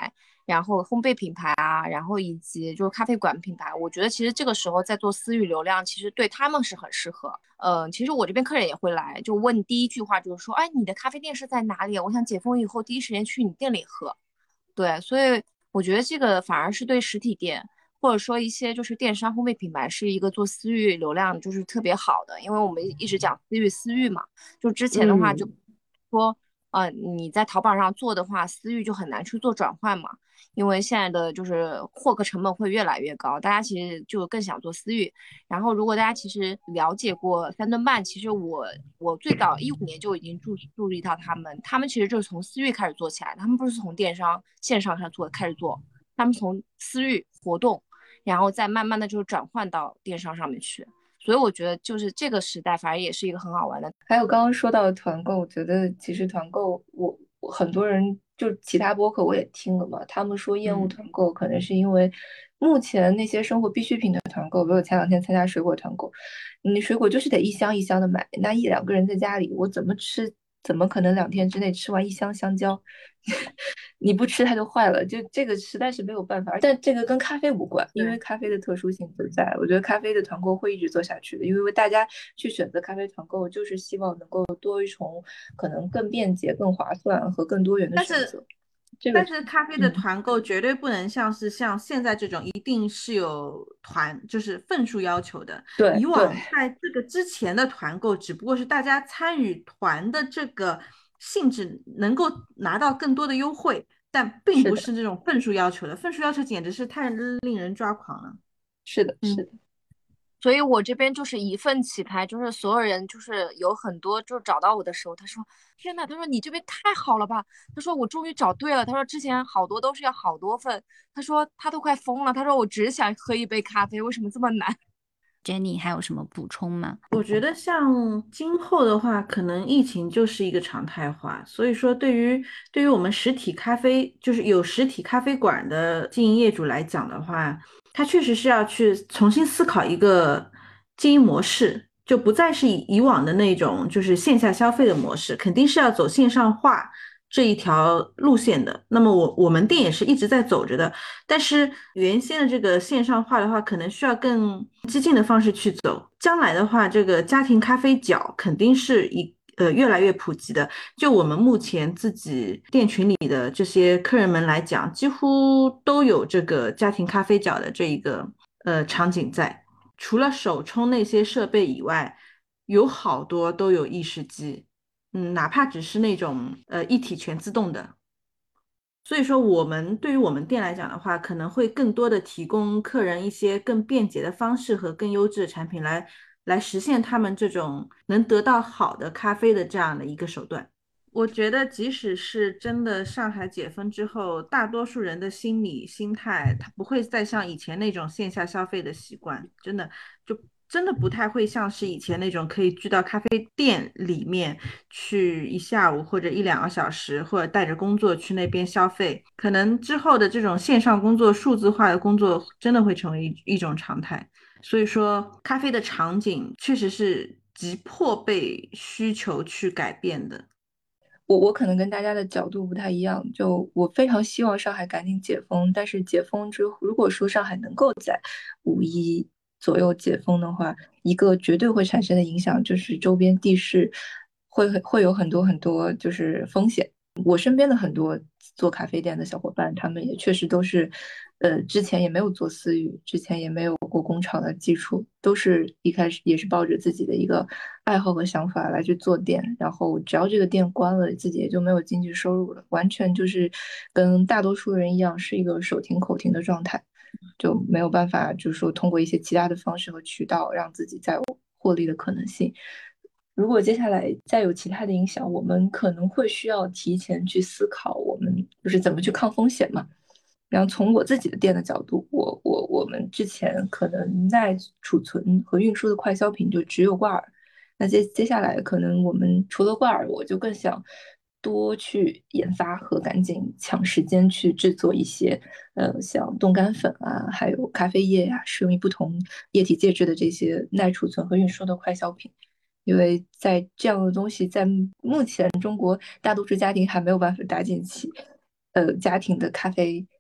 然后烘焙品牌啊，然后以及就是咖啡馆品牌，我觉得其实这个时候在做私域流量，其实对他们是很适合。呃，其实我这边客人也会来，就问第一句话就是说，哎，你的咖啡店是在哪里？我想解封以后第一时间去你店里喝。对，所以我觉得这个反而是对实体店，或者说一些就是电商烘焙品牌是一个做私域流量就是特别好的，因为我们一直讲私域私域嘛，就之前的话就嗯说，呃，你在淘宝上做的话，私域就很难去做转换嘛，因为现在的就是获客成本会越来越高，大家其实就更想做私域。然后，如果大家其实了解过三顿半，其实我我最早一五年就已经注注意到他们，他们其实就是从私域开始做起来的，他们不是从电商线上上做开始做，他们从私域活动，然后再慢慢的就是转换到电商上面去。所以我觉得就是这个时代，反而也是一个很好玩的。 还有刚刚说到的团购，我觉得其实团购我，我很多人就其他播客我也听了嘛，他们说厌恶团购，可能是因为目前那些生活必需品的团购，比如我前两天参加水果团购，你水果就是得一箱一箱的买，那一两个人在家里，我怎么吃？怎么可能两天之内吃完一箱香蕉？你不吃它就坏了，就这个实在是没有办法。但这个跟咖啡无关，因为咖啡的特殊性所在，我觉得咖啡的团购会一直做下去的，因为大家去选择咖啡团购，就是希望能够多一重可能更便捷、更划算和更多元的但是选择。这个， 但是咖啡的嗯， 团购绝对不能像是像现在这种，一定是有团，就是份数要求的。以对对， 往在这个之前的团购，只不过是大家参与团的这个性质，能够拿到更多的优惠，但并是的， 不是这种份数要求的。份数要求简直是太令人抓狂了。 是的，是嗯。 的。 所以我这边就是一份起拍，就是所有人就是有很多就是找到我的时候，他说天呐，他说你这边太好了吧，他说我终于找对了，他说之前好多都是要好多份，他说他都快疯了，他说我只想喝一杯咖啡，为什么这么难？ Jenny 还有什么补充吗？ 我觉得像今后的话，可能疫情就是一个常态化，所以说对于对于我们实体咖啡，就是有实体咖啡馆的经营业主来讲的话，他确实是要去重新思考一个经营模式，就不再是以以往的那种就是线下消费的模式，肯定是要走线上化这一条路线的。那么我我们店也是一直在走着的，但是原先的这个线上化的话，可能需要更激进的方式去走。将来的话，这个家庭咖啡角肯定是一呃越来越普及的。就我们目前自己店群里的这些客人们来讲，几乎都有这个家庭咖啡角的这一个呃场景在。除了手冲那些设备以外，有好多都有意式机，嗯，哪怕只是那种呃一体全自动的。所以说，我们对于我们店来讲的话，可能会更多的提供客人一些更便捷的方式和更优质的产品来，来实现他们这种能得到好的咖啡的这样的一个手段。我觉得，即使是真的上海解封之后，大多数人的心理心态，他不会再像以前那种线下消费的习惯，真的就真的不太会像是以前那种可以聚到咖啡店里面去一下午或者一两个小时，或者带着工作去那边消费。可能之后的这种线上工作、数字化的工作，真的会成为一一种常态。所以说，咖啡的场景确实是急迫被需求去改变的。 我我可能跟大家的角度不太一样，就我非常希望上海赶紧解封，但是解封之后，如果说上海能够在五一左右解封的话，一个绝对会产生的影响就是周边地势会会有很多很多就是风险。我身边的很多做咖啡店的小伙伴，他们也确实都是，呃，之前也没有做私域，之前也没有过工厂的基础，都是一开始也是抱着自己的一个爱好和想法来去做店，然后只要这个店关了，自己也就没有经济收入了，完全就是跟大多数人一样，是一个手停口停的状态，就没有办法，就是说通过一些其他的方式和渠道，让自己再有获利的可能性。如果接下来再有其他的影响，我们可能会需要提前去思考，我们就是怎么去抗风险嘛。然后从我自己的店的角度，我我我们之前可能耐储存和运输的快消品就只有挂耳，那接接下来可能我们除了挂耳，我就更想多去研发和赶紧抢时间去制作一些呃像冻干粉啊，还有咖啡液呀、适用于不同液体介质的这些耐储存和运输的快消品。因为在这样的东西在目前中国大多数家庭还没有办法搭建起，呃，家庭的咖啡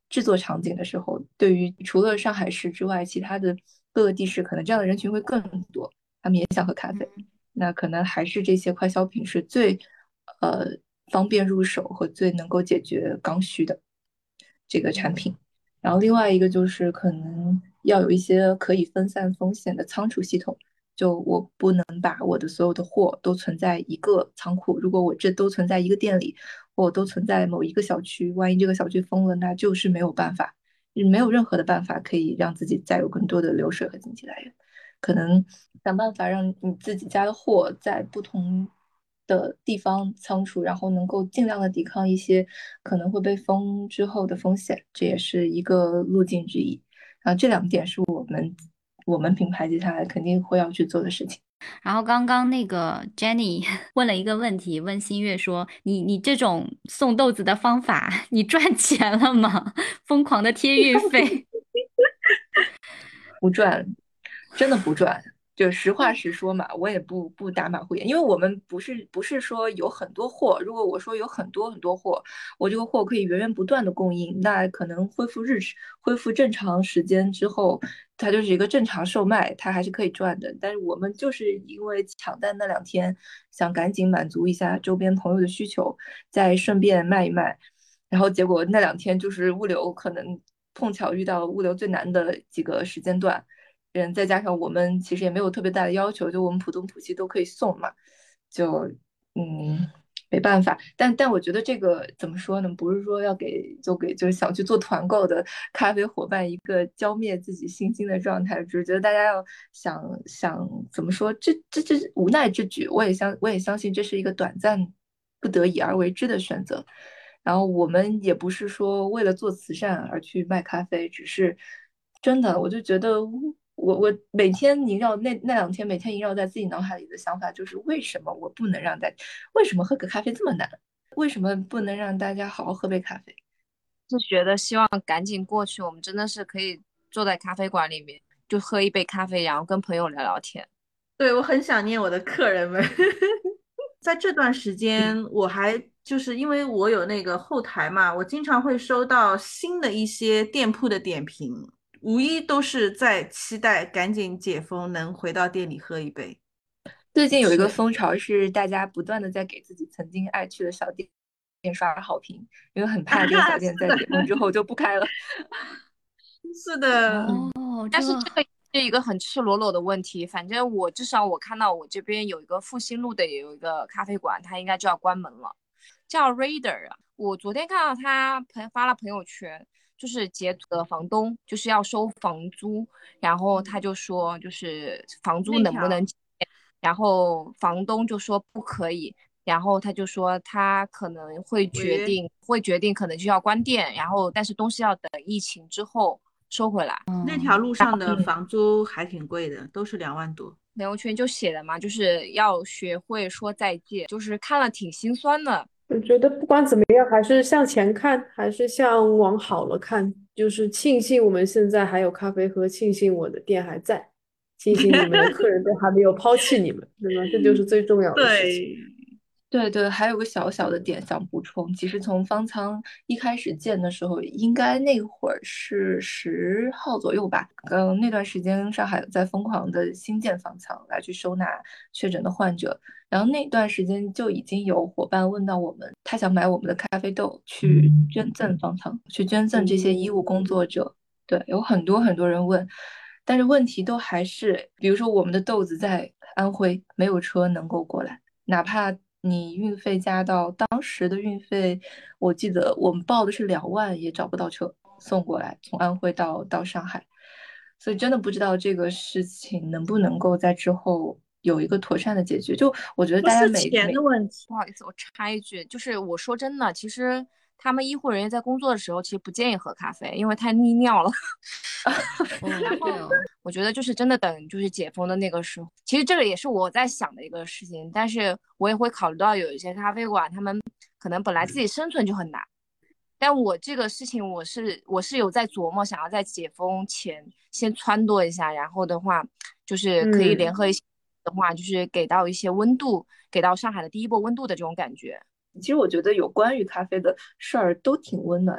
制作场景的时候，对于除了上海市之外，其他的各个地市，可能这样的人群会更多，他们也想喝咖啡。那可能还是这些快消品是最呃方便入手和最能够解决刚需的这个产品。然后另外一个就是可能要有一些可以分散风险的仓储系统。就我不能把我的所有的货都存在一个仓库，如果我这都存在一个店里，或都存在某一个小区，万一这个小区封了，那就是没有办法，没有任何的办法可以让自己再有更多的流水和经济来源。可能想办法让你自己家的货在不同的地方仓储，然后能够尽量的抵抗一些可能会被封之后的风险，这也是一个路径之一。啊，这两点是我们我们品牌接下来肯定会要去做的事情。 然后刚刚那个 Jenny 问了一个问题，问新月说：“你你这种送豆子的方法，你赚钱了吗？疯狂的贴运费。” 不赚，真的不赚。就实话实说嘛，我也不不打马虎眼，因为我们不是不是说有很多货，如果我说有很多很多货，我这个货可以源源不断的供应，那可能恢复日恢复正常时间之后，它就是一个正常售卖，它还是可以赚的。但是我们就是因为抢单那两天，想赶紧满足一下周边朋友的需求，再顺便卖一卖，然后结果那两天就是物流可能碰巧遇到物流最难的几个时间段。嗯，再加上我们其实也没有特别大的要求，就我们浦东浦西都可以送嘛，就嗯没办法。但但我觉得这个怎么说呢？不是说要给就给就是想去做团购的咖啡伙伴一个浇灭自己信心的状态，只是觉得大家要想想怎么说，这这这无奈之举。我也相我也相信这是一个短暂不得已而为之的选择。然后我们也不是说为了做慈善而去卖咖啡，只是真的，我就觉得。我我每天萦绕那那两天，每天萦绕在自己脑海里的想法就是：为什么我不能让大家？为什么喝个咖啡这么难？为什么不能让大家好好喝杯咖啡？ 是觉得希望赶紧过去，我们真的是可以坐在咖啡馆里面，就喝一杯咖啡，然后跟朋友聊聊天。 对，我很想念我的客人们。在这段时间，我还就是因为我有那个后台嘛，我经常会收到新的一些店铺的点评。无一都是在期待赶紧解封，能回到店里喝一杯。 最近有一个风潮是大家不断的在给自己曾经爱去的小店店刷好评，因为很怕这个小店在解封之后就不开了。 是的， 哦， 但是这个是一个很赤裸裸的问题。反正我至少我看到我这边有一个复兴路的也有一个咖啡馆，它应该就要关门了，叫 Raider 啊。我昨天看到他朋发了朋友圈。就是截图的房东就是要收房租，然后他就说就是房租能不能减，然后房东就说不可以，然后他就说他可能会决定会决定可能就要关店，然后但是东西要等疫情之后收回来。 那条路上的房租还挺贵的，都是两万多。 朋友圈就写的嘛，就是要学会说再见，就是看了挺心酸的。 我觉得不管怎么样，还是向前看，还是向往好了看。就是庆幸我们现在还有咖啡喝，庆幸我的店还在，庆幸你们的客人都还没有抛弃你们，对吗？这就是最重要的事情。 对对，还有个小小的点想补充，其实从方舱一开始建的时候，应该那会儿是十号左右吧。嗯，那段时间上海在疯狂的新建方舱来去收纳确诊的患者，然后那段时间就已经有伙伴问到我们，他想买我们的咖啡豆去捐赠方舱，去捐赠这些医务工作者。对，有很多很多人问，但是问题都还是，比如说我们的豆子在安徽，没有车能够过来，哪怕你运费加到当时的运费，我记得我们报的是两万，也找不到车送过来，从安徽到到上海，所以真的不知道这个事情能不能够在之后有一个妥善的解决。就我觉得大家每不是钱的问题。 不好意思，我插一句，就是我说真的，其实他们医护人员在工作的时候，其实不建议喝咖啡，因为太利尿了。然后我觉得就是真的等就是解封的那个时候，其实这个也是我在想的一个事情，但是我也会考虑到有一些咖啡馆他们可能本来自己生存就很难，但我这个事情我是我是有在琢磨，想要在解封前先撺掇一下，然后的话就是可以联合一些的话，嗯、就是给到一些温度，给到上海的第一波温度的这种感觉。 其实我觉得有关于咖啡的事儿都挺温暖的。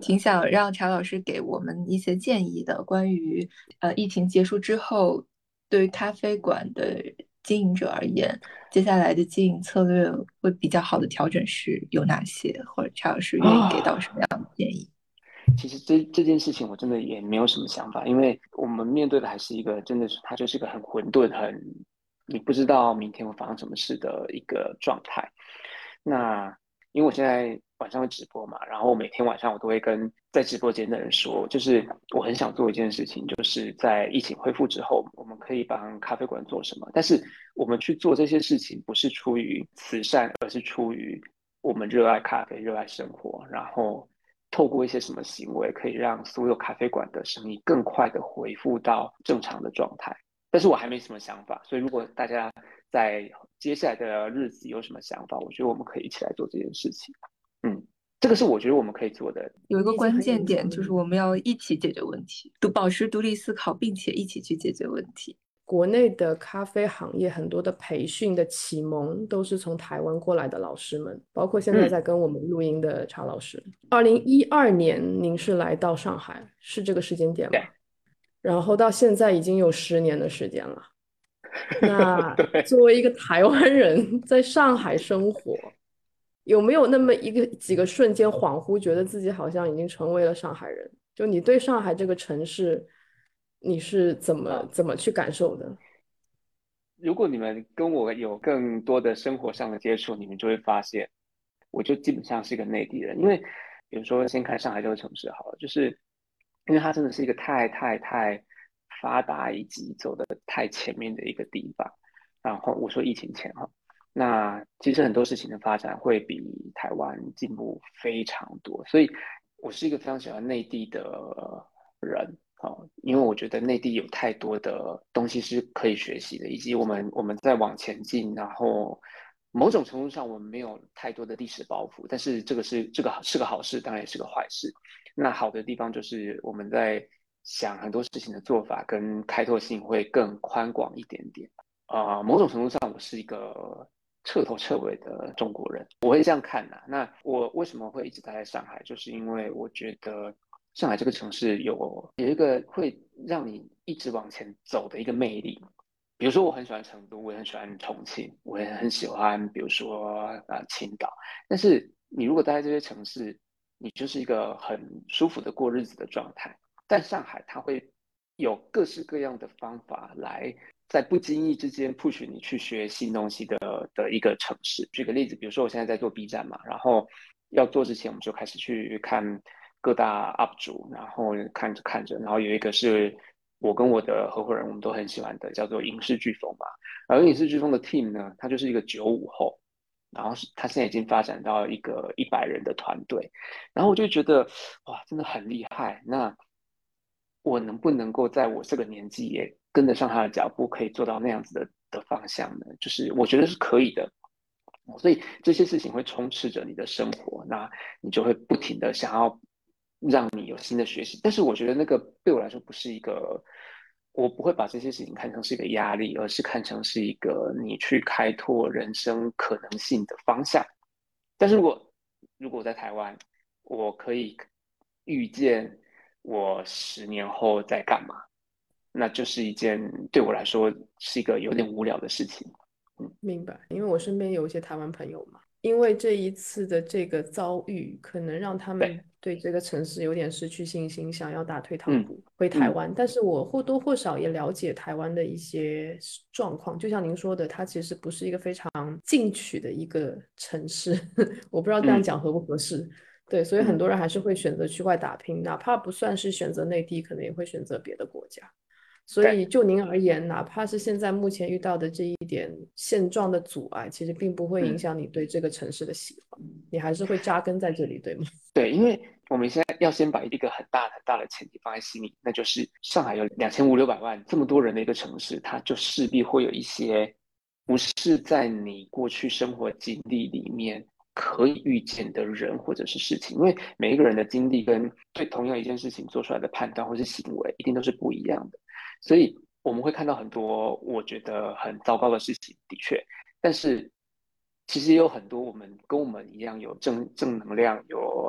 挺想让查老师给我们一些建议的，关于呃疫情结束之后，对于咖啡馆的经营者而言，接下来的经营策略会比较好的调整是有哪些，或者查老师愿意给到什么样的建议？ 其实这这件事情我真的也没有什么想法，因为我们面对的还是一个真的是它就是一个很混沌、很你不知道明天会发生什么事的一个状态。那因为我现在晚上会直播嘛，然后我每天晚上我都会跟在直播间的人说，就是我很想做一件事情，就是在疫情恢复之后，我们可以帮咖啡馆做什么。但是我们去做这些事情，不是出于慈善，而是出于我们热爱咖啡、热爱生活，然后透过一些什么行为，可以让所有咖啡馆的生意更快的恢复到正常的状态。但是我还没什么想法，所以如果大家在接下来的日子有什么想法，我觉得我们可以一起来做这件事情。嗯，这个是我觉得我们可以做的。 有一个关键点就是我们要一起解决问题，都保持独立思考，并且一起去解决问题。 国内的咖啡行业很多的培训的启蒙都是从台湾过来的老师们，包括现在在跟我们录音的查老师。二零一二年您是来到上海，是这个时间点吗？然后到现在已经有十年的时间了。那作为一个台湾人在上海生活，有没有那么一个几个瞬间恍惚，觉得自己好像已经成为了上海人？就你对上海这个城市，你是怎么、啊、怎么去感受的？ 如果你们跟我有更多的生活上的接触，你们就会发现，我就基本上是一个内地人。因为比如说，先看上海这个城市好了，就是因为它真的是一个太太太发达以及走的太前面的一个地方。然后我说疫情前哈，那其实很多事情的发展会比台湾进步非常多，所以我是一个非常喜欢内地的人。哦，因为我觉得内地有太多的东西是可以学习的，以及我们我们在往前进，然后某种程度上我们没有太多的历史包袱，但是这个是这个是个好事，当然也是个坏事。那好的地方就是我们在想很多事情的做法跟开拓性会更宽广一点点。啊、呃，某种程度上我是一个彻头彻尾的中国人，我会这样看呐、啊。那我为什么会一直待在上海，就是因为我觉得上海这个城市有有一个会让你一直往前走的一个魅力。比如说我很喜欢成都，我也很喜欢重庆，我也很喜欢比如说呃青岛。但是你如果待在这些城市，你就是一个很舒服的过日子的状态。但上海它会有各式各样的方法来在不经意之间 push 你去学新东西的的一个城市。举个例子，比如说我现在在做 B 站嘛，然后要做之前我们就开始去看各大 U P 主，然后看着看着，然后有一个是我跟我的合伙人我们都很喜欢的，叫做影视飓风嘛。然后影视飓风的 team 呢，它就是一个九五后，然后他现在已经发展到一个一百人的团队，然后我就觉得哇，真的很厉害。那我能不能够在我这个年纪也跟得上他的脚步，可以做到那样子的的方向呢？就是我觉得是可以的。所以这些事情会充斥着你的生活，那你就会不停的想要让你有新的学习。但是我觉得那个对我来说不是一个，我不会把这些事情看成是一个压力，而是看成是一个你去开拓人生可能性的方向。但是如果如果我在台湾，我可以预见我十年后在干嘛，那就是一件对我来说是一个有点无聊的事情。 明白，因为我身边有一些台湾朋友嘛，因为这一次的这个遭遇，可能让他们对这个城市有点失去信心，想要打退堂鼓、嗯、回台湾、嗯。但是我或多或少也了解台湾的一些状况，就像您说的，它其实不是一个非常进取的一个城市，我不知道这样讲合不合适。嗯，对，所以很多人还是会选择去外打拼，哪怕不算是选择内地，可能也会选择别的国家。所以就您而言，哪怕是现在目前遇到的这一点现状的阻碍，其实并不会影响你对这个城市的喜欢、嗯、你还是会扎根在这里，对吗？ 对，因为我们现在要先把一个很大很大的前提放在心里，那就是上海有两千五六百万这么多人的一个城市，它就势必会有一些不是在你过去生活经历里面可以预见的人或者是事情。因为每一个人的经历跟对同样一件事情做出来的判断或是行为一定都是不一样的，所以我们会看到很多我觉得很糟糕的事情，的确，但是其实也有很多我们跟我们一样有正正能量，有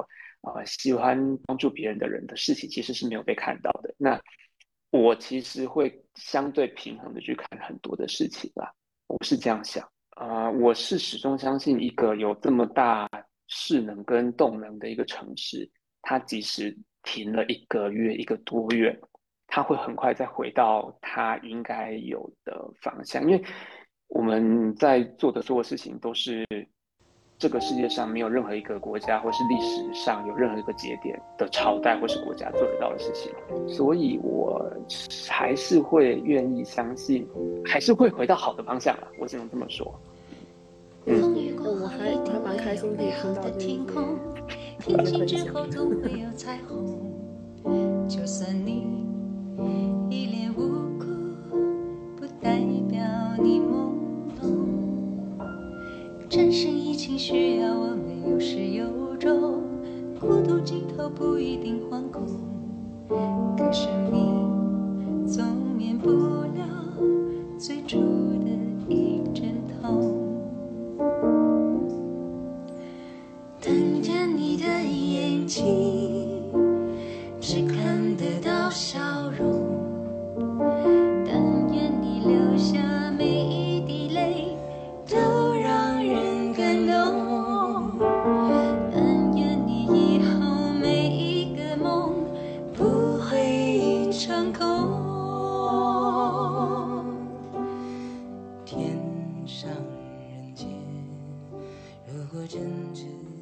呃喜欢帮助别人的人的事情，其实是没有被看到的。那我其实会相对平衡的去看很多的事情啦，我是这样想。啊、呃我是始终相信一个有这么大势能跟动能的一个城市，它即使停了一个月、一个多月，它会很快再回到它应该有的方向。因为我们在做的所有事情都是这个世界上没有任何一个国家或是历史上有任何一个节点的朝代或是国家做得到的事情，所以我还是会愿意相信，还是会回到好的方向啦，我只能这么说。 嗯，我还我还蛮开心可以听到这些这些分享。 就算你一脸无辜，不代表你懵懂。战胜疫情需要我们有始有终，孤独尽头不一定惶恐。可生命总免不了最初的一阵痛。看见你的眼睛，只看得到笑容。但愿你流下每一滴泪，都让人感动。但愿你以后每一个梦，不会成空。天上人间，如果真知